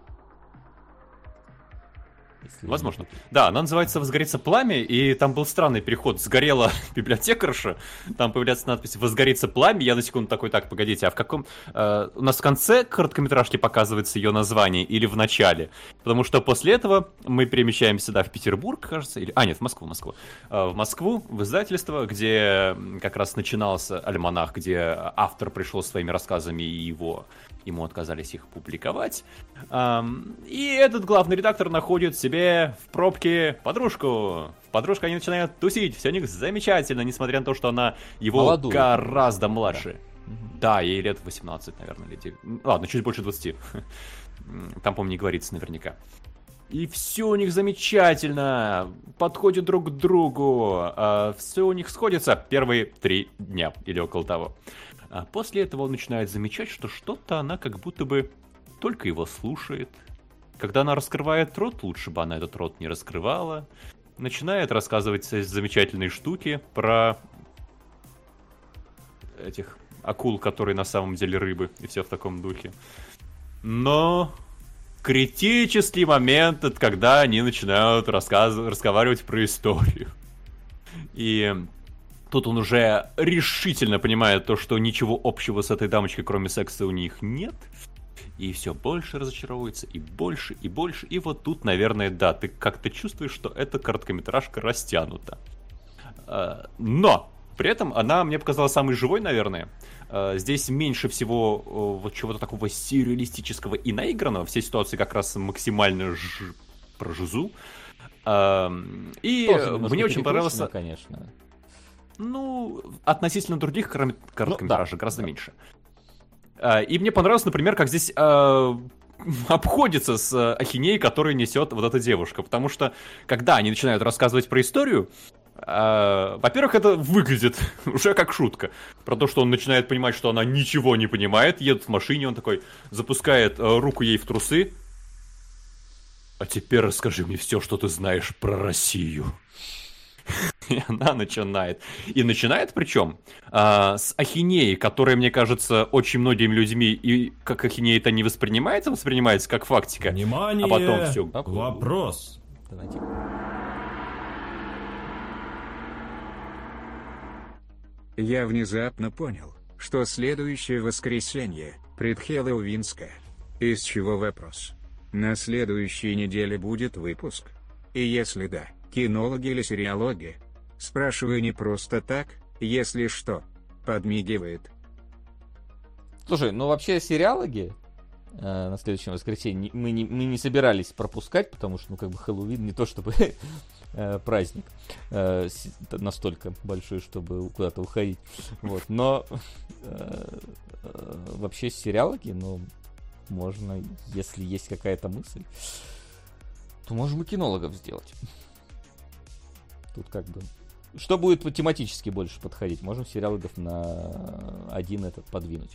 Возможно. Да, она называется «Возгорится пламя», и там был странный переход. Сгорела библиотекарша, там появляется надпись «Возгорится пламя». Я на секунду такой, так, погодите, а в каком... у нас в конце короткометражки показывается ее название или в начале? Потому что после этого мы перемещаемся, да, в Петербург, кажется, или... нет, в Москву. В Москву, в издательство, где как раз начинался альманах, где автор пришел своими рассказами, и ему отказались их публиковать. И этот главный редактор находит себе в пробке подружку. Подружка, они начинают тусить, все у них замечательно, несмотря на то, что она его молодую, гораздо младше. Да, ей лет 18, наверное. Ладно, чуть больше 20. Там, по-моему, не говорится наверняка. И все у них замечательно, подходят друг к другу, все у них сходится первые 3 дня или около того. А после этого он начинает замечать, что что-то она как будто бы только его слушает. Когда она раскрывает рот, лучше бы она этот рот не раскрывала. Начинает рассказывать замечательные штуки про этих акул, которые на самом деле рыбы, и все в таком духе. Но критический момент, это когда они начинают разговаривать про историю. И тут он уже решительно понимает то, что ничего общего с этой дамочкой, кроме секса, у них нет. И все больше разочаровывается, и больше, и больше. И вот тут, наверное, да, ты как-то чувствуешь, что эта короткометражка растянута. Но при этом она мне показалась самой живой, наверное. Здесь меньше всего вот чего-то такого сюрреалистического и наигранного. Все ситуации как раз максимально про жизу. И мне очень понравилось... конечно. Ну, относительно других короткометражек гораздо меньше. И мне понравилось, например, как здесь обходится с ахинеей, которую несет вот эта девушка. Потому что, когда они начинают рассказывать про историю, во-первых, это выглядит уже как шутка. Про то, что он начинает понимать, что она ничего не понимает, едет в машине, он такой запускает руку ей в трусы. А теперь расскажи мне все, что ты знаешь про Россию. И она начинает. И начинает причем с ахинеи, которая, мне кажется, очень многими людьми, и как ахинея это не воспринимается как фактика. Внимание! А потом все. Вопрос. Давайте. Я внезапно понял, что следующее воскресенье предхеллоуинское. Из чего вопрос? На следующей неделе будет выпуск? И если да, кинологи или сериологи? Спрашиваю не просто так, если что. Подмигивает. Слушай, ну вообще сериалоги на следующем воскресенье мы не собирались пропускать, потому что, ну, как бы Хэллоуин не то чтобы праздник настолько большой, чтобы куда-то уходить. Вот. Но вообще сериалоги, ну, можно, если есть какая-то мысль, то можем и кинологов сделать. Тут как бы... Что будет тематически больше подходить? Можем сериалогов на один этот подвинуть.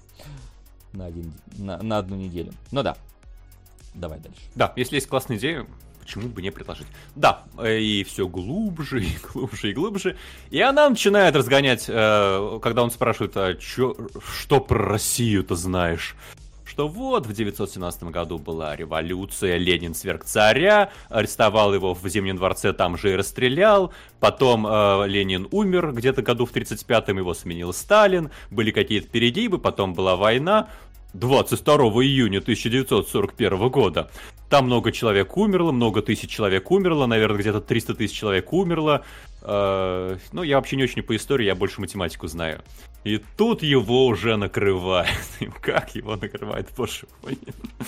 На одну неделю. Ну да. Давай дальше. Да, если есть классная идея, почему бы не предложить? Да, и все глубже, и глубже, и глубже. И она начинает разгонять, когда он спрашивает, что про Россию ты знаешь? что вот в 917 году была революция, Ленин сверг царя, арестовал его в Зимнем дворце, там же и расстрелял, потом Ленин умер где-то году в 35-м, его сменил Сталин, были какие-то перегибы, потом была война. 22 июня 1941 года. Там много человек умерло, много тысяч человек умерло, наверное, где-то 300 тысяч человек умерло. Ну, я вообще не очень по истории, я больше математику знаю. И тут его уже накрывает. Как его накрывает, боже мой.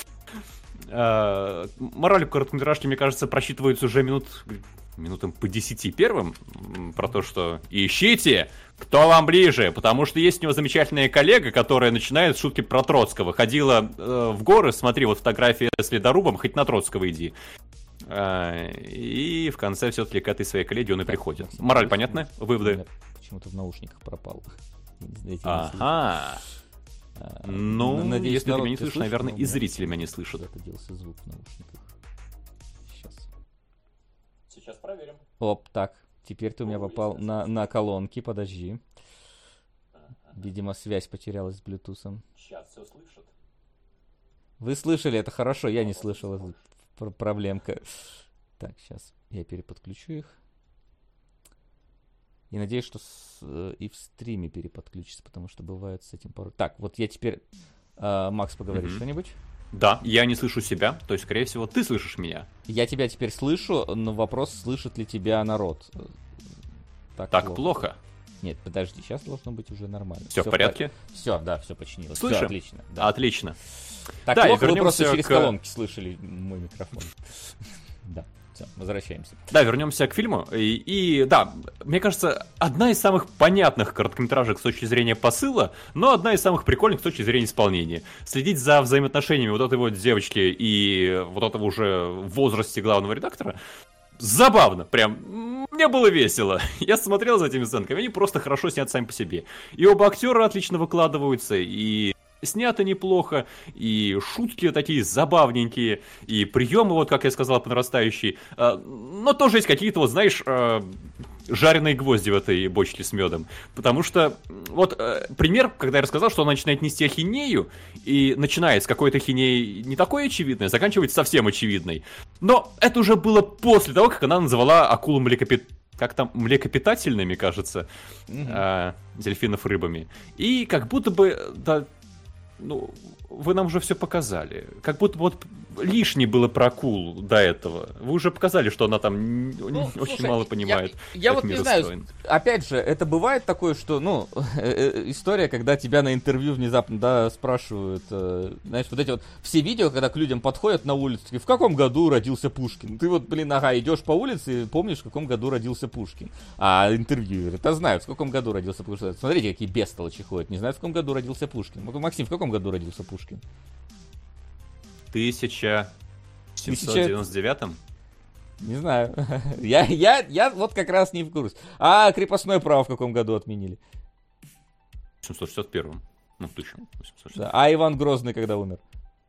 Мораль короткометражки, мне кажется, просчитывается уже минутам по 10 первым, про то, что ищите, кто вам ближе, потому что есть у него замечательная коллега, которая начинает шутки про Троцкого. Ходила в горы, смотри, вот фотография с ледорубом, хоть на Троцкого иди. И в конце все-таки к этой своей коллеге он и приходит. Мораль понятна? Выводы? Почему-то в наушниках пропал. Ага. Ну, надеюсь, если ты народ меня не тебя слышишь, наверное, но и у зрители меня меня не слышат. куда-то делся звук в наушниках. Сейчас проверим. Оп, так. Теперь ты у меня попал на колонки, подожди. Видимо, связь потерялась с Bluetooth. Сейчас все слышат. Вы слышали, это хорошо, я не слышал, это проблемка. Так, сейчас я переподключу их. И надеюсь, что и в стриме переподключится, потому что бывает с этим пару... Так, вот я теперь... Макс, поговоришь что-нибудь? Да, я не слышу себя, то есть, скорее всего, ты слышишь меня. Я тебя теперь слышу, но вопрос, слышит ли тебя народ. Так плохо. Нет, подожди, сейчас должно быть уже нормально. Все в порядке? Все, да, все починилось. Слышим? Всё, отлично. Да. Отлично. Так Да, плохо, и вы просто вернёмся через колонки слышали мой микрофон. Да, все, возвращаемся. Да, вернемся к фильму. И да, мне кажется, одна из самых понятных короткометражек с точки зрения посыла, но одна из самых прикольных с точки зрения исполнения. Следить за взаимоотношениями вот этой вот девочки и вот этого уже в возрасте главного редактора забавно, прям, мне было весело. Я смотрел за этими сценками, они просто хорошо снят сами по себе. И оба актера отлично выкладываются, и снято неплохо, и шутки такие забавненькие, и приемы, вот как я сказал, по нарастающей. Но тоже есть какие-то, вот знаешь, жареные гвозди в этой бочке с медом. Потому что, вот, пример, когда я рассказал, что он начинает нести ахинею, и начинает с какой-то ахинеи не такой очевидной, заканчивает совсем очевидной. Но это уже было после того, как она называла акулу млекопитательными, кажется, дельфинов рыбами. И как будто бы, да, ну, вы нам уже все показали. Как будто вот лишнее было про акулу до этого. Вы уже показали, что она там очень мало понимает. Я вот не знаю, опять же, это бывает такое, что, ну, история, когда тебя на интервью внезапно, да, спрашивают, знаешь, вот эти вот все видео, когда к людям подходят на улице, в каком году родился Пушкин? Ты вот, блин, идешь по улице и помнишь, в каком году родился Пушкин. А интервьюеры-то знают, в каком году родился Пушкин. Смотрите, какие бестолочи ходят, не знают, в каком году родился Пушкин. Максим, в каком году родился Пушкин? 1799-м? Не знаю. Я вот как раз не в курсе. А крепостное право в каком году отменили? В 761-м. Ну, 1860. Да. А Иван Грозный когда умер?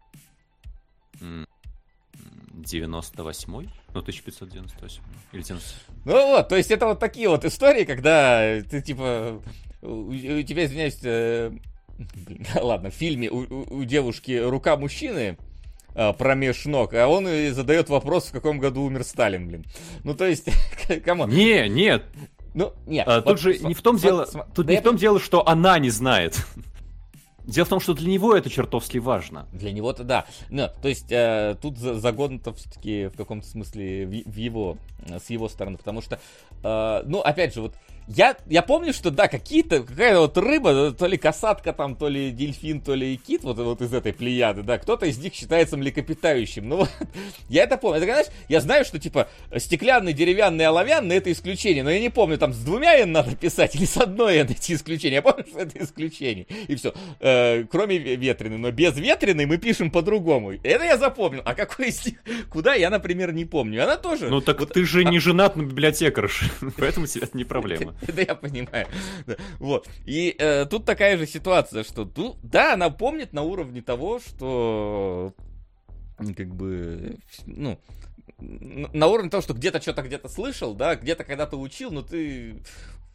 98-й? Ну, 1598. Или 90. Ну вот, то есть это вот такие вот истории, когда ты типа... У тебя, извиняюсь... ладно, в фильме у девушки рука мужчины промеж ног, а он и задает вопрос, в каком году умер Сталин, блин. Ну, то есть, камон. Нет. Ну, нет. Тут же не в том дело, тут не в том дело, что она не знает. Дело в том, что для него это чертовски важно. Для него-то да. Ну, то есть тут загон-то все-таки в каком-то смысле с его стороны, потому что, ну, опять же, вот я помню, что да, какая-то вот рыба, то ли касатка там, то ли дельфин, то ли кит, вот из этой плеяды, да, кто-то из них считается млекопитающим. Ну вот, я это помню. Это, знаешь, я знаю, что типа стеклянный, деревянный, оловянный это исключение, но я не помню, там с 2 N надо писать или с 1 N эти исключения. Я помню, что это исключение. И все. Кроме ветреной, но без ветреной мы пишем по-другому. Это я запомнил. А какой из них, куда, я, например, не помню. Она тоже... Ну так вот, ты же не женат на библиотекарше, поэтому тебе это не проблема. Это я понимаю. Вот. И тут такая же ситуация, что, да, она помнит на уровне того, что как бы, ну, на уровне того, что где-то что-то где-то слышал, да, где-то когда-то учил, но ты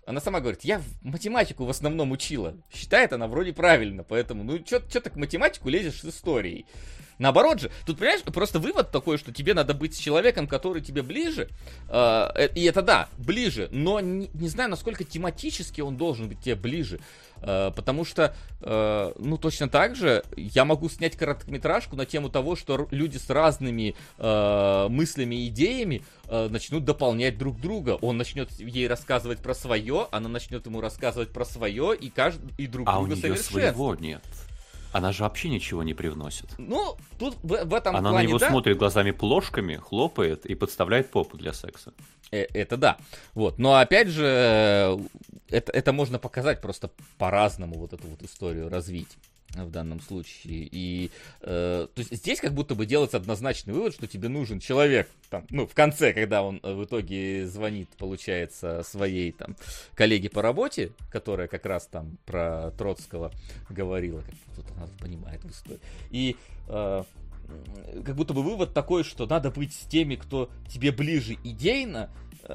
Она сама говорит, я математику в основном учила. Считает она вроде правильно, поэтому, ну, чё так в математику лезешь с историей? Наоборот же, тут, понимаешь, просто вывод такой, что тебе надо быть с человеком, который тебе ближе, и это да, ближе, но не знаю, насколько тематически он должен быть тебе ближе, потому что, ну, точно так же я могу снять короткометражку на тему того, что люди с разными мыслями и идеями начнут дополнять друг друга. Он начнет ей рассказывать про свое, она начнет ему рассказывать про свое, и друг А у друга нее совершенствуют. своего нет. Она же вообще ничего не привносит. Ну, тут в этом Она плане, на него да. смотрит глазами-плошками, хлопает и подставляет попу для секса. Это да. Вот. Но опять же, это можно показать просто по-разному, вот эту вот историю развить в данном случае. И то есть здесь как будто бы делается однозначный вывод, что тебе нужен человек, там, ну, в конце, когда он в итоге звонит, получается, своей там коллеге по работе, которая как раз там про Троцкого говорила, как тут она понимает в истории. И как будто бы вывод такой, что надо быть с теми, кто тебе ближе идейно,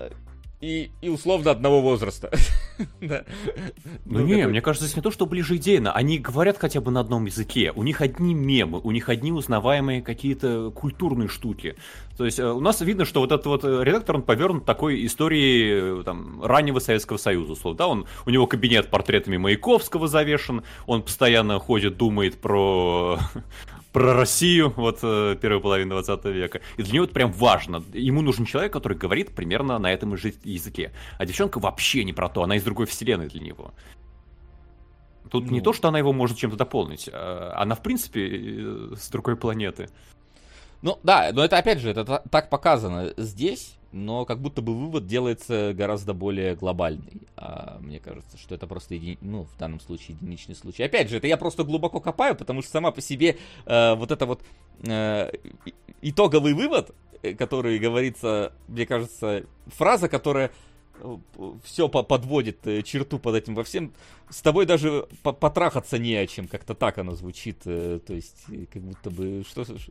и условно одного возраста. Да. Ну не, мне кажется, здесь не то, что ближе идейно. Они говорят хотя бы на одном языке. У них одни мемы, у них одни узнаваемые какие-то культурные штуки. То есть у нас видно, что вот этот вот редактор, он повернут такой истории там, раннего Советского Союза. Условно, да? У него кабинет портретами Маяковского завешен, он постоянно ходит, думает про Россию, вот первую половину 20 века. И для него это прям важно. Ему нужен человек, который говорит примерно на этом же языке. А девчонка вообще не про то, она из другой вселенной для него. Тут не то, что она его может чем-то дополнить, она в принципе с другой планеты. Ну да, но это опять же, это так показано здесь, но как будто бы вывод делается гораздо более глобальный. Мне кажется, что это просто в данном случае единичный случай. Опять же, это я просто глубоко копаю, потому что сама по себе вот это вот итоговый вывод, который говорится, мне кажется, фраза, которая все подводит черту под этим во всем. С тобой даже потрахаться не о чем, как-то так оно звучит. То есть, как будто бы,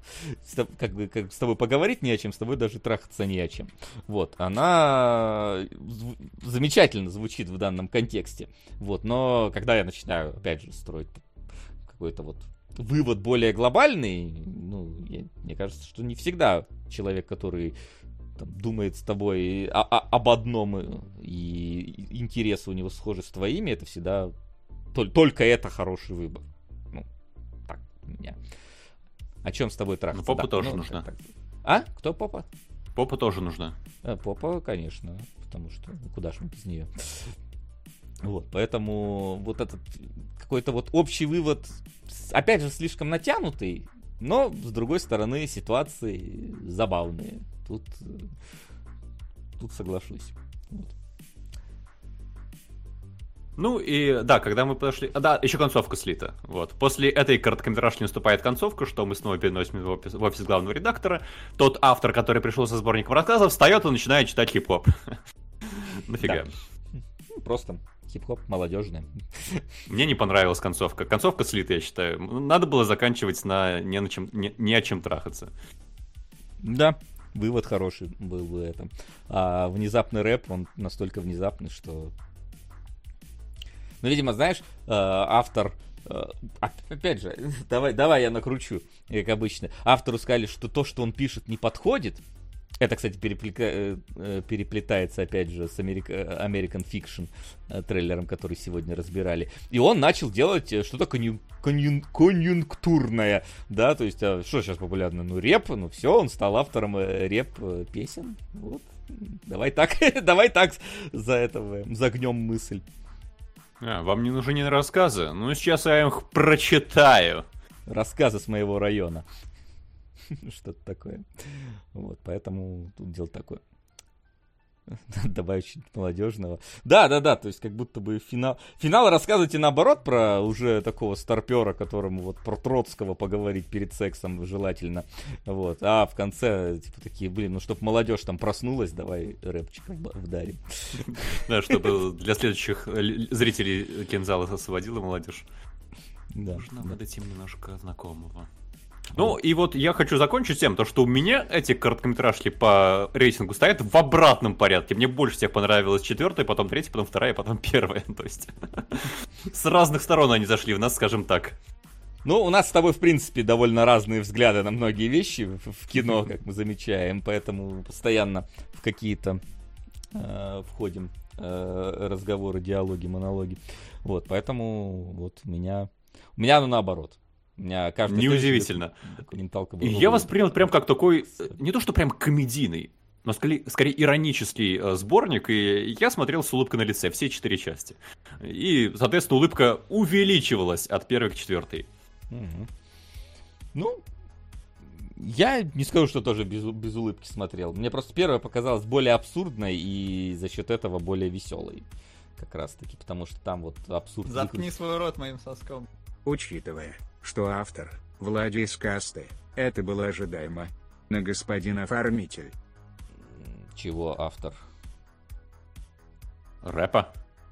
как с тобой поговорить не о чем, с тобой даже трахаться не о чем. Вот, она замечательно звучит в данном контексте. Вот, но когда я начинаю, опять же, строить какой-то вот вывод более глобальный, ну, мне кажется, что не всегда человек, который там, думает с тобой об одном, и интересы у него схожи с твоими, это всегда только это хороший выбор. Ну, так, у меня. О чем с тобой трахаться? Ну, попа тоже нужна. Так. А? Кто попа? Попа тоже нужна. Попа, конечно, потому что куда ж мы без нее. Вот, поэтому вот этот какой-то вот общий вывод, опять же, слишком натянутый, но, с другой стороны, ситуации забавные. Тут соглашусь. Вот. Ну и да, когда мы подошли... Да, еще концовка слита. Вот. После этой короткометражки наступает концовка, что мы снова переносим в офис главного редактора. Тот автор, который пришел со сборником рассказов, встает и начинает читать хип-хоп. Нафига? Просто хип-хоп молодежный. Мне не понравилась концовка. Концовка слита, я считаю. Надо было заканчивать на не о чем трахаться. Да. Вывод хороший был в этом. А внезапный рэп, он настолько внезапный, что... Ну, видимо, знаешь, автор... Опять же, давай я накручу, как обычно. Автору сказали, что то, что он пишет, не подходит. Это, кстати, переплетается, опять же, с American Fiction трейлером, который сегодня разбирали. И он начал делать что-то конъюнктурное, да, то есть, что сейчас популярно? Ну, рэп, ну, все, он стал автором рэп-песен, вот. Давай так загнем мысль. Вам не нужны рассказы? Ну, сейчас я их прочитаю. Рассказы с моего района. Что-то такое. Вот, поэтому тут дело такое. Добавить чуть молодежного. Да, то есть как будто бы финал рассказывайте наоборот про уже такого старпера, которому вот про Троцкого поговорить перед сексом желательно. Вот. А в конце типа такие, ну чтоб молодежь там проснулась, давай рэпчик вдарим. Да, чтобы для следующих зрителей кинзала освободила молодежь. Да. Нужно выдать им немножко знакомого. Ну, и вот я хочу закончить тем, то, что у меня эти короткометражки по рейтингу стоят в обратном порядке. Мне больше всех понравилась 4-я, потом 3-я, потом 2-я, потом 1-я. То есть с разных сторон они зашли в нас, скажем так. Ну, у нас с тобой, в принципе, довольно разные взгляды на многие вещи в кино, как мы замечаем, поэтому постоянно в какие-то входим разговоры, диалоги, монологи. Вот, поэтому вот у меня ну, наоборот. У меня каждый Неудивительно. Такой я воспринял прям как такой, не то что прям комедийный, но скорее иронический сборник, и я смотрел с улыбкой на лице все 4 части. И, соответственно, улыбка увеличивалась от 1 к 4. Угу. Ну, я не скажу, что тоже без улыбки смотрел. Мне просто 1 показалась более абсурдной и за счет этого более веселой. Как раз таки, потому что там вот абсурд... Заткни свой рот моим соском. Учитывая, что автор, Влади из касты, это было ожидаемо. На господин оформитель. Чего автор? Рэпа.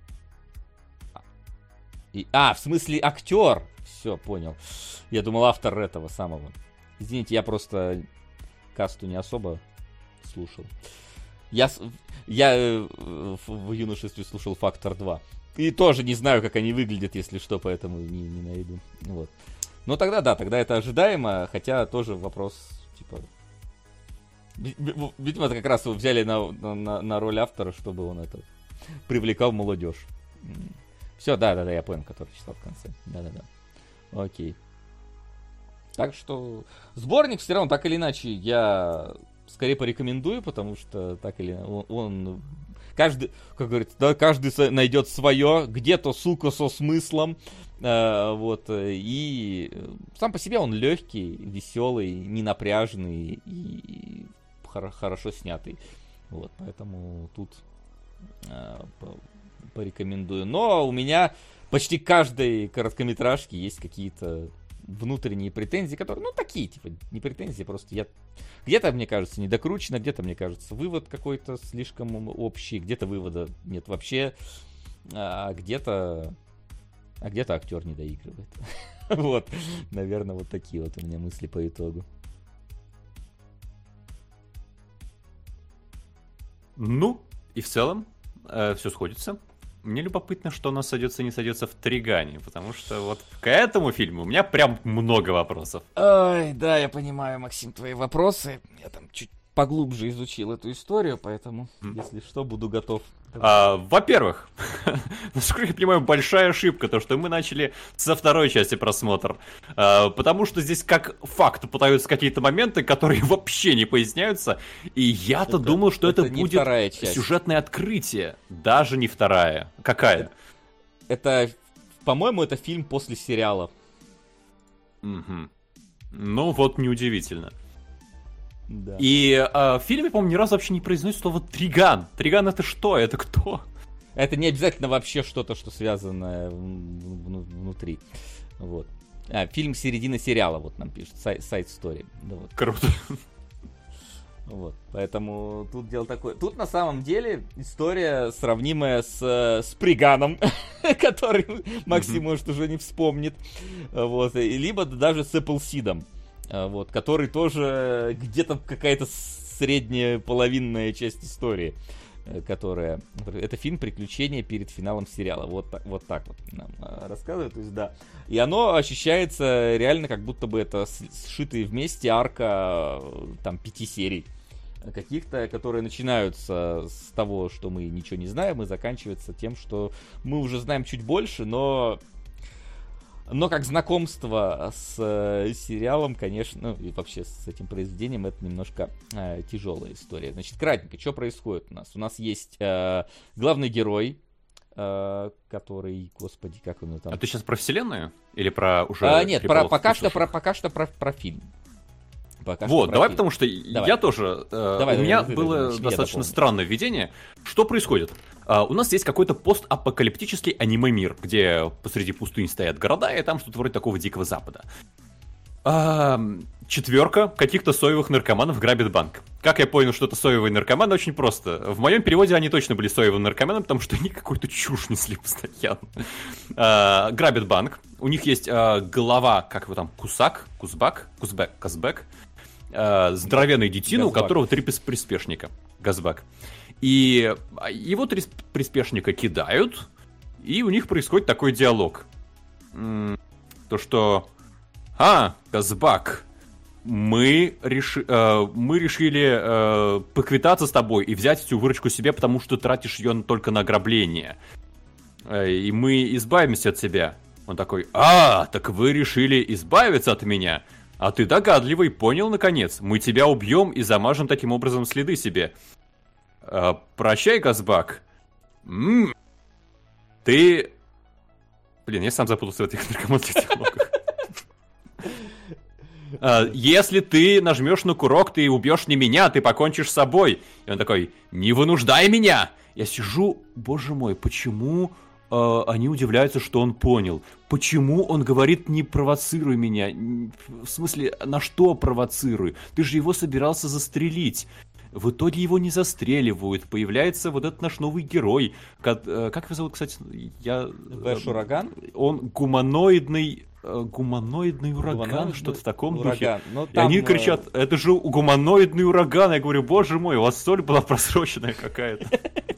В смысле актер. Все, понял. Я думал, автор этого самого. Извините, я просто касту не особо слушал. Я в юношестве слушал «Фактор 2». И тоже не знаю, как они выглядят, если что, поэтому не найду. Вот. Но тогда да, тогда это ожидаемо, хотя тоже вопрос, типа... Видимо, это как раз его взяли на роль автора, чтобы он это привлекал молодежь. Все, да, я понял, который читал в конце. Да. Окей. Так что сборник все равно, так или иначе, я скорее порекомендую, потому что так или он каждый, как говорится, да, каждый найдет свое, где-то, сука, со смыслом. Вот, и сам по себе он легкий, веселый, ненапряженный и хорошо снятый. Вот, поэтому тут порекомендую. Но у меня почти к каждой короткометражке есть какие-то внутренние претензии, которые, ну, такие, типа, не претензии, просто я... Где-то, мне кажется, недокручено, где-то, мне кажется, вывод какой-то слишком общий, где-то вывода нет вообще, а где-то актер не доигрывает. Вот, наверное, вот такие вот у меня мысли по итогу. Ну, и в целом все сходится. Мне любопытно, что у нас сойдется и не сойдется в Тригане, потому что вот к этому фильму у меня прям много вопросов. Ой, да, я понимаю, Максим, твои вопросы. Я там чуть поглубже изучил эту историю, поэтому, если что, буду готов. Во-первых, насколько я понимаю, большая ошибка, то, что мы начали со второй части просмотр. Потому что здесь как факт пытаются какие-то моменты, которые вообще не поясняются. И я-то думал, что это будет сюжетное открытие. Даже не вторая. Какая? Это, по-моему, это фильм после сериала. Угу. Ну вот, неудивительно. Да. И в фильме, по-моему, ни разу вообще не произносит слово «Триган». Триган — это что? Это кто? Это не обязательно вообще что-то, что связано внутри. Вот. Фильм середина сериала, вот нам пишет, сайт Story. Да, вот. Круто. Вот, поэтому тут дело такое. Тут на самом деле история сравнимая с Приганом, который Максим, может, уже не вспомнит. Вот. Либо даже с Эпплсидом. Вот, который тоже где-то какая-то средняя половинная часть истории, которая... Это фильм «Приключения перед финалом сериала». Вот так вот нам рассказывают. То есть, да. И оно ощущается реально, как будто бы это сшитые вместе арка там 5 серий каких-то, которые начинаются с того, что мы ничего не знаем, и заканчиваются тем, что мы уже знаем чуть больше, но как знакомство с сериалом, конечно, ну и вообще с этим произведением, это немножко тяжелая история. Значит, кратенько, что происходит у нас? У нас есть главный герой, который, господи, как он там... А ты сейчас про вселенную? Или про уже... Нет, пока что про фильм. Вот, давай, потому что я тоже... у меня было достаточно странное введение. Что происходит? У нас есть какой-то постапокалиптический аниме-мир, где посреди пустыни стоят города, и там что-то вроде такого Дикого Запада. 4 каких-то соевых наркоманов грабит банк. Как я понял, что это соевые наркоманы? Очень просто. В моем переводе они точно были соевыми наркоманами, потому что они какую-то чушь несли постоянно. Грабят банк. У них есть глава, как его там, Казбек. Здоровенный детина, у которого 3 приспешника. Газбак. И его 3 приспешника кидают, и у них происходит такой диалог. То, что... Казбак, мы решили поквитаться с тобой и взять эту выручку себе, потому что тратишь ее только на ограбление. И мы избавимся от тебя. Он такой: так вы решили избавиться от меня? А ты догадливый, понял, наконец. Мы тебя убьем и замажем таким образом следы себе. Прощай, Казбак. Ты... Блин, я сам запутался в этих наркоманских диалогах. Если ты нажмешь на курок, ты убьешь не меня, ты покончишь с собой. И он такой: не вынуждай меня. Я сижу, боже мой, почему они удивляются, что он понял? Почему он говорит: не провоцируй меня? В смысле, на что провоцируй? Ты же его собирался застрелить. В итоге его не застреливают. Появляется вот этот наш новый герой. Как его зовут, кстати? Ураган? Он гуманоидный ураган, что-то в таком духе. Ну, и они кричат: это же гуманоидный ураган. Я говорю: боже мой, у вас соль была просроченная какая-то.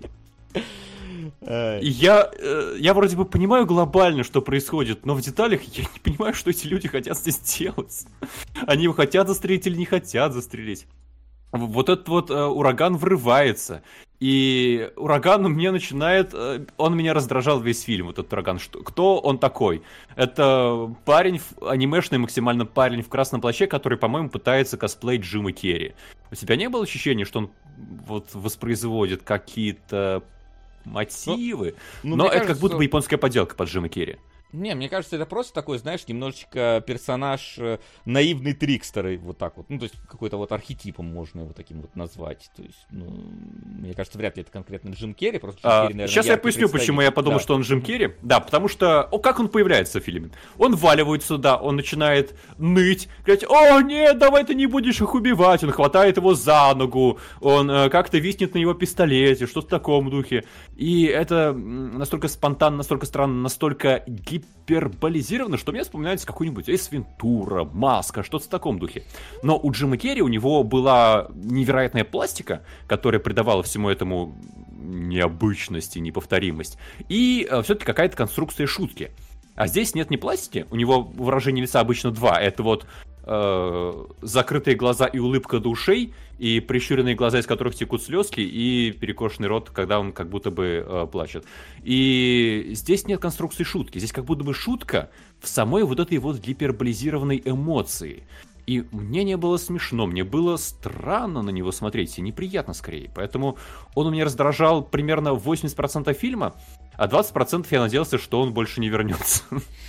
И я вроде бы понимаю глобально, что происходит, но в деталях я не понимаю, что эти люди хотят здесь делать. Они его хотят застрелить или не хотят застрелить. Вот этот вот ураган врывается. И ураган мне начинает... Он меня раздражал весь фильм, вот этот ураган. Кто он такой? Это парень, анимешный максимально парень в красном плаще, который, по-моему, пытается косплеить Джима Керри. У тебя не было ощущения, что он вот воспроизводит какие-то мотивы? Но это кажется, как будто бы японская подделка под Джима Керри. Не, мне кажется, это просто такой, знаешь, немножечко персонаж наивный трикстер, вот так вот. Ну, то есть, какой-то вот архетипом можно его таким вот назвать. То есть, мне кажется, вряд ли это конкретно Джим Керри, просто Джим Керри, наверное, сейчас я поясню, почему я подумал, что он Джим Керри. Да, потому что, как он появляется в фильме? Он вваливает сюда, он начинает ныть, говорить: о, нет, давай ты не будешь их убивать. Он хватает его за ногу, он как-то виснет на его пистолете, что-то в таком духе. И это настолько спонтанно, настолько странно, настолько гиперболизировано, что мне вспоминается какой-нибудь Эйс Вентура, Маска, что-то в таком духе. Но у Джима Керри у него была невероятная пластика, которая придавала всему этому необычность и неповторимость. И все-таки какая-то конструкция шутки. А здесь нет ни пластики, у него выражение лица обычно 2. Это вот закрытые глаза и улыбка до ушей, и прищуренные глаза, из которых текут слезки, и перекошенный рот, когда он как будто бы плачет. И здесь нет конструкции шутки. Здесь как будто бы шутка в самой вот этой вот гиперболизированной эмоции. И мне не было смешно, мне было странно на него смотреть, и неприятно скорее. Поэтому он у меня раздражал примерно 80% фильма, а 20% я надеялся, что он больше не вернется.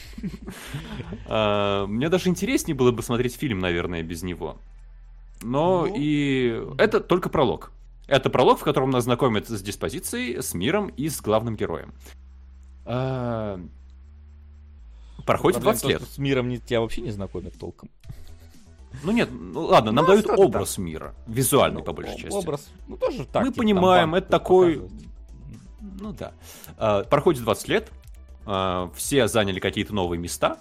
Мне даже интереснее было бы смотреть фильм, наверное, без него. Но и это только пролог. Это пролог, в котором нас знакомят с диспозицией, с миром и с главным героем. Проходит 20 лет. С миром тебя вообще не знакомят толком. Ну нет, ладно, нам дают образ мира. Визуальный, по большей части. Образ, тоже так. Мы понимаем, это такой... Ну да. Проходит 20 лет. Все заняли какие-то новые места.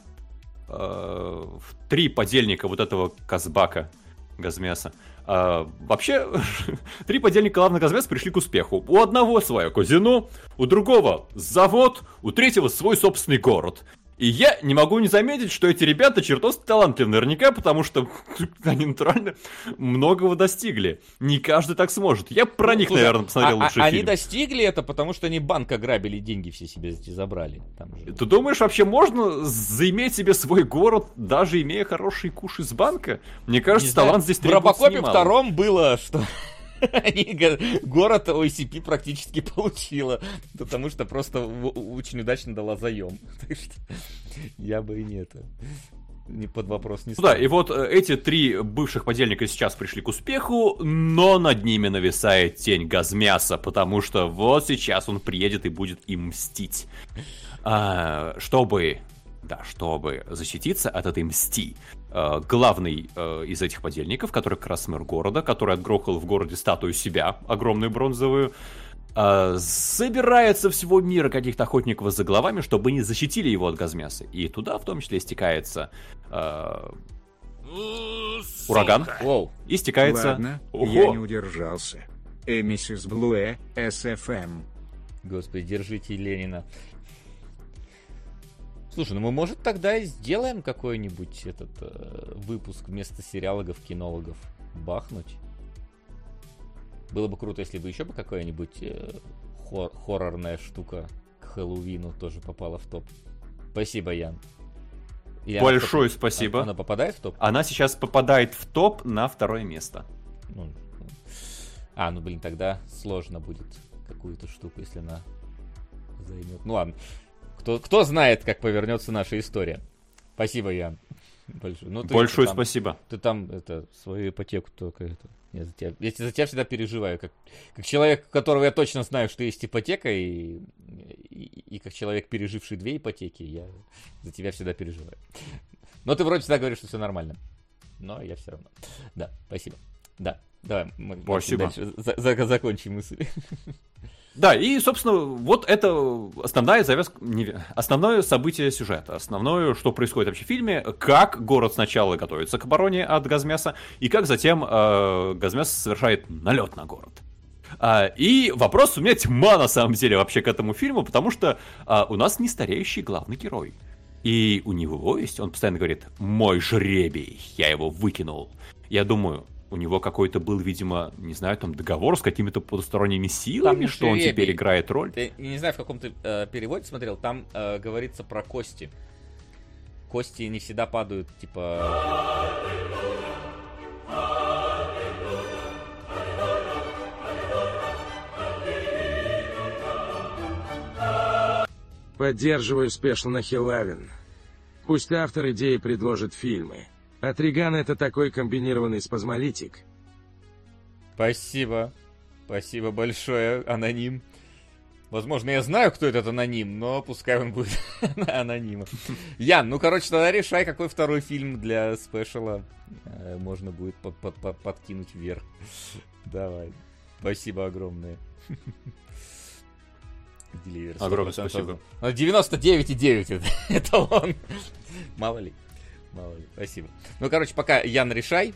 3 подельника вот этого Казбака, Газмяса. Вообще, 3 подельника главного Газмяса пришли к успеху. У одного свое казино, у другого завод, у третьего свой собственный город. И я не могу не заметить, что эти ребята чертовски талантливы наверняка, потому что они натурально многого достигли. Не каждый так сможет. Я про них, наверное, посмотрел лучший фильм. Они достигли это, потому что они банк ограбили, деньги все себе забрали. Там же. Ты думаешь, вообще можно заиметь себе свой город, даже имея хороший куш из банка? Мне кажется, талант здесь требуется немало. В Робокопе 2 было, что... Город OCP практически получила, потому что просто очень удачно дала заем. Так что я бы и не под вопрос не ставил. Да, и вот эти 3 бывших подельника сейчас пришли к успеху, но над ними нависает тень Газмяса, потому что вот сейчас он приедет и будет им мстить. Чтобы защититься от этой мсти, главный из этих подельников, который как раз мэр города, который отгрохал в городе статую себя, огромную бронзовую, собирается всего мира каких-то охотников за головами, чтобы они защитили его от газмяса. И туда в том числе стекается ураган. Воу. И стекается... Ладно, Ого! я не удержался. Миссис Блуэ, СФМ. Господи, держите Ленина. Слушай, ну мы, может, тогда и сделаем какой-нибудь этот выпуск вместо сериалогов, кинологов. Было бы круто, если бы еще бы какая-нибудь хоррорная штука к Хэллоуину тоже попала в топ. Спасибо, Ян. Или Большое спасибо. Она попадает в топ? Она сейчас попадает в топ на 2 место. Ну, блин, тогда сложно будет какую-то штуку, если она займет. Ну ладно. Кто знает, как повернется наша история. Спасибо, Ян. Большое. Ну, Большое спасибо. Ты там свою ипотеку только это. Я за тебя всегда переживаю. Как человек, у которого я точно знаю, что есть ипотека, и как человек, переживший 2 ипотеки, я за тебя всегда переживаю. Но ты вроде всегда говоришь, что все нормально. Но я все равно. Да, спасибо. Да, давай мы дальше закончим мысль. Да, и, собственно, вот это основная завязка, основное событие сюжета, основное, что происходит вообще в фильме, как город сначала готовится к обороне от газмяса, и как затем газмяс совершает налет на город. И вопрос у меня тьма, на самом деле, вообще к этому фильму, потому что у нас не стареющий главный герой. И у него есть, он постоянно говорит, мой жребий, я его выкинул. Я думаю... У него какой-то был, видимо, не знаю, там договор с какими-то потусторонними силами, что он теперь играет роль. Я не знаю, в каком ты переводе смотрел, там говорится про кости. Кости не всегда падают, типа... Поддерживаю спешл на Хиллавин. Пусть автор идеи предложит фильмы. А Триган — это такой комбинированный спазмолитик. Спасибо. Спасибо большое, аноним. Возможно, я знаю, кто этот аноним, но пускай он будет анонимом. Ян, ну, короче, тогда решай, какой второй фильм для спешала можно будет подкинуть вверх. Давай. Спасибо огромное. Огромное спасибо. 99,9 это он. Мало ли. Спасибо. Ну, короче, пока Ян решай.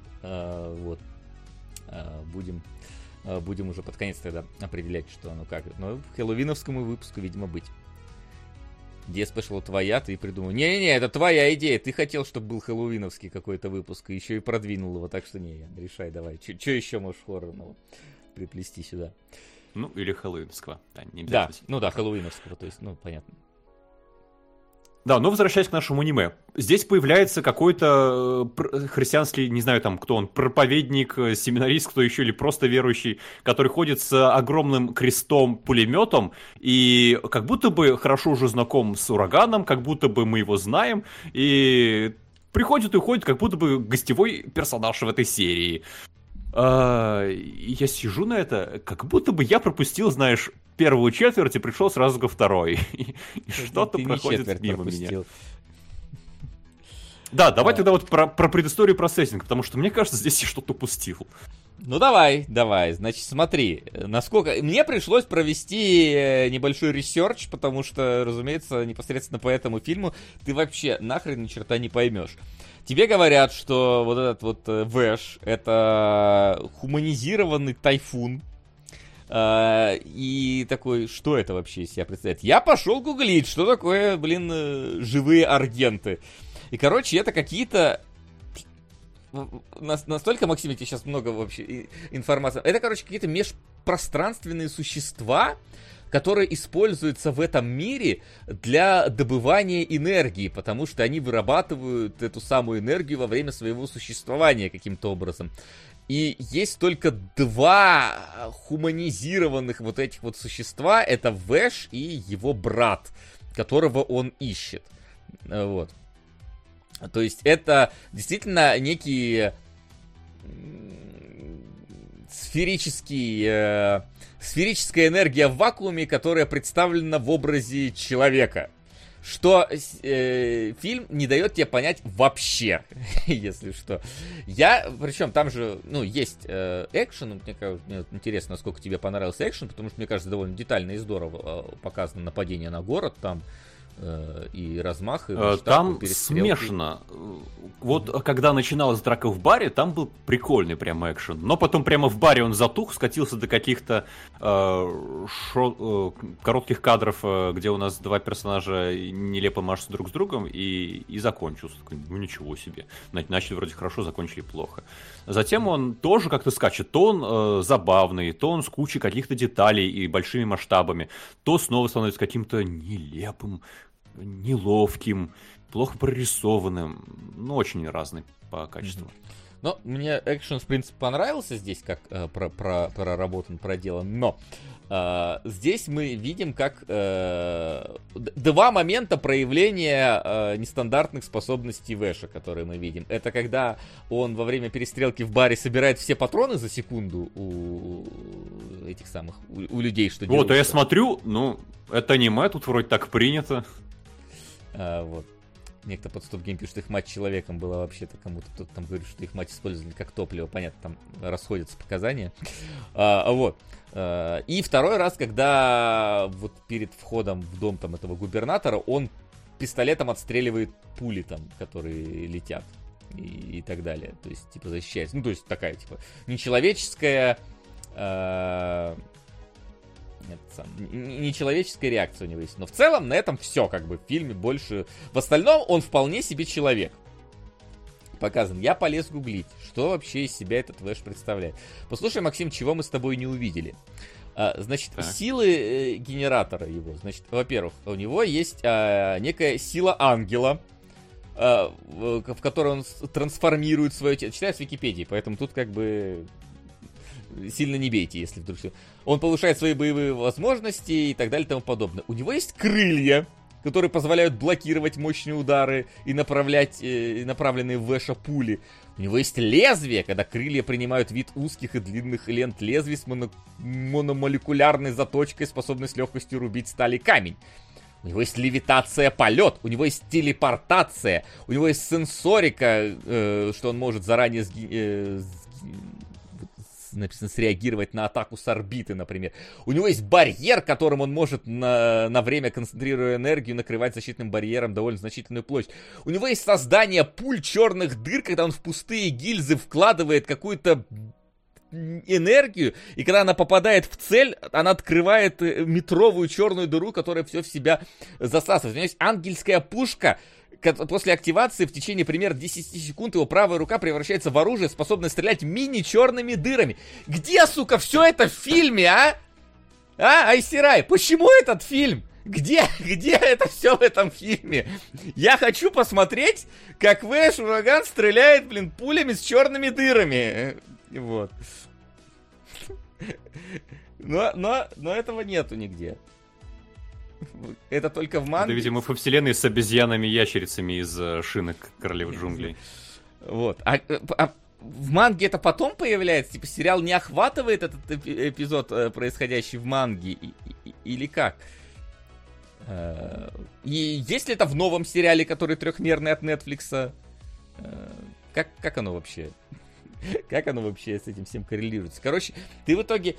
Будем уже под конец тогда определять, что оно как. Но к хэллоуиновскому выпуску, видимо, быть. Где спешл твоя, ты придумал. Не-не-не, это твоя идея. Ты хотел, чтобы был хэллоуиновский какой-то выпуск, и еще и продвинул его. Так что не, Ян, решай давай. Че еще можешь хоррорного приплести сюда? Ну, или хэллоуиновского. Да, не да, обязательно. ну да, хэллоуиновского, то есть, ну, понятно. Да, но возвращаясь к нашему аниме. Здесь появляется какой-то христианский, не знаю там, кто он, проповедник, семинарист, кто еще, или просто верующий, который ходит с огромным крестом-пулеметом, и как будто бы хорошо уже знаком с Ураганом, как будто бы мы его знаем, и приходит и уходит, как будто бы гостевой персонаж в этой серии. Я сижу на это, как будто бы я пропустил, знаешь, первую четверть и пришел сразу ко второй. И что-то проходит мимо меня. Да, давай тогда вот про предысторию процессинга, потому что мне кажется, здесь я что-то упустил. Ну давай, значит смотри, насколько... Мне пришлось провести небольшой ресерч, потому что, разумеется, непосредственно по этому фильму ты вообще нахрен ни черта не поймешь. Тебе говорят, что вот этот вот Вэш — это хуманизированный тайфун. И такой, что это вообще из себя представляет? Я пошел гуглить, что такое, живые аргенты. И, короче, это какие-то... Настолько, Максим, тебе сейчас много вообще информации. Это, короче, какие-то межпространственные существа, которые используются в этом мире для добывания энергии, потому что они вырабатывают эту самую энергию во время своего существования каким-то образом. И есть только 2 хуманизированных вот этих вот существа, это Вэш и его брат, которого он ищет. Вот. То есть это действительно некие сферическая энергия в вакууме, которая представлена в образе человека. что фильм не дает тебе понять вообще, если что. Причем там же, есть экшен, мне интересно, насколько тебе понравился экшен, потому что, мне кажется, довольно детально и здорово показано нападение на город там. И размах, и масштаб, там и перестрелки. смешно. Вот когда начиналась драка в баре, там был прикольный прям экшен. Но потом прямо в баре он затух, скатился до каких-то коротких кадров, где у нас два персонажа нелепо машут друг с другом, и закончился. Ну ничего себе. Начали вроде хорошо, закончили плохо. Затем он тоже как-то скачет. То он забавный, то он с кучей каких-то деталей и большими масштабами, то снова становится каким-то нелепым, неловким, плохо прорисованным. Очень разный по качеству. Но мне экшен, в принципе, понравился здесь, как проработан, проделан. Но здесь мы видим, как два момента проявления нестандартных способностей Вэша, которые мы видим. Это когда он во время перестрелки в баре собирает все патроны за секунду у этих самых, у людей, что делают. Вот, а я смотрю, это аниме, тут вроде так принято. Вот. Некто под стоп-гейм пишет, что их мать человеком была вообще-то кому-то. Кто-то там говорит, что их мать использовали как топливо. Понятно, там расходятся показания. Вот. И второй раз, когда вот перед входом в дом там этого губернатора, он пистолетом отстреливает пули там, которые летят. И так далее. То есть, типа, защищается. То есть, такая, типа, нечеловеческая... нечеловеческая реакция у него есть. Но в целом на этом все, как бы, в фильме больше... В остальном он вполне себе человек. Показан. Я полез гуглить, что вообще из себя этот Вэш представляет. Послушай, Максим, чего мы с тобой не увидели. Значит, силы генератора его. Значит, во-первых, у него есть некая сила ангела, в которой он трансформирует свое тело. Читаю с Википедии, поэтому тут как бы... Сильно не бейте, если вдруг все. Он повышает свои боевые возможности и так далее и тому подобное. У него есть крылья, которые позволяют блокировать мощные удары и направлять направленные в Вэша пули. У него есть лезвие, когда крылья принимают вид узких и длинных лент лезвий с мономолекулярной заточкой, способной с легкостью рубить сталь и камень. У него есть левитация, полет, у него есть телепортация, у него есть сенсорика, что он может заранее написано, среагировать на атаку с орбиты, например. У него есть барьер, которым он может на время, концентрируя энергию, накрывать защитным барьером довольно значительную площадь. У него есть создание пуль черных дыр, когда он в пустые гильзы вкладывает какую-то энергию, и когда она попадает в цель, она открывает метровую черную дыру, которая все в себя засасывает. У него есть ангельская пушка. После активации в течение примерно 10 секунд его правая рука превращается в оружие, способное стрелять мини-черными дырами. Где, сука, все это в фильме, а? Айсирай, почему этот фильм? Где это все в этом фильме? Я хочу посмотреть, как Вэш Ураган стреляет, пулями с черными дырами. Вот. Но этого нету нигде. Это только в манге. Это, видимо, во вселенной с обезьянами-ящерицами из шинок Королевы джунглей. Вот. А в манге это потом появляется? Типа сериал не охватывает этот эпизод, происходящий в манге? Или как? И есть ли это в новом сериале, который трехмерный от Netflix? Как оно вообще? Как оно вообще с этим всем коррелируется? Короче, ты в итоге...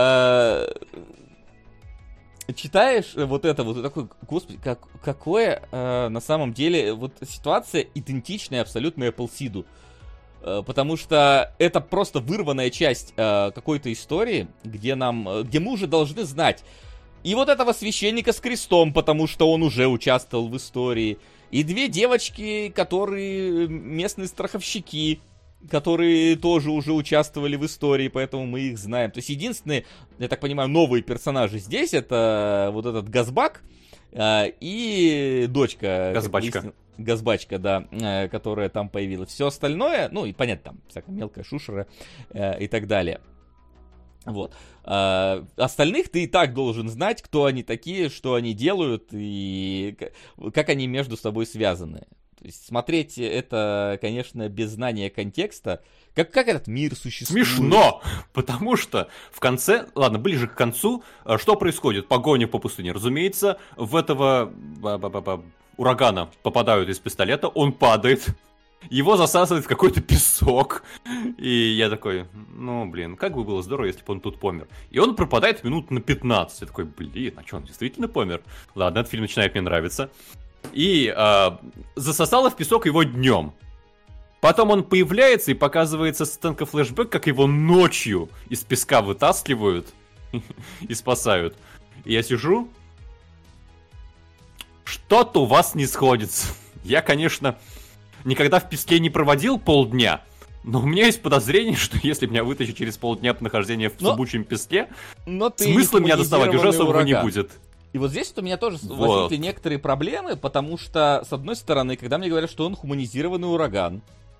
читаешь вот это вот, и такой, господи, какое на самом деле вот ситуация идентичная абсолютно Appleseed. Потому что это просто вырванная часть какой-то истории, где мы уже должны знать и вот этого священника с крестом, потому что он уже участвовал в истории, и две девочки, которые местные страховщики, которые тоже уже участвовали в истории, поэтому мы их знаем. То есть единственные, я так понимаю, новые персонажи здесь, это вот этот Газбак и дочка. Газбачка, да, которая там появилась. Все остальное, и понятно, там всякая мелкая шушера и так далее. Вот. Остальных ты и так должен знать, кто они такие, что они делают и как они между собой связаны. То есть смотреть это, конечно, без знания контекста, как этот мир существует. Смешно, потому что в конце, ладно, ближе к концу, что происходит? Погоня по пустыне. Разумеется, в этого урагана попадают из пистолета, он падает, его засасывает в какой-то песок. И я такой, ну, блин, как бы было здорово, если бы он тут помер. И он пропадает минут на 15. Я такой, блин, а что, он действительно помер? Ладно, этот фильм начинает мне нравиться. И засосало в песок его днем. Потом он появляется и показывается сценка флешбэк, как его ночью из песка вытаскивают и спасают. И я сижу, что-то у вас не сходится. Я, конечно, никогда в песке не проводил полдня, но у меня есть подозрение, что если меня вытащить через полдня нахождения в зыбучем песке, смысла меня доставать уже особого не будет. И вот здесь вот у меня тоже возникли некоторые проблемы, потому что, с одной стороны, когда мне говорят, что он хуманизированный ураган,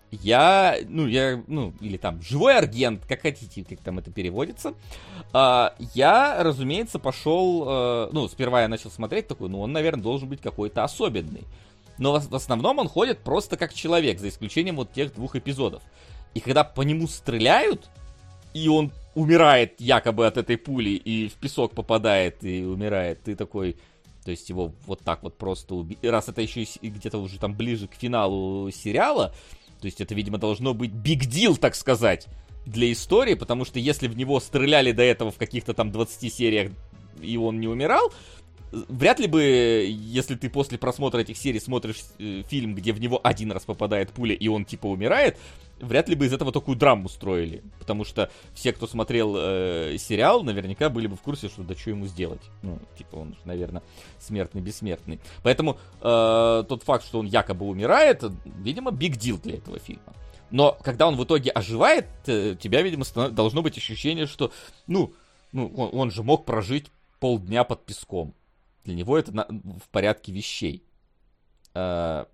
или там живой аргент, как хотите, как там это переводится, я, разумеется, пошел, сперва я начал смотреть, такой, он, наверное, должен быть какой-то особенный. Но в основном он ходит просто как человек, за исключением вот тех 2 эпизодов. И когда по нему стреляют, и он умирает якобы от этой пули, и в песок попадает, и умирает, ты такой... То есть его вот так вот просто убили. Раз это еще и где-то уже там ближе к финалу сериала, то есть это, видимо, должно быть big deal, так сказать, для истории, потому что если в него стреляли до этого в каких-то там 20 сериях, и он не умирал, вряд ли бы, если ты после просмотра этих серий смотришь фильм, где в него 1 раз попадает пуля, и он типа умирает, вряд ли бы из этого такую драму строили. Потому что все, кто смотрел сериал, наверняка были бы в курсе, что да что ему сделать. Он же, наверное, смертный-бессмертный. Поэтому тот факт, что он якобы умирает, видимо, big deal для этого фильма. Но когда он в итоге оживает, у тебя, видимо, должно быть ощущение, что, он же мог прожить полдня под песком. Для него это в порядке вещей. Тогда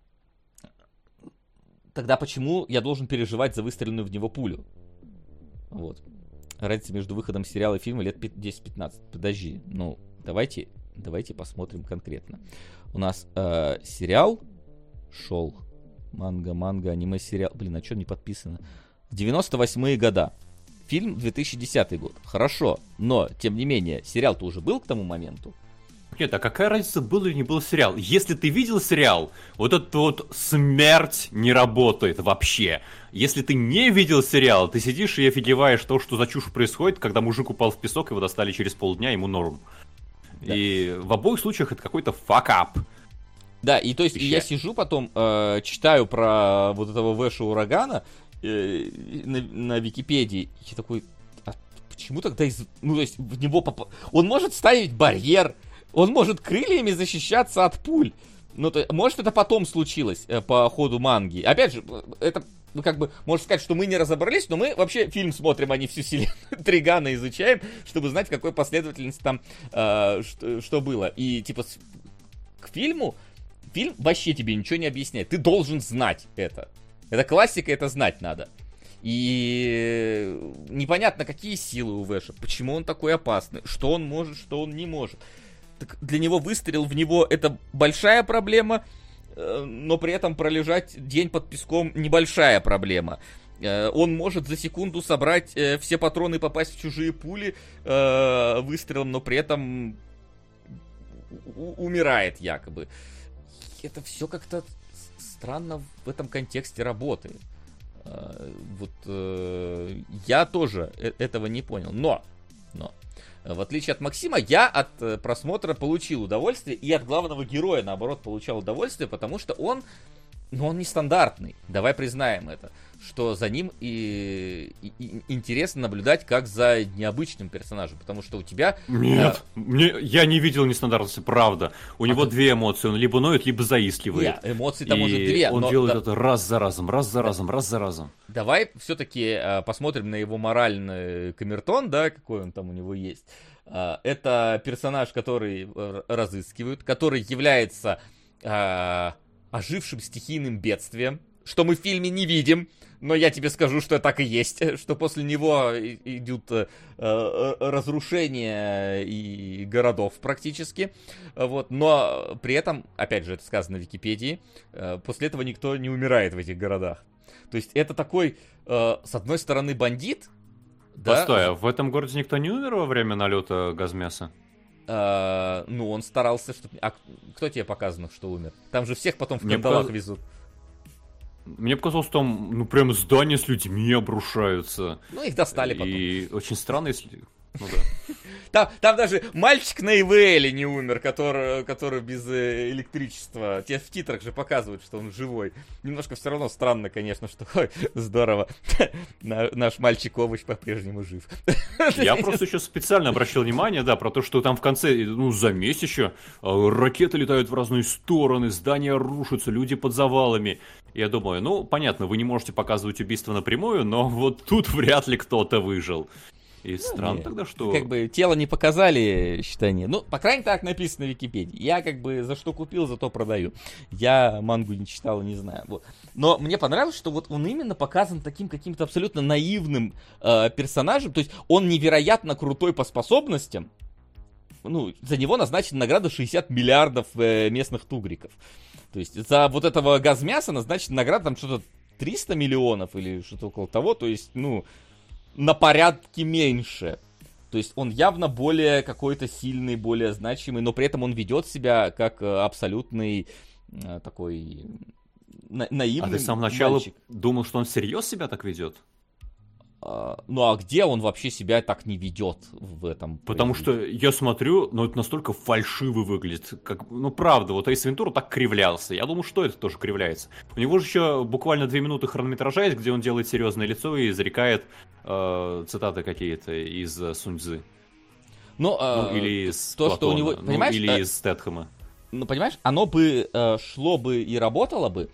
почему я должен переживать за выстреленную в него пулю? Вот. Разница между выходом сериала и фильма лет 10-15. Подожди. Давайте посмотрим конкретно. У нас сериал шел. Манга, аниме-сериал. Блин, а что не подписано? В 98-е года. Фильм 2010 год. Хорошо. Но, тем не менее, сериал-то уже был к тому моменту. Нет, а какая разница, был или не был сериал? Если ты видел сериал, вот эта вот смерть не работает вообще. Если ты не видел сериал, ты сидишь и офигеваешь то, что за чушь происходит, когда мужик упал в песок, его достали через полдня, ему норм. Да. И в обоих случаях это какой-то fuck-up. Да, и то есть я сижу потом, читаю про вот этого Вэша урагана на Википедии, и такой, а почему тогда то есть в него он может ставить барьер, он может крыльями защищаться от пуль. Может, это потом случилось по ходу манги. Опять же, это, можно сказать, что мы не разобрались, но мы вообще фильм смотрим, а не всю вселенную Тригана изучаем, чтобы знать, в какой последовательности там что было. И, к фильм вообще тебе ничего не объясняет. Ты должен знать это. Это классика, это знать надо. И непонятно, какие силы у Вэша, почему он такой опасный, что он может, что он не может. Так для него выстрел в него это большая проблема, но при этом пролежать день под песком небольшая проблема. Он может за секунду собрать все патроны и попасть в чужие пули выстрелом, но при этом умирает якобы. Это все как-то странно в этом контексте работает. Я тоже этого не понял. Но в отличие от Максима, я от просмотра получил удовольствие, и от главного героя, наоборот, получал удовольствие, потому что он нестандартный. Давай признаем это. Что за ним и интересно наблюдать как за необычным персонажем, потому что у тебя... Нет, я не видел нестандартности, правда. У него 2 эмоции, он либо ноет, либо заискивает. Нет, эмоций-то может 2. Он делает это раз за разом. Давай все-таки посмотрим на его моральный камертон, да, какой он там у него есть. Это персонаж, который разыскивают, который является ожившим стихийным бедствием, что мы в фильме не видим, но я тебе скажу, что так и есть, что после него идут разрушения и городов практически, вот, но при этом, опять же, это сказано в Википедии, после этого никто не умирает в этих городах. То есть это такой, с одной стороны, бандит. Постой, да? а в этом городе никто не умер во время налета газмяса? Ну, он старался, чтобы... А кто тебе показано, что умер? Там же всех потом в кандалах везут. Мне показалось, там, ну, прям здания с людьми обрушаются. Ну, их достали потом. И очень странно, если... Ну да. Там даже мальчик на ИВЛе не умер, который без электричества. Тебе в титрах же показывают, что он живой. Немножко все равно странно, конечно, что ой, здорово. Наш мальчик-овощ по-прежнему жив. Я просто еще специально обращал внимание, да, про то, что там в конце, ну, замесь еще, ракеты летают в разные стороны, здания рушатся, люди под завалами. Я думаю, ну, понятно, вы не можете показывать убийство напрямую, но вот тут вряд ли кто-то выжил. И странно тогда, что... Как бы тело не показали, считай, не. Ну, по крайней мере, так написано в Википедии. Я как бы за что купил, зато продаю. Я мангу не читал, не знаю. Вот. Но мне понравилось, что вот он именно показан таким каким-то абсолютно наивным персонажем. То есть он невероятно крутой по способностям. Ну, за него назначена награда 60 миллиардов местных тугриков. То есть за вот этого газмяса назначена награда там что-то 300 миллионов или что-то около того. То есть, ну... на порядке меньше. То есть он явно более какой-то сильный, более значимый, но при этом он ведет себя как абсолютный такой наивный. А ты с самого начала мальчик. Думал, что он всерьез себя так ведет? Ну а где он вообще себя так не ведет в этом? Потому что я смотрю, но это настолько фальшиво выглядит. Как, ну правда, вот Эйс Вентура так кривлялся. Я думаю, что это тоже кривляется. У него же еще буквально 2 минуты хронометража есть, где он делает серьезное лицо и изрекает цитаты какие-то из Сунь Цзы. Ну, или из то, Платона, что у него, понимаешь, или из Стэтхэма. Ну, понимаешь, оно бы шло бы и работало бы,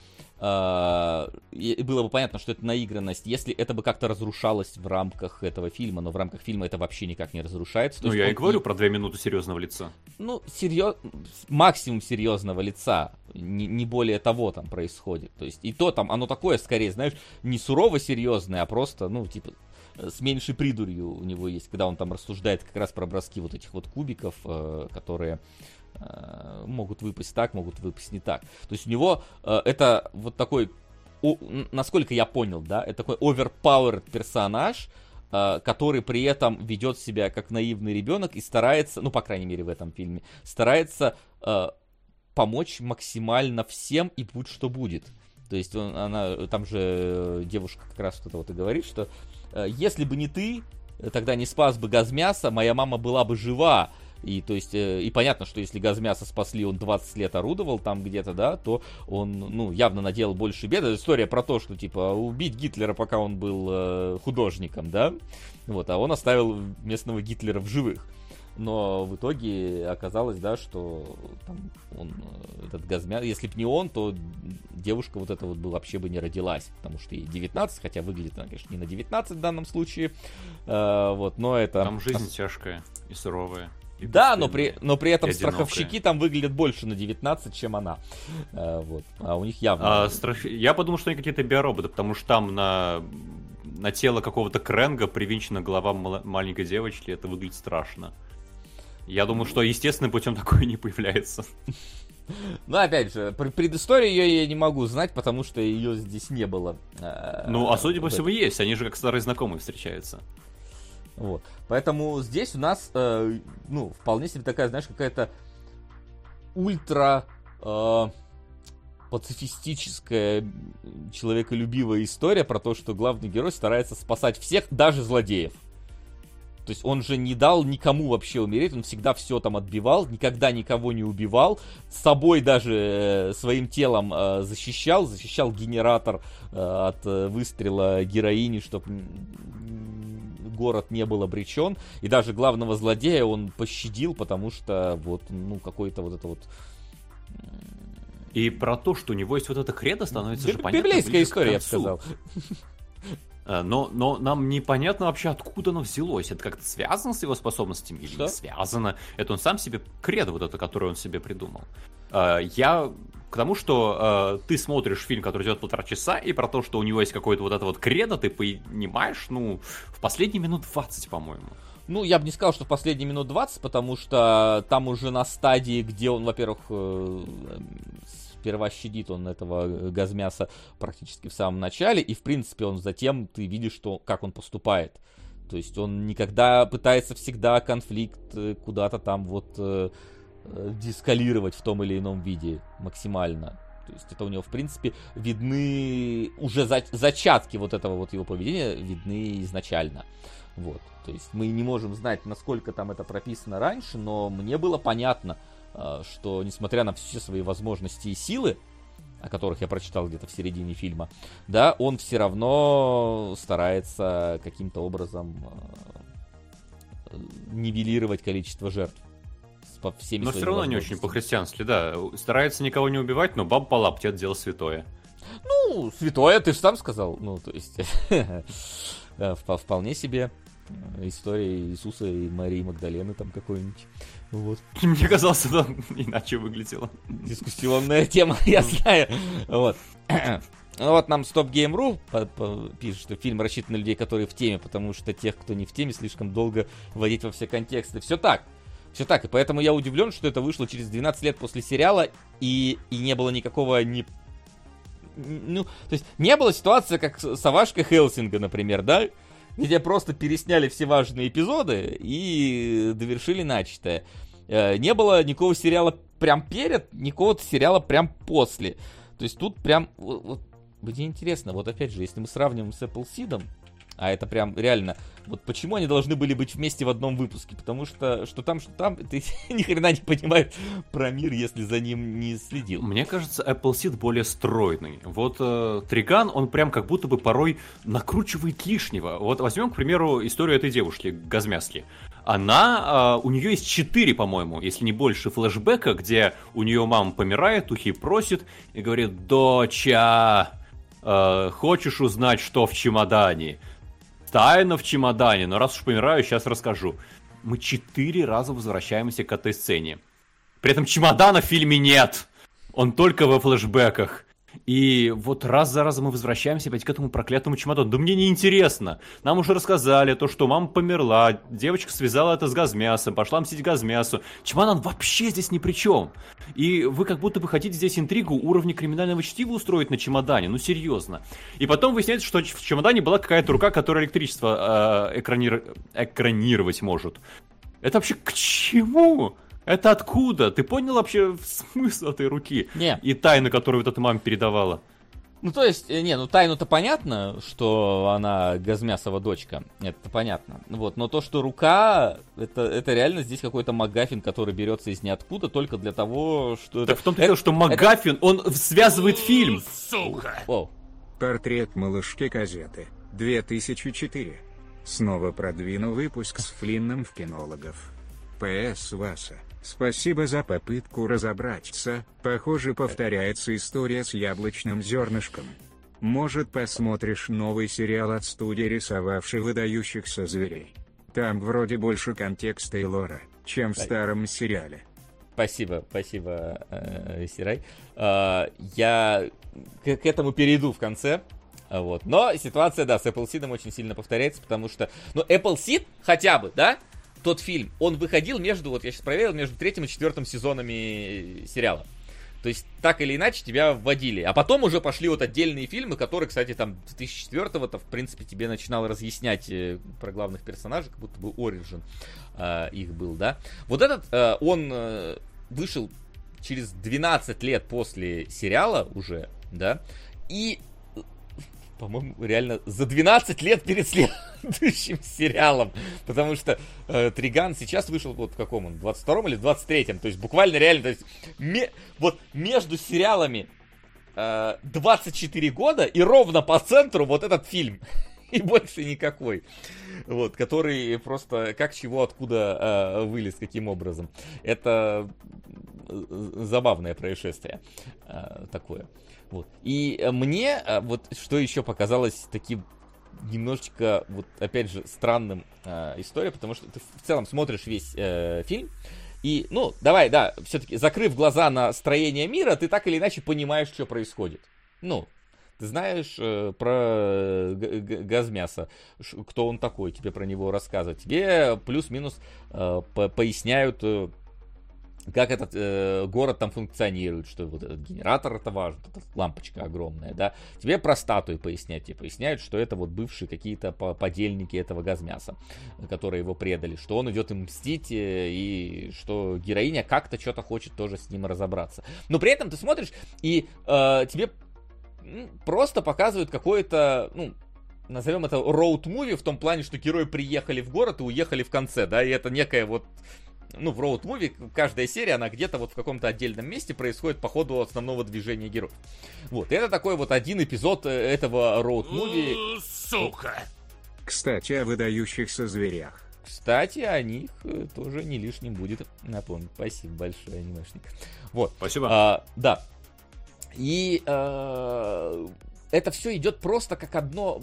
и было бы понятно, что это наигранность, если это бы как-то разрушалось в рамках этого фильма, но в рамках фильма это вообще никак не разрушается. То ну, есть я и говорю про 2 минуты серьезного лица. Ну, максимум серьезного лица, не более того там происходит. То есть, и то там, оно такое, скорее, знаешь, не сурово серьезное, а просто, ну, типа, с меньшей придурью у него есть, когда он там рассуждает как раз про броски вот этих вот кубиков, которые... могут выпасть так, могут выпасть не так. То есть у него это вот такой, насколько я понял, да, это такой overpowered персонаж, который при этом ведет себя как наивный ребенок и старается, ну, по крайней мере, в этом фильме, старается помочь максимально всем и будь что будет. То есть там же девушка как раз что-то вот и говорит, что если бы не ты, тогда не спас бы газмяса, моя мама была бы жива. И, то есть, и понятно, что если газмяса спасли, он 20 лет орудовал там где-то, да, то он, ну, явно наделал больше бед. Это история про то, что, типа, убить Гитлера, пока он был художником, да, вот, а он оставил местного Гитлера в живых. Но в итоге оказалось, да, что там он, этот газмяс, если бы не он, то девушка вот эта вот бы вообще бы не родилась, потому что ей 19, хотя выглядит она, конечно, не на 19 в данном случае, вот, но это... Там жизнь тяжкая и суровая. Да, но при этом страховщики там выглядят больше на 19, чем она. Вот. А у них явно... Я подумал, что они какие-то биороботы, потому что там на тело какого-то Крэнга привинчена голова маленькой девочки, это выглядит страшно. Я думаю, что естественным путем такое не появляется. Ну, опять же, предысторию ее я не могу знать, потому что ее здесь не было. Ну, а судя по всему, есть. Они же как старые знакомые встречаются. Вот. Поэтому здесь у нас, ну, вполне себе такая, знаешь, какая-то ультра пацифистическая, человеколюбивая история про то, что главный герой старается спасать всех, даже злодеев. То есть он же не дал никому вообще умереть, он всегда все там отбивал, никогда никого не убивал, с собой даже своим телом защищал генератор от выстрела героини, чтобы город не был обречен, и даже главного злодея он пощадил, потому что вот, ну, какой-то вот это вот... И про то, что у него есть вот эта кредо, становится же понятно. Библейская история, я бы сказал. Но нам непонятно вообще, откуда оно взялось. Это как-то связано с его способностями или не связано? Это он сам себе, кредо вот это, которое он себе придумал. Я к тому, что ты смотришь фильм, который идет 1,5 часа, и про то, что у него есть какое-то вот это вот кредо, ты понимаешь, ну, в последние минут 20, по-моему. Ну, я бы не сказал, что в последние минут 20, потому что там уже на стадии, где он, во-первых, сперва щадит он этого газмяса практически в самом начале, и, в принципе, он затем, ты видишь, что, как он поступает. То есть он никогда пытается всегда конфликт куда-то там вот деэскалировать в том или ином виде максимально. То есть это у него, в принципе, видны уже зачатки вот этого вот его поведения, видны изначально. Вот. То есть мы не можем знать, насколько там это прописано раньше, но мне было понятно, что несмотря на все свои возможности и силы, о которых я прочитал где-то в середине фильма, да, он все равно старается каким-то образом нивелировать количество жертв. Но все равно не очень по-христиански, да. Старается никого не убивать, но бабу по лапте — это дело святое. Ну, святое, ты же сам сказал. Ну, то есть, вполне себе история Иисуса и Марии Магдалены там какой-нибудь. Вот. Мне казалось, это иначе выглядело. Дискуссионная тема, я знаю. Вот. Ну вот нам Stop Game.ru пишет, что фильм рассчитан на людей, которые в теме, потому что тех, кто не в теме, слишком долго вводить во все контексты. Все так, и поэтому я удивлен, что это вышло через 12 лет после сериала, и не было никакого ну, то есть не было ситуации, как «Совашка Хелсинга», например, да? Где просто пересняли все важные эпизоды и довершили начатое. Не было никакого сериала прям перед, никакого сериала прям после. То есть тут прям... Вот, мне интересно, вот опять же, если мы сравним с Appleseed, а это прям реально... Вот почему они должны были быть вместе в одном выпуске? Потому что там, ты ни хрена не понимаешь про мир, если за ним не следил. Мне кажется, Appleseed более стройный. Вот Триган, он прям как будто бы порой накручивает лишнего. Вот возьмем, к примеру, историю этой девушки, Газмяски. Она, у нее есть 4, по-моему, если не больше, флешбека, где у нее мама помирает, Тухи просит и говорит: «Доча, хочешь узнать, что в чемодане?» Тайна в чемодане, но раз уж помираю, сейчас расскажу. Мы 4 раза возвращаемся к этой сцене. При этом чемодана в фильме нет. Он только во флешбеках. И вот раз за разом мы возвращаемся опять к этому проклятому чемодану. Да мне не интересно. Нам уже рассказали то, что мама померла, девочка связала это с газмясом, пошла мстить газмясу. Чемодан вообще здесь ни при чем. И вы как будто бы хотите здесь интригу уровня криминального чтива устроить на чемодане. Ну серьезно. И потом выясняется, что в чемодане была какая-то рука, которая электричество экранировать может. Это вообще к чему? Это откуда? Ты понял вообще смысл этой руки? Не. И тайну, которую вот эта мама передавала? Ну, то есть, тайну-то понятно, что она Газмясова дочка. Это понятно. Вот, но то, что рука, это реально здесь какой-то МакГаффин, который берется из ниоткуда только для того, что... Так в том-то дело, что МакГаффин, он связывает фильм. Сука! О. Портрет малышки Казеты, 2004. Снова продвину выпуск с Флинном в кинологов. П.С. Васа. Спасибо за попытку разобраться. Похоже, повторяется история с яблочным зернышком. Может, посмотришь новый сериал от студии, рисовавшей выдающихся зверей. Там вроде больше контекста и лора, чем в старом сериале. Спасибо, Сирай. Я к этому перейду в конце. Вот. Но ситуация, да, с Appleseed очень сильно повторяется, потому что... Ну, Appleseed хотя бы, да? Тот фильм, он выходил вот я сейчас проверил, между 3-м и 4-м сезонами сериала. То есть, так или иначе, тебя вводили. А потом уже пошли вот отдельные фильмы, которые, кстати, там, 2004-го-то, в принципе, тебе начинал разъяснять про главных персонажей, как будто бы Origin их был, да. Вот этот, он вышел через 12 лет после сериала уже, да, и... По-моему, реально за 12 лет перед следующим сериалом. Потому что Триган сейчас вышел вот в каком он, 22-м или 23-м. То есть буквально реально, то есть вот между сериалами 24 года и ровно по центру вот этот фильм. И больше никакой. Вот, который просто как чего, откуда вылез, каким образом. Это забавное происшествие такое. Вот. И мне вот что еще показалось таким немножечко, вот опять же, странным историей, потому что ты в целом смотришь весь фильм, И, ну, давай, да, все-таки закрыв глаза на строение мира, ты так или иначе понимаешь, что происходит. Ну, ты знаешь про Газмяса, кто он такой, тебе про него рассказывать. Тебе плюс-минус поясняют, как этот город там функционирует, что вот этот генератор это важно, эта лампочка огромная, да. Тебе про статуи поясняют, тебе поясняют, что это вот бывшие какие-то подельники этого Газмяса, которые его предали, что он идет им мстить, и что героиня как-то что-то хочет тоже с ним разобраться. Но при этом ты смотришь, и тебе просто показывают какое-то, ну, назовем это роуд-муви, в том плане, что герои приехали в город и уехали в конце, да, и это некая вот, ну, в роуд-муви каждая серия, она где-то вот в каком-то отдельном месте происходит по ходу основного движения героев. Вот, и это такой вот один эпизод этого роуд-муви. Сука! Кстати, о выдающихся зверях. Кстати, о них тоже не лишним будет напомнить. Спасибо большое, анимешник. Вот. Спасибо. Да. И это все идет просто как одно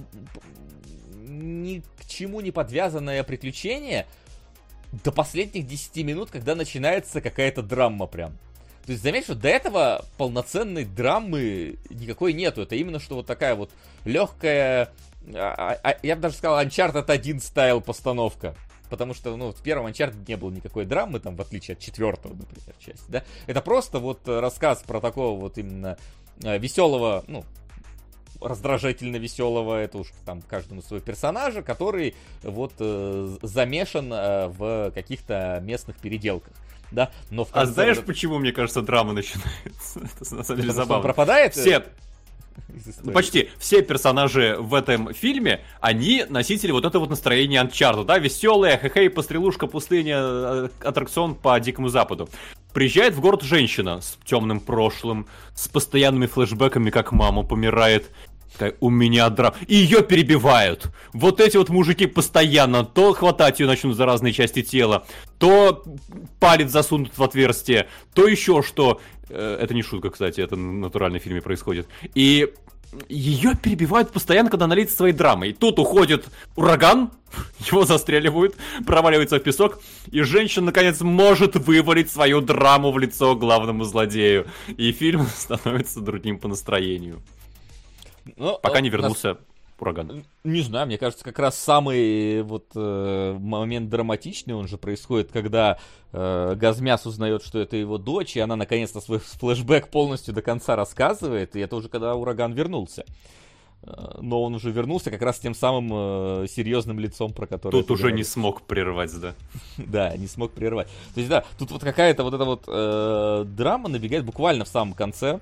ни к чему не подвязанное приключение до последних 10 минут, когда начинается какая-то драма прям. То есть заметь, что до этого полноценной драмы никакой нету. Это именно что вот такая вот легкая, я бы даже сказал, Uncharted 1 стайл постановка. Потому что, ну, в первом Uncharted не было никакой драмы, там, в отличие от четвертого, например, части, да. Это просто вот рассказ про такого вот именно веселого, ну, раздражительно веселого, это уж там каждому свой персонажа, который вот замешан в каких-то местных переделках, да. Но в конце... А знаешь, почему, мне кажется, драма начинается? Это на самом деле забавно. Он пропадает? Все... Ну, почти все персонажи в этом фильме, они носители вот этого вот настроения Uncharted, да, веселая, хе-хей, пострелушка, пустыня, аттракцион по Дикому Западу. Приезжает в город женщина с темным прошлым, с постоянными флешбэками, как мама помирает. У меня драма. И ее перебивают. Вот эти вот мужики постоянно то хватать ее начнут за разные части тела, то палец засунут в отверстие, то еще что. Это не шутка, кстати, это натурально в фильме происходит. И ее перебивают постоянно, когда она льет своей драмой. И тут уходит ураган, его застреливают, проваливается в песок, и женщина, наконец, может вывалить свою драму в лицо главному злодею. И фильм становится другим по настроению. Но, пока не вернулся ураган. Не знаю, мне кажется, как раз самый вот момент драматичный, он же происходит, когда Газмяс узнает, что это его дочь, и она наконец-то свой флешбэк полностью до конца рассказывает, и это уже когда ураган вернулся. Но он уже вернулся как раз с тем самым серьезным лицом, про которое... Тут уже не смог прервать, да. Да, не смог прервать. То есть, да, тут вот какая-то вот эта вот драма набегает буквально в самом конце,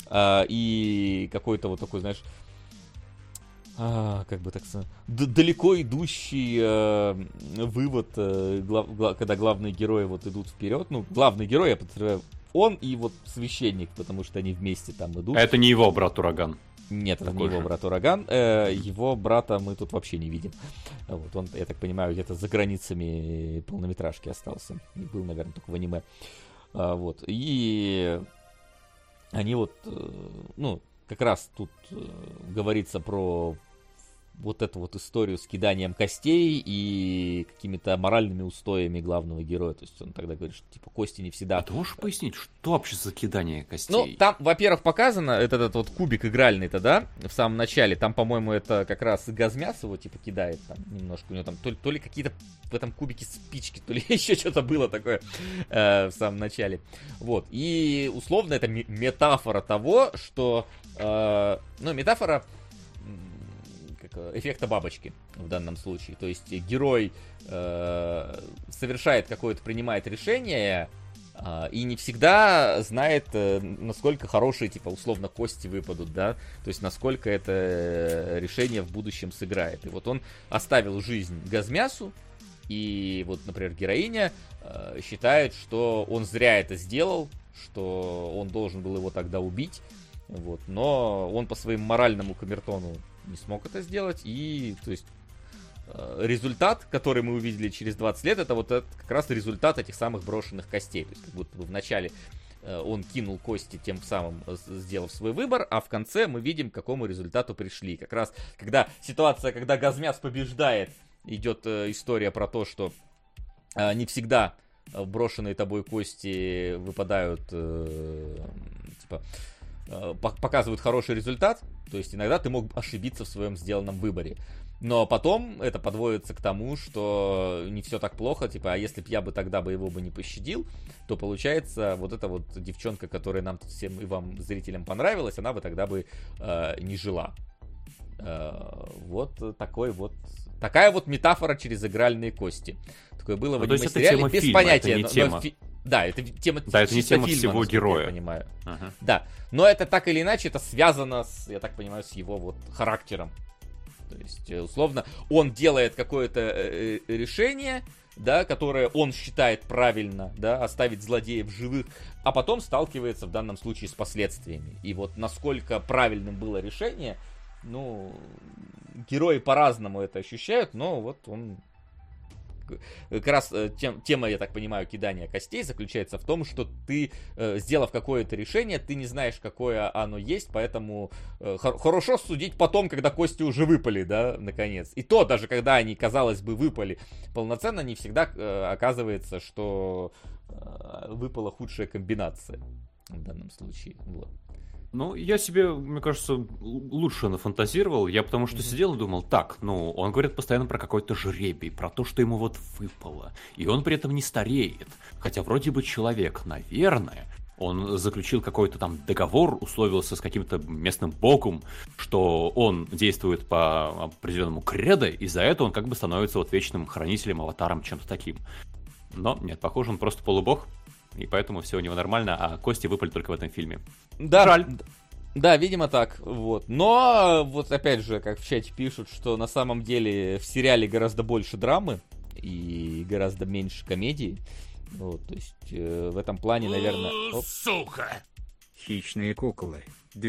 и какой-то вот такой, знаешь, как бы так сказать, далеко идущий вывод, когда главные герои вот идут вперед. Ну, главный герой, я подозреваю, он и вот священник, потому что они вместе там идут. А это не его брат Ураган? Нет, это не его брат Ураган. Его брата мы тут вообще не видим. Вот он, я так понимаю, где-то за границами полнометражки остался. И был, наверное, только в аниме. Вот. И они вот, ну, как раз тут говорится про вот эту вот историю с киданием костей и какими-то моральными устоями главного героя. То есть он тогда говорит, что типа кости не всегда... А ты можешь пояснить, что вообще за кидание костей? Ну, там, во-первых, показано этот вот кубик игральный-то, да, в самом начале. Там, по-моему, это как раз Газмяс его типа кидает там немножко. У него там то ли какие-то в этом кубике спички, то ли еще что-то было такое в самом начале. Вот. И условно это метафора того, что... ну, метафора... эффекта бабочки в данном случае. То есть герой совершает какое-то, принимает решение и не всегда знает, насколько хорошие, типа, условно, кости выпадут, да, то есть насколько это решение в будущем сыграет. И вот он оставил жизнь Газмясу, и вот, например, героиня считает, что он зря это сделал, что он должен был его тогда убить, вот, но он по своему моральному камертону не смог это сделать, и, то есть, результат, который мы увидели через 20 лет, это вот как раз результат этих самых брошенных костей. То есть, как будто бы вначале он кинул кости, тем самым сделав свой выбор, а в конце мы видим, к какому результату пришли. Как раз, когда ситуация, когда Газмяс побеждает, идет история про то, что не всегда брошенные тобой кости выпадают, показывают хороший результат. То есть иногда ты мог ошибиться в своем сделанном выборе. Но потом это подводится к тому, что не все так плохо, а если бы я бы тогда бы его бы не пощадил, то получается вот эта вот девчонка, которая нам тут всем и вам, зрителям, понравилась, она бы тогда бы не жила. Вот такая вот метафора через игральные кости. Такое было в аниме-сериале без фильма, понятия. Это не тема. Да, это тема, это не тема фильма, всего героя. Я понимаю. Ага. Да, но это так или иначе, это связано, я так понимаю, с его вот характером. То есть, условно, он делает какое-то решение, да, которое он считает правильно, да, оставить злодеев живых, а потом сталкивается в данном случае с последствиями. И вот насколько правильным было решение, герои по-разному это ощущают, но вот он... Как раз тема, я так понимаю, кидания костей заключается в том, что ты, сделав какое-то решение, ты не знаешь, какое оно есть, поэтому хорошо судить потом, когда кости уже выпали, да, наконец. И то, даже когда они, казалось бы, выпали полноценно, не всегда оказывается, что выпала худшая комбинация в данном случае. Вот. Я себе, мне кажется, лучше нафантазировал. Я потому что сидел и думал, он говорит постоянно про какой-то жребий, про то, что ему вот выпало. И он при этом не стареет. Хотя вроде бы человек, наверное, он заключил какой-то там договор, условился с каким-то местным богом, что он действует по определенному кредо, и за это он как бы становится вот вечным хранителем, аватаром, чем-то таким. Но нет, похоже, он просто полубог. И поэтому все у него нормально, а кости выпали только в этом фильме. Да, жаль. Да, видимо так. Вот. Но вот опять же, как в чате пишут, что на самом деле в сериале гораздо больше драмы и гораздо меньше комедии. Вот, то есть в этом плане, наверное... Сука! Хищные куклы.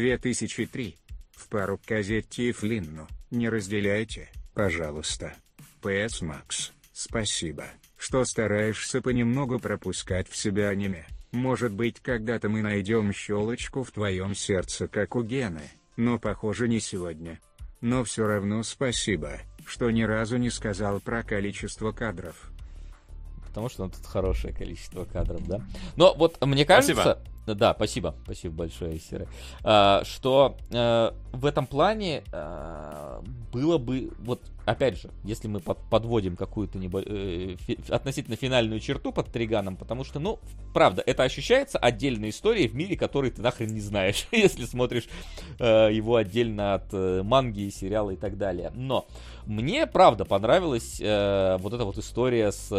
2003. В пару к Казетти и Флинну. Не разделяйте, пожалуйста. PS Max. Спасибо, что стараешься понемногу пропускать в себя аниме. Может быть, когда-то мы найдем щелочку в твоем сердце, как у Гены, но похоже не сегодня. Но все равно спасибо, что ни разу не сказал про количество кадров. Потому что тут хорошее количество кадров, да? Но вот мне кажется... Спасибо. Да, спасибо большое, Сера. Что в этом плане было бы, вот опять же, если мы подводим какую-то относительно финальную черту под Триганом, потому что, правда, это ощущается отдельной историей в мире, который ты нахрен не знаешь, если смотришь его отдельно от манги, сериала и так далее. Но мне, правда, понравилась вот эта вот история с...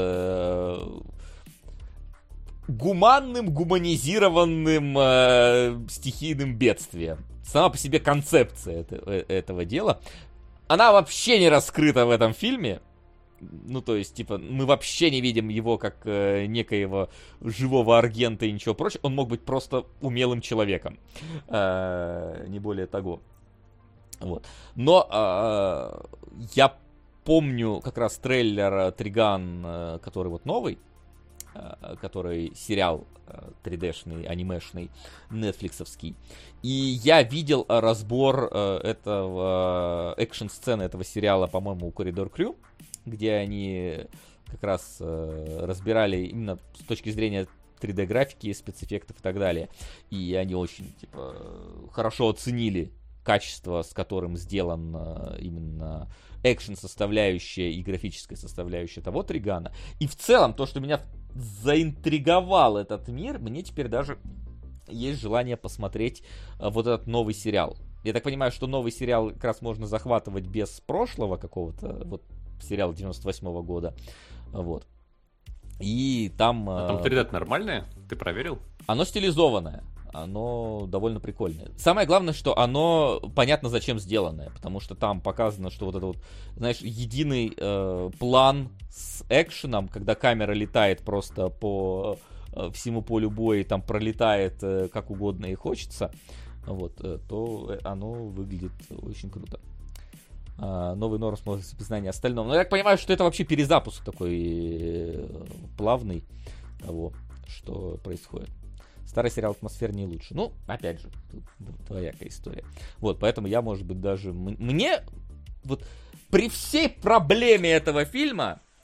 гуманизированным стихийным бедствием. Сама по себе концепция этого дела, она вообще не раскрыта в этом фильме. То есть, мы вообще не видим его как некоего живого аргента и ничего прочего. Он мог быть просто умелым человеком. Не более того. Вот. Но я помню как раз трейлер Триган, который вот новый, который сериал 3D-шный, анимешный, нетфликсовский. И я видел разбор этого экшн-сцены этого сериала, по-моему, у Коридор Крю, где они как раз разбирали именно с точки зрения 3D-графики, спецэффектов и так далее. И они очень, хорошо оценили качество, с которым сделан именно экшн-составляющая и графическая составляющая того Тригана. И в целом, то, что меня заинтриговал этот мир, мне теперь даже есть желание посмотреть вот этот новый сериал. Я так понимаю, что новый сериал как раз можно захватывать без прошлого какого-то, вот сериал 98-го года. Вот. И там... там 3D нормальное? Ты проверил? Оно стилизованное. Оно довольно прикольное. Самое главное, что оно понятно зачем сделанное, потому что там показано, что вот это вот, знаешь, единый план с экшеном, когда камера летает просто по всему полю боя и там пролетает как угодно и хочется, вот, то оно выглядит очень круто. Новый Норс может распознание остального. Но я так понимаю, что это вообще перезапуск такой плавный того, что происходит. Старый сериал атмосфернее лучше. Опять же, тут двоякая история. Вот, поэтому я, может быть, даже... Мне, вот, при всей проблеме этого фильма,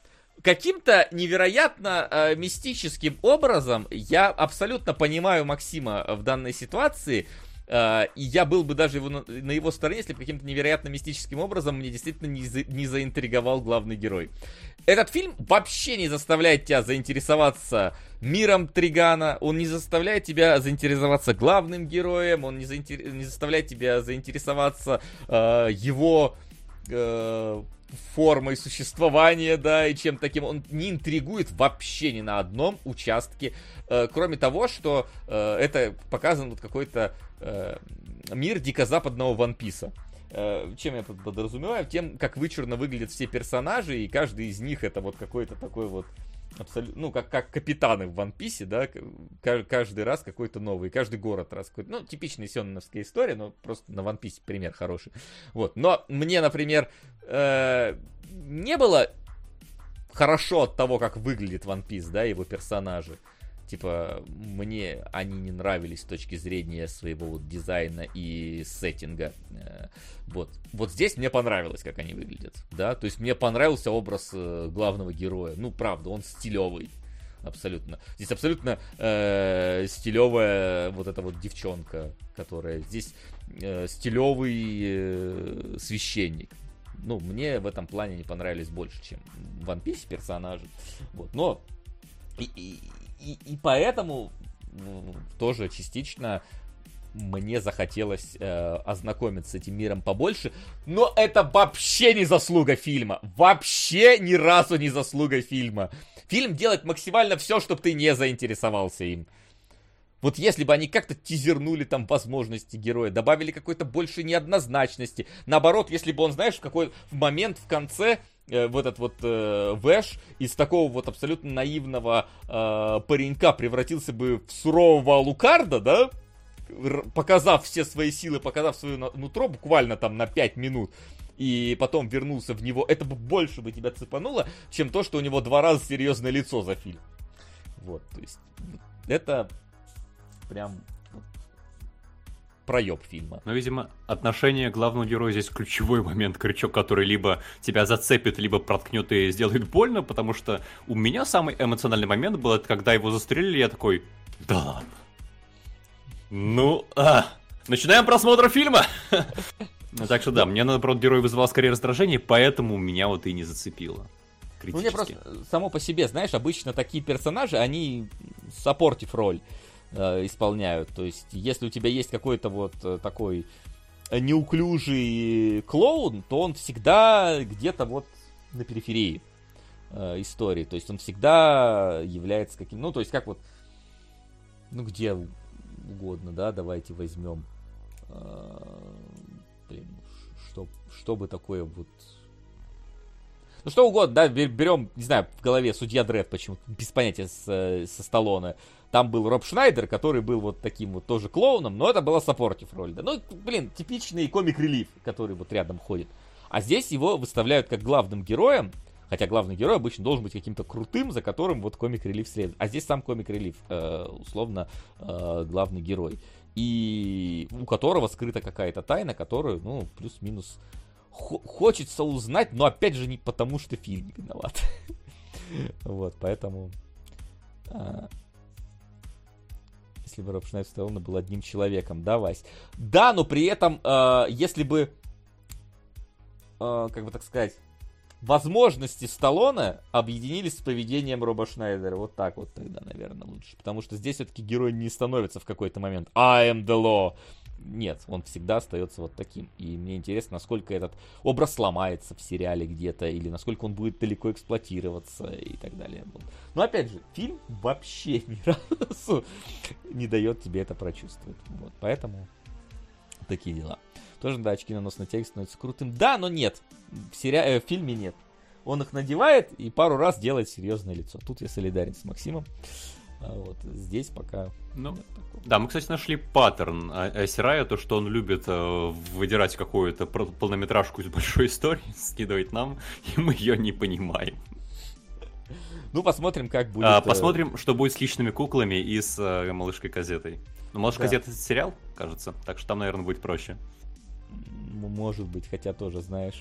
каким-то невероятно мистическим образом я абсолютно понимаю Максима в данной ситуации, и я был бы даже на его стороне, если бы каким-то невероятно мистическим образом мне действительно не заинтриговал главный герой. Этот фильм вообще не заставляет тебя заинтересоваться миром Тригана, он не заставляет тебя заинтересоваться главным героем, он не заставляет тебя заинтересоваться его формой существования, да, и чем таким. Он не интригует вообще ни на одном участке, кроме того, что это показан вот какой-то мир дикозападного One Piece. Чем я подразумеваю? Тем, как вычурно выглядят все персонажи, и каждый из них это вот какой-то такой вот абсолютно, ну, как капитаны в One Piece, да, каждый раз какой-то новый, каждый город раз какой-то, ну, типичная сёнэновская история, но просто на One Piece пример хороший. Вот, но мне, например, не было хорошо от того, как выглядит One Piece, да, его персонажи. Типа, мне они не нравились с точки зрения своего вот дизайна и сеттинга. Вот здесь мне понравилось, как они выглядят, да, то есть мне понравился образ главного героя. Ну, правда, он стилевый. Абсолютно. Здесь абсолютно стилевая вот эта вот девчонка, которая здесь стилевый священник. Ну, мне в этом плане не понравились больше, чем в One Piece персонажи. Вот, но и поэтому тоже частично мне захотелось ознакомиться с этим миром побольше, но это вообще не заслуга фильма, вообще ни разу не заслуга фильма. Фильм делает максимально все, чтобы ты не заинтересовался им. Вот если бы они как-то тизернули там возможности героя, добавили какой-то больше неоднозначности, наоборот, если бы он, знаешь, в какой момент в конце вот этот вот Вэш из такого вот абсолютно наивного паренька превратился бы в сурового Алукарда, да, показав все свои силы, показав свое нутро буквально там на 5 минут, и потом вернулся в него, это бы больше бы тебя цепануло, чем то, что у него 2 раза серьезное лицо за фильм. Вот, то есть это прям проеб фильма. Но, видимо, отношение главного героя здесь ключевой момент, крючок, который либо тебя зацепит, либо проткнет и сделает больно, потому что у меня самый эмоциональный момент был, это когда его застрелили, я такой, да ладно. Ну, начинаем просмотр фильма! Так что да, мне, наоборот, герой вызывал скорее раздражение, поэтому меня вот и не зацепило. Ну, мне просто само по себе, знаешь, обычно такие персонажи, они саппортив роль исполняют. То есть, если у тебя есть какой-то вот такой неуклюжий клоун, то он всегда где-то вот на периферии истории. То есть, он всегда является каким... Ну, то есть, как вот... Ну, где угодно, да, давайте возьмем... Блин, что бы такое вот... Ну, что угодно, да, берем, не знаю, в голове Судья Дред, почему без понятия со Сталлоне. Там был Роб Шнайдер, который был вот таким вот тоже клоуном, но это была саппортив роль, да. Ну, блин, типичный комик-релиф, который вот рядом ходит. А здесь его выставляют как главным героем, хотя главный герой обычно должен быть каким-то крутым, за которым вот комик-релиф следует. А здесь сам комик-релиф, условно, главный герой. И у которого скрыта какая-то тайна, которую, ну, плюс-минус хочется узнать, но опять же не потому, что фильм виноват. Вот, поэтому... Если бы Роб Шнайдер Сталлоне был одним человеком, да, Вась? Да, но при этом, если бы, как бы так сказать, возможности Сталлоне объединились с поведением Роба Шнайдера, вот так вот тогда, наверное, лучше. Потому что здесь все-таки герой не становится в какой-то момент I am the law. Нет, он всегда остается вот таким. И мне интересно, насколько этот образ сломается в сериале где-то, или насколько он будет далеко эксплуатироваться и так далее. Но опять же, фильм вообще ни разу не дает тебе это прочувствовать. Вот, поэтому такие дела. Тоже, да, очки на нос на текст становится крутым. Да, но нет. В фильме нет. Он их надевает и пару раз делает серьезное лицо. Тут я солидарен с Максимом. А вот здесь пока... Ну, да, мы, кстати, нашли паттерн Айсерая, то, что он любит выдирать какую-то полнометражку из большой истории, скидывать нам, и мы ее не понимаем. Ну, посмотрим, как будет... Посмотрим, что будет с личными куклами и с Малышкой Казетой. Ну, Малышка Казета — это сериал, кажется, так что там, наверное, будет проще. Может быть, хотя тоже, знаешь,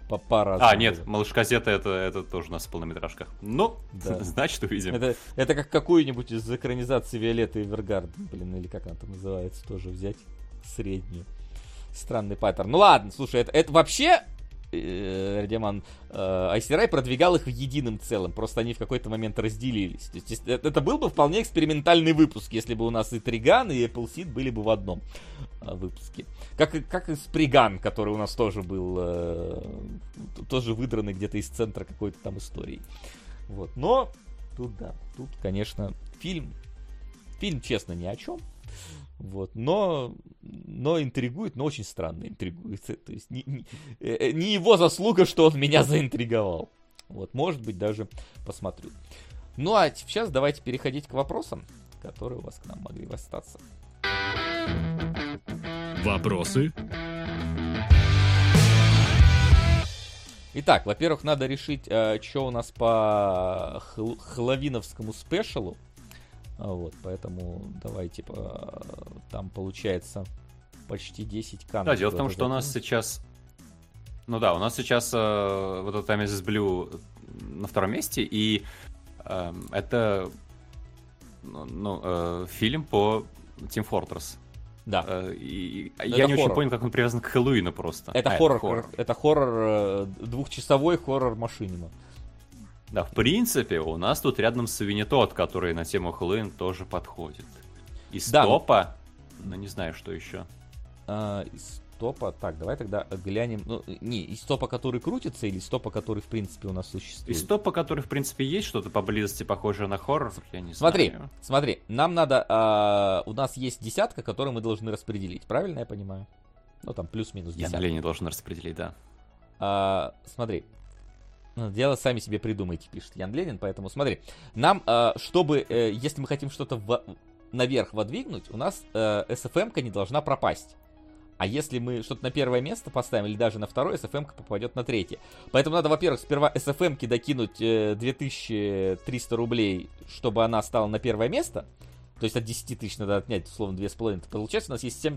по-разному. Нет, «Малыш-газета» это тоже у нас в полнометражках. Ну, Да. значит, увидим. Это как какую-нибудь из экранизаций Виолетты Эвергарден, или как она там называется, тоже взять среднюю. Странный паттерн. Ну ладно, слушай, это вообще... Радиоман Айсерай продвигал их в единым целым, просто они в какой-то момент разделились. То есть это был бы вполне экспериментальный выпуск, если бы у нас и Триган, и Appleseed были бы в одном выпуске. Как и Сприган, который у нас тоже был, тоже выдранный где-то из центра какой-то там истории. Вот. Но тут, конечно, фильм, честно, ни о чем. Вот, но интригует, но очень странно интригует. То есть не его заслуга, что он меня заинтриговал. Вот, может быть, даже посмотрю. Ну а сейчас давайте переходить к вопросам, которые у вас к нам могли остаться. Вопросы? Итак, во-первых, надо решить, что у нас по хэллоуиновскому спешалу. Вот, поэтому давайте, там получается почти 10 камер. Да, дело в том, что у нас сейчас... Ну да, у нас сейчас вот этот Mrs. Blue на втором месте, и это фильм по Team Fortress. Да. И не я очень хоррор. понял, как он привязан к Хэллоуину просто. Это хоррор. Это хоррор, двухчасовой хоррор Машинима. Да, в принципе, у нас тут рядом с Свинни Тодд, который на тему Хэллоуин тоже подходит. Из топа, ну не знаю, что еще. Из топа, так, давай тогда глянем. Ну, из топа, который крутится, или из топа, который, в принципе, у нас существует? Из топа, который, в принципе, есть что-то поблизости похожее на хоррор, я не Смотри, знаю. смотри, нам надо, у нас есть десятка, которую мы должны распределить, правильно я понимаю? Ну, там, плюс-минус десятка. Я не должен распределить, да. Смотри. Дело сами себе придумайте, пишет Ян Ленин, поэтому смотри. Нам, чтобы, если мы хотим что-то наверх водвигнуть, у нас SFM-ка не должна пропасть. А если мы что-то на первое место поставим, или даже на второе, SFM-ка попадет на третье. Поэтому надо, во-первых, сперва SFM-ки докинуть 2300 рублей, чтобы она стала на первое место. То есть от 10 тысяч надо отнять, условно, 2,5. Получается, у нас есть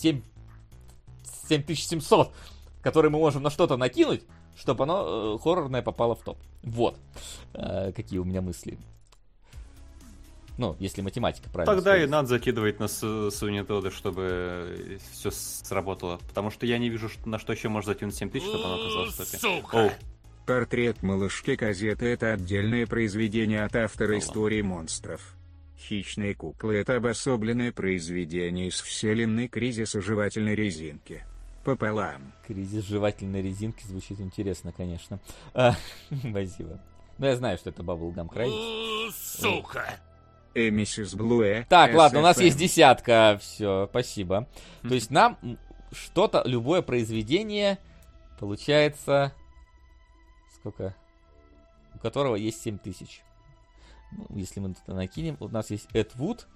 7700, которые мы можем на что-то накинуть, чтобы оно хоррорное попало в топ. Вот. Какие у меня мысли. Ну, если математика правильно. Тогда сходится. и надо закидывать на Свинни Тодда, чтобы все сработало. Потому что я не вижу, на что еще можно закинуть 7 тысяч, чтобы оно оказалось в топе. Сука! Портрет малышки-газеты — это отдельное произведение от автора Ладно. истории монстров. Хищные куклы — это обособленное произведение из вселенной кризиса жевательной резинки. Пополам. Кризис жевательной резинки звучит интересно, конечно. Спасибо. Ну, я знаю, что это Bubblegum Crisis. Сука! Миссис Блуэ. Так, ладно, у нас SFM. есть десятка. Все, спасибо. То есть нам что-то, любое произведение, получается... Сколько? У которого есть 7000. Ну, если мы туда накинем. У нас есть Эд Вуд,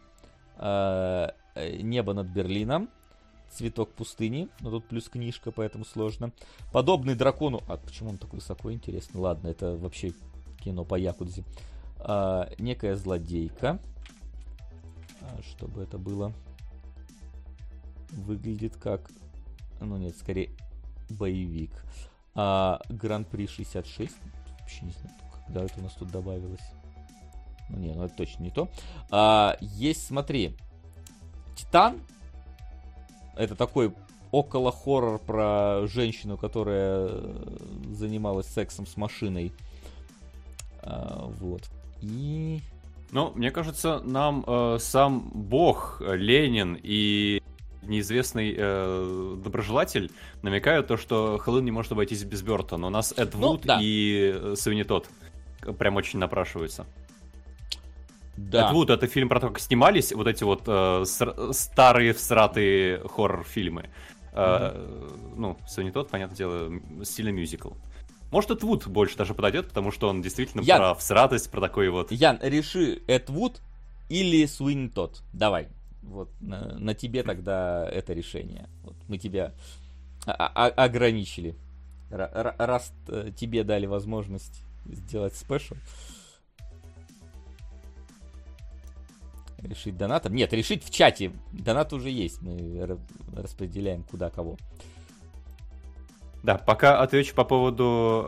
Небо над Берлином, Цветок пустыни. Но тут плюс книжка, поэтому сложно. Подобный дракону... А почему он так высоко, интересно? Ладно, это вообще кино по якудзе. Некая злодейка. Чтобы это было... Выглядит как... Ну нет, скорее боевик. Гран-при 66. Вообще не знаю, когда это у нас тут добавилось. Ну не, ну это точно не то. Есть, смотри, Титан. Это такой около-хоррор про женщину, которая занималась сексом с машиной. Вот. И... Ну, мне кажется, нам сам бог Ленин и неизвестный доброжелатель намекают то, что Хэллоуин не может обойтись без Бёртона. У нас Эд Вуд да. и Свинни Тодд прям очень напрашиваются. Да. Эд Вуд — это фильм про то, как снимались вот эти вот старые всратые хоррор-фильмы. Ну, Свинни Тодд, понятное дело, стильный мюзикл. Может, Эд Вуд больше даже подойдет, потому что он действительно про всратость, про такой вот... Ян, реши, Эд Вуд или Суинни Тодд. Давай. Вот на тебе тогда это решение. Вот мы тебя ограничили. Раз тебе дали возможность сделать спешл. Решить донатом. Нет, решить в чате. Донат уже есть. Мы распределяем куда кого. Да, пока отвечу по поводу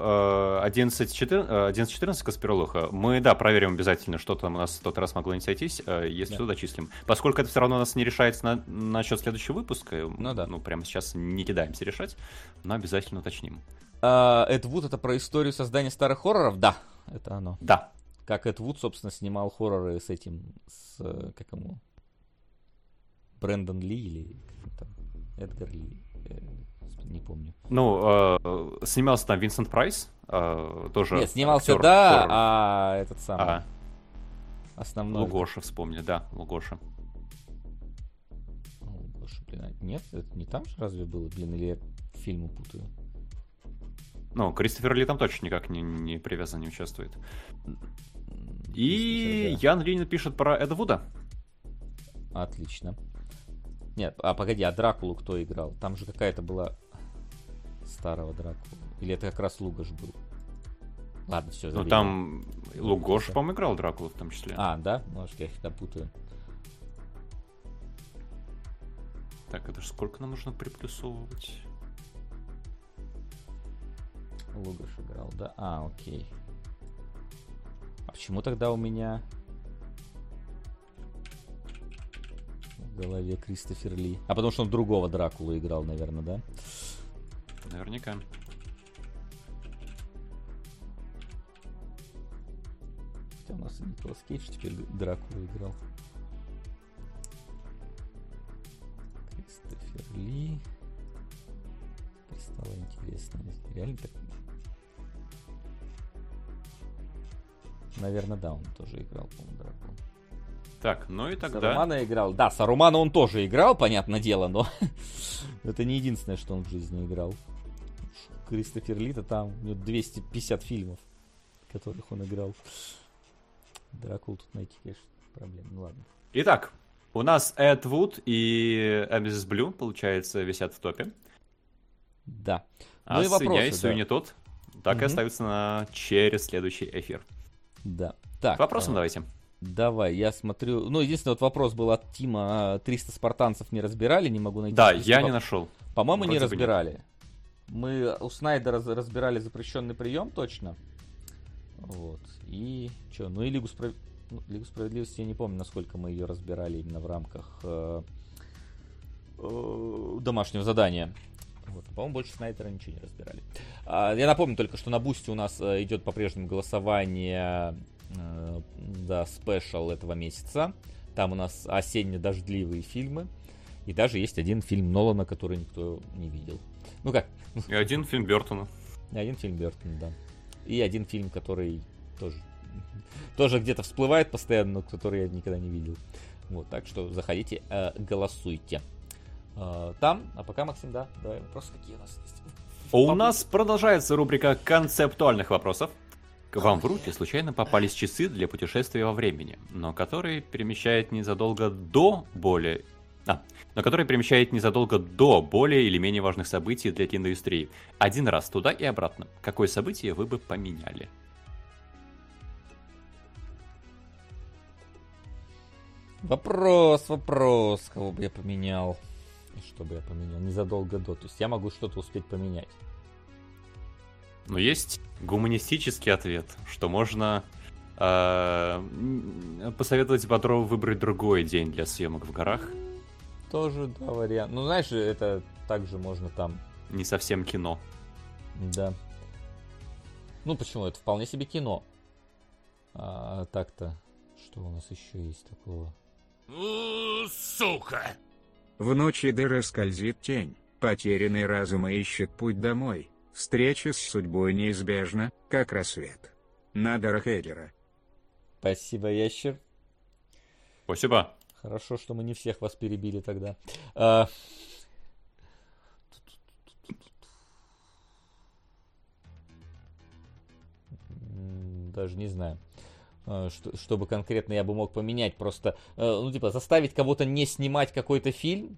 11.14 Каспиролуха, мы, да, проверим обязательно, что там у нас в тот раз могло не сойтись, если что, дочислим. Поскольку это все равно у нас не решается на счет следующего выпуска, ну, прямо сейчас не кидаемся решать, но обязательно уточним. Эд Вуд — это про историю создания старых хорроров? Да, это оно. Да. Как Эд Вуд, собственно, снимал хорроры с как ему? Брэндон Ли или как там? Эдгар Ли? Не помню. Ну, снимался там Винсент Прайс, тоже. Нет, снимался, актер, да, хоррор. а этот самый. Основной. Лугоша вспомнили, да, Лугоша. Лугоша, блин, нет, это не там же разве было, блин, или я фильмы путаю? Ну, Кристофер Ли там точно никак не привязан, не участвует. И Ян Линин пишет про Эда Вуда. Отлично. Нет, погоди, а Дракулу кто играл? Там же какая-то была старого Дракулу. Или это как раз Лугош был? Ладно, все. Ну, там Лугош, по-моему, играл Дракулу в том числе. А, да? Может, я их путаю. Так, это же сколько нам нужно приплюсовывать? Лугош играл, да? А, окей. А почему тогда у меня в голове Кристофер Ли? А потому что он другого Дракулу играл, наверное, да? Наверняка. Хотя у нас и Николас Кейдж теперь Дракулу играл. Кристофер Ли. Теперь стало интересно. Реально так? Наверное, да, он тоже играл, по-моему, Дракулу. Так, ну и тогда... Сарумана играл. Да, Сарумана он тоже играл, понятное дело, но это не единственное, что он в жизни играл. Кристофер Ли-то там, у него 250 фильмов, в которых он играл. Дракулу тут найти, конечно, проблем. Ну ладно. Итак, у нас Эд Вуд и Миссис Блю, получается, висят в топе. Да. А ну и вопросы, Суини тот так и остаются через следующий эфир. Да. Так, к вопросам давайте. Давай, я смотрю. Ну, единственный вот вопрос был от Тима. 300 спартанцев не разбирали, не могу найти. Да, я не нашел. По-моему, не разбирали. Мы у Снайдера разбирали запрещенный прием, точно. Вот. И что? Ну и Лигу Справедливости я не помню, насколько мы ее разбирали именно в рамках домашнего задания. Вот. По-моему, больше Снайдера ничего не разбирали. Я напомню только, что на Бусти у нас идет по-прежнему голосование за спешл этого месяца. Там у нас осенне-дождливые фильмы. И даже есть один фильм Нолана, который никто не видел. Ну как? И один фильм Бёртона. И один фильм Бёртона, да. И один фильм, который тоже где-то всплывает постоянно, но который я никогда не видел. Вот, так что заходите, голосуйте. Там, а пока, Максим, да, давай вопросы какие у нас есть. У нас продолжается рубрика концептуальных вопросов. К вам в руки случайно попались часы для путешествия во времени, но которые перемещают незадолго до более или менее важных событий для киноиндустрии. Один раз туда и обратно. Какое событие вы бы поменяли? Вопрос. Кого бы я поменял? Что бы я поменял? Незадолго до. То есть я могу что-то успеть поменять. Но есть гуманистический ответ, что можно посоветовать Бодрову выбрать другой день для съемок в горах. Тоже, да, вариант. Ну, знаешь, это также можно там... Не совсем кино. Да. Ну, почему? Это вполне себе кино. А так-то, что у нас еще есть такого? Сука! В ночи дыры скользит тень, потерянный разум ищет путь домой. Встреча с судьбой неизбежна, как рассвет. Надера Хейлера. Спасибо, ящер. Спасибо. Хорошо, что мы не всех вас перебили тогда. Даже не знаю, чтобы конкретно я бы мог поменять. Просто, заставить кого-то не снимать какой-то фильм.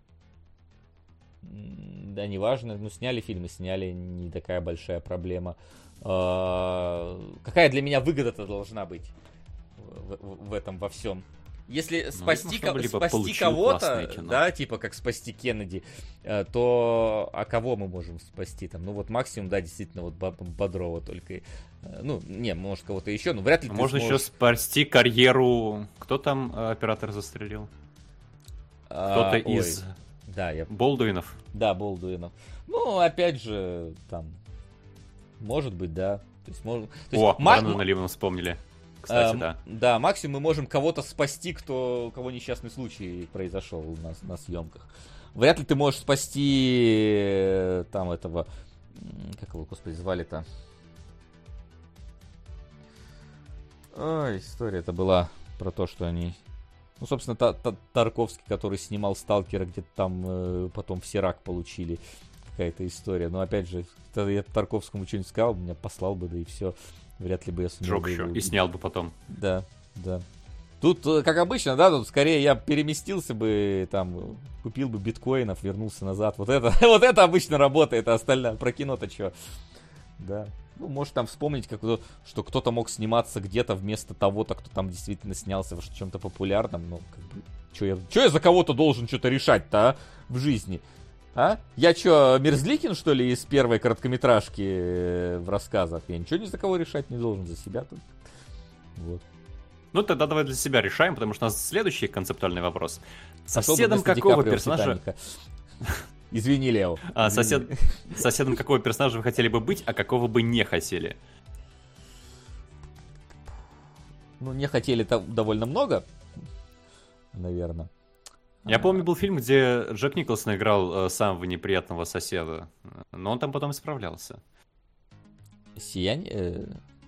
Да, неважно. Ну, сняли фильм и сняли, не такая большая проблема. Какая для меня выгода-то должна быть в этом во всем? Если Ну, спасти, видимо, чтобы либо спасти получил кого-то, классное кино. да, типа как спасти Кеннеди, то кого мы можем спасти там? Ну вот максимум, да, действительно, вот Бодрова только. Ну, не, может кого-то еще, но вряд ли ты Можно еще сможешь... спасти карьеру... Кто там оператор застрелил? Кто-то ой, из Да, Болдуинов. Да, Болдуинов. Ну, опять же, там, может быть, да. То есть, О, Брэндона Ливана вспомнили. Кстати, да. Да, максимум мы можем кого-то спасти, кого несчастный случай произошел у нас на съемках. Вряд ли ты можешь спасти там этого... Как его, господи, звали-то? Ой, история это была про то, что они... Ну, собственно, Тарковский, который снимал «Сталкера», где-то там потом все рак получили. Какая-то история. Но, опять же, я Тарковскому что-нибудь сказал, меня послал бы, да и все. Вряд ли бы я сумел. Жёг еще. И снял бы потом. Да, да. Тут, как обычно, да, тут скорее я переместился бы, там, купил бы биткоинов, вернулся назад. Вот это, вот это обычно работает, а остальное про кино-то что? Да. Ну, может там вспомнить, что кто-то мог сниматься где-то вместо того-то, кто там действительно снялся в чем-то популярном. Ну, как бы, что я за кого-то должен что-то решать-то, а, в жизни? А? Я что, Мерзликин, что ли, из первой короткометражки в рассказах? Я ничего ни за кого решать не должен, за себя тут. Вот. Ну, тогда давай для себя решаем, потому что у нас следующий концептуальный вопрос. Соседом Соседом какого персонажа... Извини, Лео. Соседом какого персонажа вы хотели бы быть, а какого бы не хотели? Ну, не хотели довольно много, наверное. Я помню, был фильм, где Джек Николсон играл самого неприятного соседа, но он там потом исправлялся. Сияние?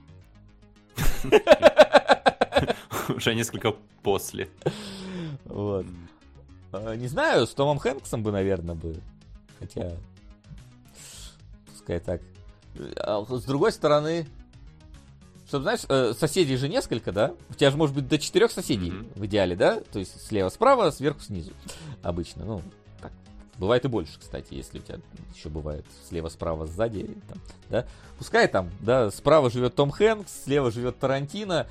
Уже несколько после. Вот. Не знаю, с Томом Хэнксом бы, наверное, бы. Хотя, пускай так. А с другой стороны, чтобы, знаешь, соседей же несколько, да? У тебя же может быть до 4 соседей в идеале, да? То есть слева-справа, сверху-снизу. Обычно, ну, так. Бывает и больше, кстати, если у тебя еще бывает слева-справа, сзади, там, да? Пускай там, да, справа живет Том Хэнкс, слева живет Тарантино,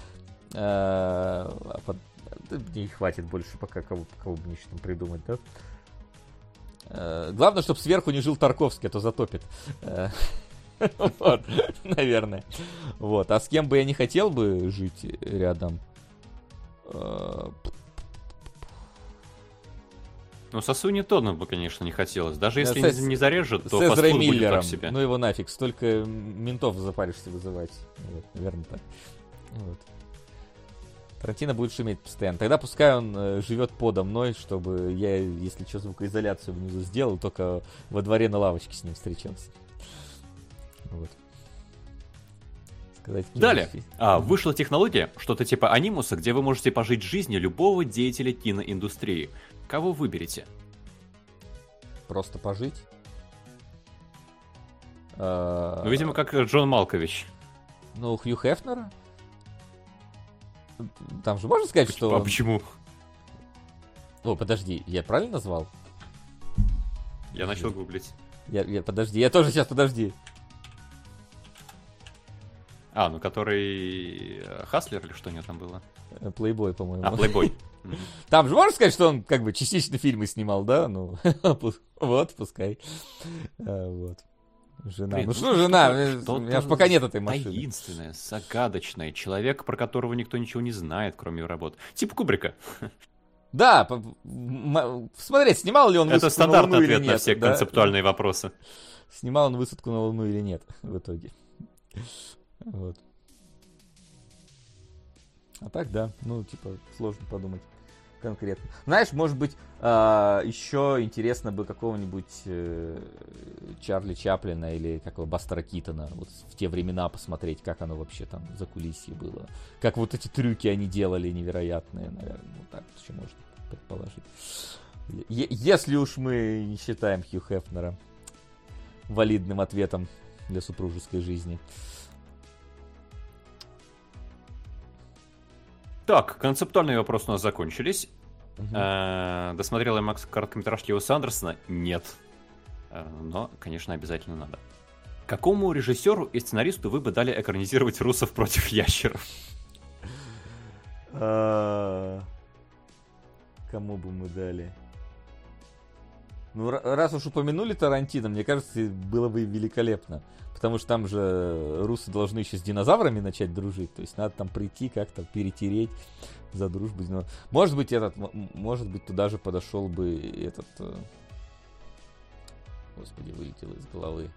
не хватит больше пока, кого бы мне еще там придумать, да? Главное, чтобы сверху не жил Тарковский, а то затопит. Вот, наверное. Вот. А с кем бы я не хотел бы жить рядом? Ну, Сосуни Тодду бы, конечно, не хотелось. Даже если С не зарежут, то Эзрой фастфуд будет Миллером. так себе. Ну его нафиг, столько ментов запаришься вызывать. Вот, наверное, так. Вот. Тарантино будет шуметь постоянно. Тогда пускай он живет подо мной, чтобы я, если что, звукоизоляцию внизу сделал, только во дворе на лавочке с ним встречался. Вот. Сказать, Далее. Вышла технология, что-то типа анимуса, где вы можете пожить жизнью любого деятеля киноиндустрии. Кого выберете? Просто пожить? Ну, видимо, как Джон Малкович. Ну, Хью Хефнера? Там же можно сказать, что... А почему? О, подожди, я правильно назвал? Я начал гуглить. Подожди, я тоже сейчас, подожди. Ну который Хаслер или что у него там было? Плейбой, по-моему. Плейбой. Там же можно сказать, что он как бы частично фильмы снимал, да? Ну, вот, пускай. Вот. Жена. Блин, ну что жена? У меня же пока нет этой машины. Таинственное, загадочное. Человек, про которого никто ничего не знает, кроме его работ. Типа Кубрика. Да, смотреть, снимал ли он Это высадку на Луну стандартный или ответ нет. на все концептуальные вопросы. Снимал он высадку на Луну или нет в итоге. Вот. А так, да, ну, типа, сложно подумать конкретно. Знаешь, может быть, еще интересно бы какого-нибудь Чарли Чаплина или какого Бастера Китона вот в те времена посмотреть, как оно вообще там за кулисье было. Как вот эти трюки они делали невероятные, наверное. Вот так еще можно предположить. Если уж мы не считаем Хью Хефнера валидным ответом для супружеской жизни. Так, концептуальные вопросы у нас закончились. Досмотрел я Макс короткометражки Уэса Андерсона? Нет. Но, конечно, обязательно надо. Какому режиссеру и сценаристу вы бы дали экранизировать «Русов против ящеров»? Кому бы мы дали? Ну, раз уж упомянули Тарантино, мне кажется, было бы великолепно. Потому что там же русы должны еще с динозаврами начать дружить. То есть надо там прийти, как-то перетереть за дружбу. Может быть, туда же подошел бы этот... Господи, вылетел из головы.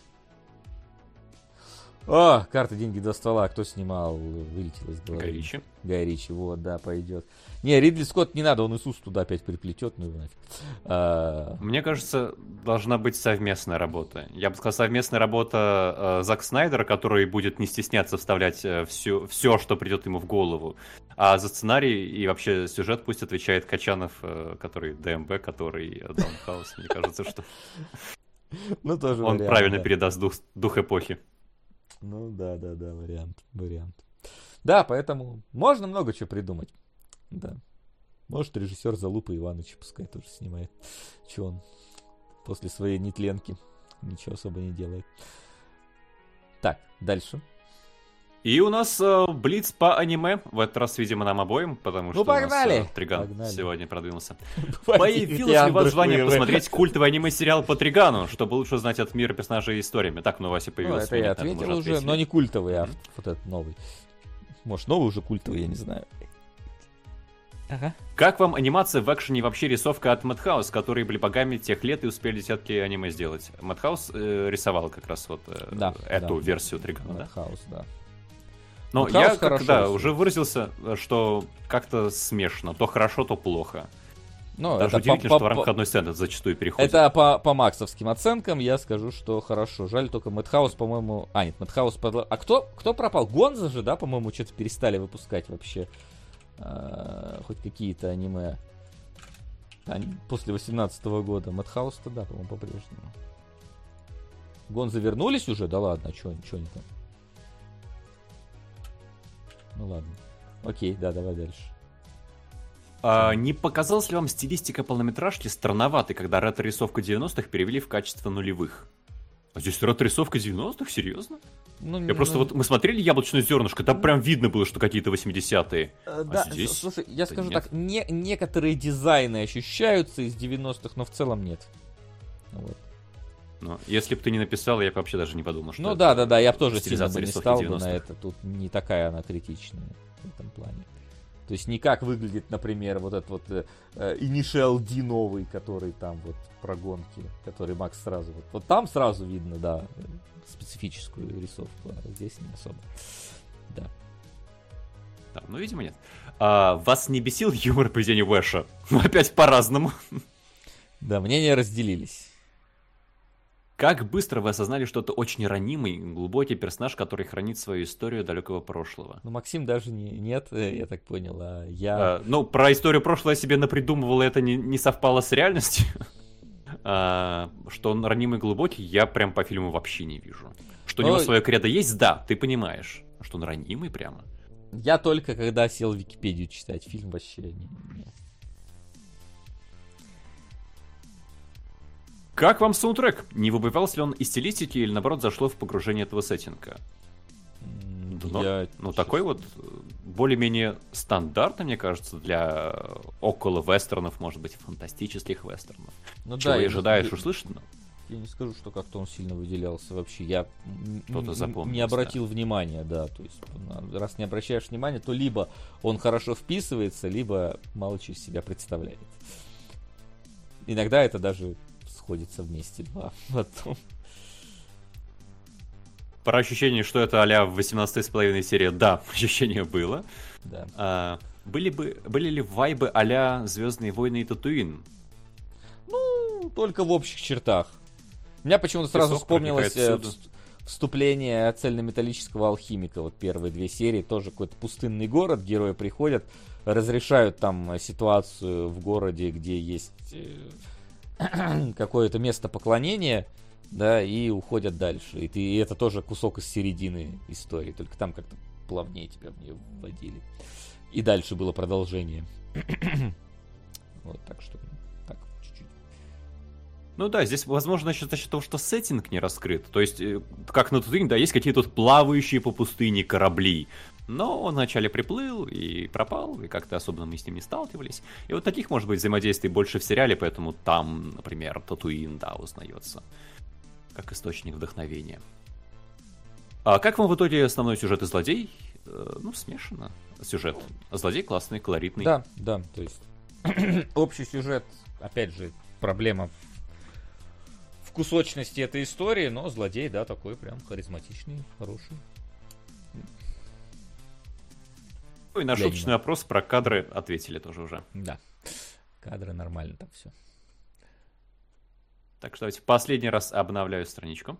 О, карты, деньги до ствола. Кто снимал? Вылетел из головы. Гай Ричи. Гай Ричи, вот, да, пойдет. Не, Ридли Скотт не надо, он Иисус туда опять приплетет, ну его нафиг. Мне кажется, должна быть совместная работа. Я бы сказал, совместная работа Зак Снайдера, который будет не стесняться вставлять все, что придет ему в голову. А за сценарий и вообще сюжет пусть отвечает Качанов, который ДМБ, который Даунхаус. Мне кажется, что ну, тоже он вариант, правильно да. передаст дух эпохи. Ну да, вариант. Да, поэтому можно много чего придумать. Да. Может, режиссер Залупа Иванович пускай тоже снимает. Че он после своей нетленки ничего особо не делает. Так, дальше. И у нас блиц по аниме. В этот раз, видимо, нам обоим, потому что погнали! у нас Триган Погнали. сегодня продвинулся. Пойди, Появилось ли у вас желание Андрей, посмотреть культовый аниме-сериал по Тригану, чтобы лучше знать от мира персонажей и историями? Так, ну, Вася Ну, появился. это я ответил уже, но не культовый, а вот этот новый. Может, новый уже культовый, я не знаю. Ага. Как вам анимация в экшене, вообще рисовка от Madhouse, которые были богами тех лет и успели десятки аниме сделать? Madhouse рисовал как раз вот эту версию Тригана, да? Madhouse, да. Но Madhouse я хорошо когда рисует. уже выразился, что как-то смешно. То хорошо, то плохо. Но Даже это удивительно, что в рамках одной сцены это зачастую переходит. Это по максовским оценкам я скажу, что хорошо. Жаль только Madhouse, по-моему... А, нет, Madhouse... А кто пропал? Гонза же, да, по-моему, что-то перестали выпускать вообще. Хоть какие-то аниме. После 18-го года. Madhouse-то, да, по-моему, по-прежнему. Гонза вернулись уже? Да ладно, что они там? Ну ладно. Окей, да, давай дальше. Не показалась ли вам стилистика полнометражки странноватой, когда ретро-рисовку 90-х перевели в качество нулевых? А здесь ретро-рисовка 90-х? Серьезно? Я просто вот мы смотрели «Яблочное зернышко», там прям видно было, что какие-то 80-е. Да, здесь... слушай, я скажу нет. так, некоторые дизайны ощущаются из 90-х, но в целом нет. Вот. Ну, если бы ты не написал, я бы вообще даже не подумал, что Ну это да, я бы тоже сильно стилизация бы не рисовки стал бы 90-х. на это. Тут не такая она критичная в этом плане. То есть не как выглядит, например, вот этот вот Initial D новый, который там вот про гонки, который Макс сразу... Вот там сразу видно, да, специфическую рисовку, а здесь не особо. Да. Да, ну, видимо, нет. Вас не бесил юмор поведения Уэша? Ну, опять по-разному. Да, мнения разделились. Как быстро вы осознали, что это очень ранимый, глубокий персонаж, который хранит свою историю далекого прошлого? Ну, Максим даже нет, я так понял, а я... Ну, про историю прошлого я себе напридумывал, и это не совпало с реальностью. Что он ранимый и глубокий, я прям по фильму вообще не вижу. Что у него свое кредо есть, да, ты понимаешь. Что он ранимый прямо. Я только когда сел в Википедию читать, фильм вообще не... Как вам саундтрек? Не выбивался ли он из стилистики или, наоборот, зашло в погружение этого сеттинга? Такой вот более-менее стандартный, мне кажется, для около вестернов, может быть, фантастических вестернов. Ну, чего да, и ожидаешь услышать? Я не скажу, что как-то он сильно выделялся вообще. Я запомнился, не обратил внимания, да. То есть, раз не обращаешь внимания, то либо он хорошо вписывается, либо мало чего из себя представляет. Иногда это даже сходится вместе два потом. Про ощущение, что это а-ля 18,5 серия, да, ощущение было. Да. Были ли вайбы а-ля Звездные войны и Татуин? Ну, только в общих чертах. У меня почему-то сразу вспомнилось вступление цельнометаллического алхимика. Вот первые две серии, тоже какой-то пустынный город, герои приходят, разрешают там ситуацию в городе, где есть какое-то место поклонения, да, и уходят дальше. И это тоже кусок из середины истории, только там как-то плавнее тебя в нее вводили. И дальше было продолжение. Вот, так что, так, чуть-чуть. Ну да, здесь, возможно, еще за счет того, что сеттинг не раскрыт. То есть, как на Татуине, да, есть какие-то плавающие по пустыне корабли. Но он вначале приплыл и пропал, и как-то особенно мы с ним не сталкивались. И вот таких, может быть, взаимодействий больше в сериале, поэтому там, например, Татуин, да, узнается как источник вдохновения. А как вам в итоге основной сюжет и злодей? Ну, смешанно. Сюжет. Злодей классный, колоритный. Да, то есть общий сюжет, опять же, проблема в кусочности этой истории, но злодей, да, такой прям харизматичный, хороший. Ну и на шуточный вопрос про кадры ответили тоже уже. Да, кадры нормально там все. Так что давайте в последний раз обновляю страничку.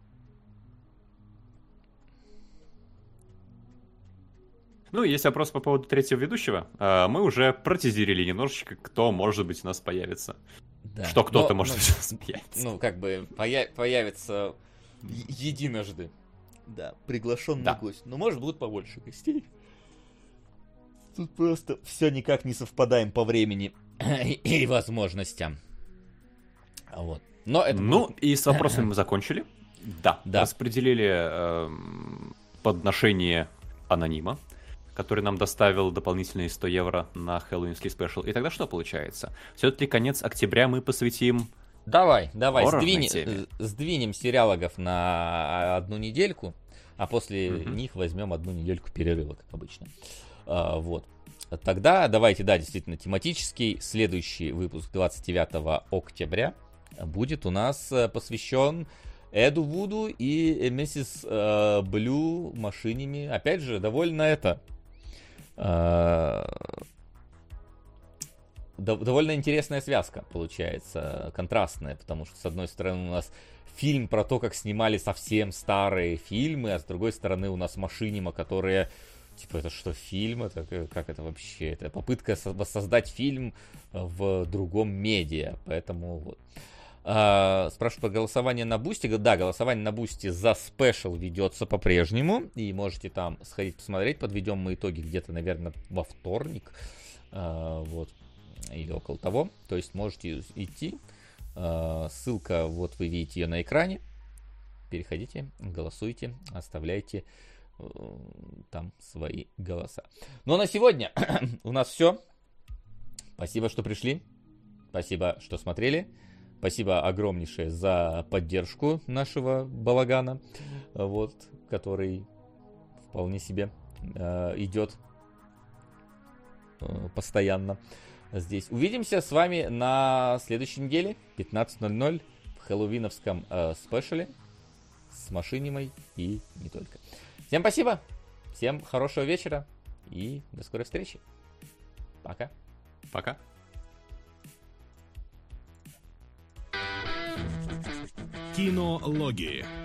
Ну, есть вопрос по поводу третьего ведущего. Мы уже протизерили немножечко, кто, может быть, у нас появится. Да. Что кто-то, может быть, у нас появится. Ну, как бы появится единожды. Да, приглашенный гость. Но, может, будут побольше гостей. Тут просто все никак не совпадаем по времени и возможностям. Вот. Но это и с вопросами мы закончили. Да. Распределили подношение анонима, который нам доставил дополнительные 100 евро на хэллоуинский спешл. И тогда что получается? Все-таки конец октября мы посвятим... Давай, сдвинем сериалогов на одну недельку, а после них возьмем одну недельку перерыва, как обычно. Вот. Тогда давайте, действительно, тематический. Следующий выпуск 29 октября будет у нас посвящен Эду Вуду и миссис Блю машинами. Опять же, довольно довольно интересная связка получается, контрастная, потому что, с одной стороны, у нас фильм про то, как снимали совсем старые фильмы, а с другой стороны, у нас машинима, которые... Типа, это что, фильм? Это как это вообще? Это попытка воссоздать фильм в другом медиа. Поэтому вот. Спрашивают про голосование на Бусти. Да, голосование на Бусти за спешл ведется по-прежнему. И можете там сходить посмотреть. Подведем мы итоги где-то, наверное, во вторник. Вот. Или около того. То есть можете идти. Ссылка, вот вы видите ее на экране. Переходите, голосуйте, оставляйте там свои голоса. Ну а на сегодня у нас все. Спасибо, что пришли. Спасибо, что смотрели. Спасибо огромнейшее за поддержку нашего балагана, вот, который вполне себе идет постоянно здесь. Увидимся с вами на следующей неделе, 15:00, в хэллоуиновском спешле с Машинимой и не только. Всем спасибо, всем хорошего вечера и до скорой встречи. Пока. Пока. Кинологии.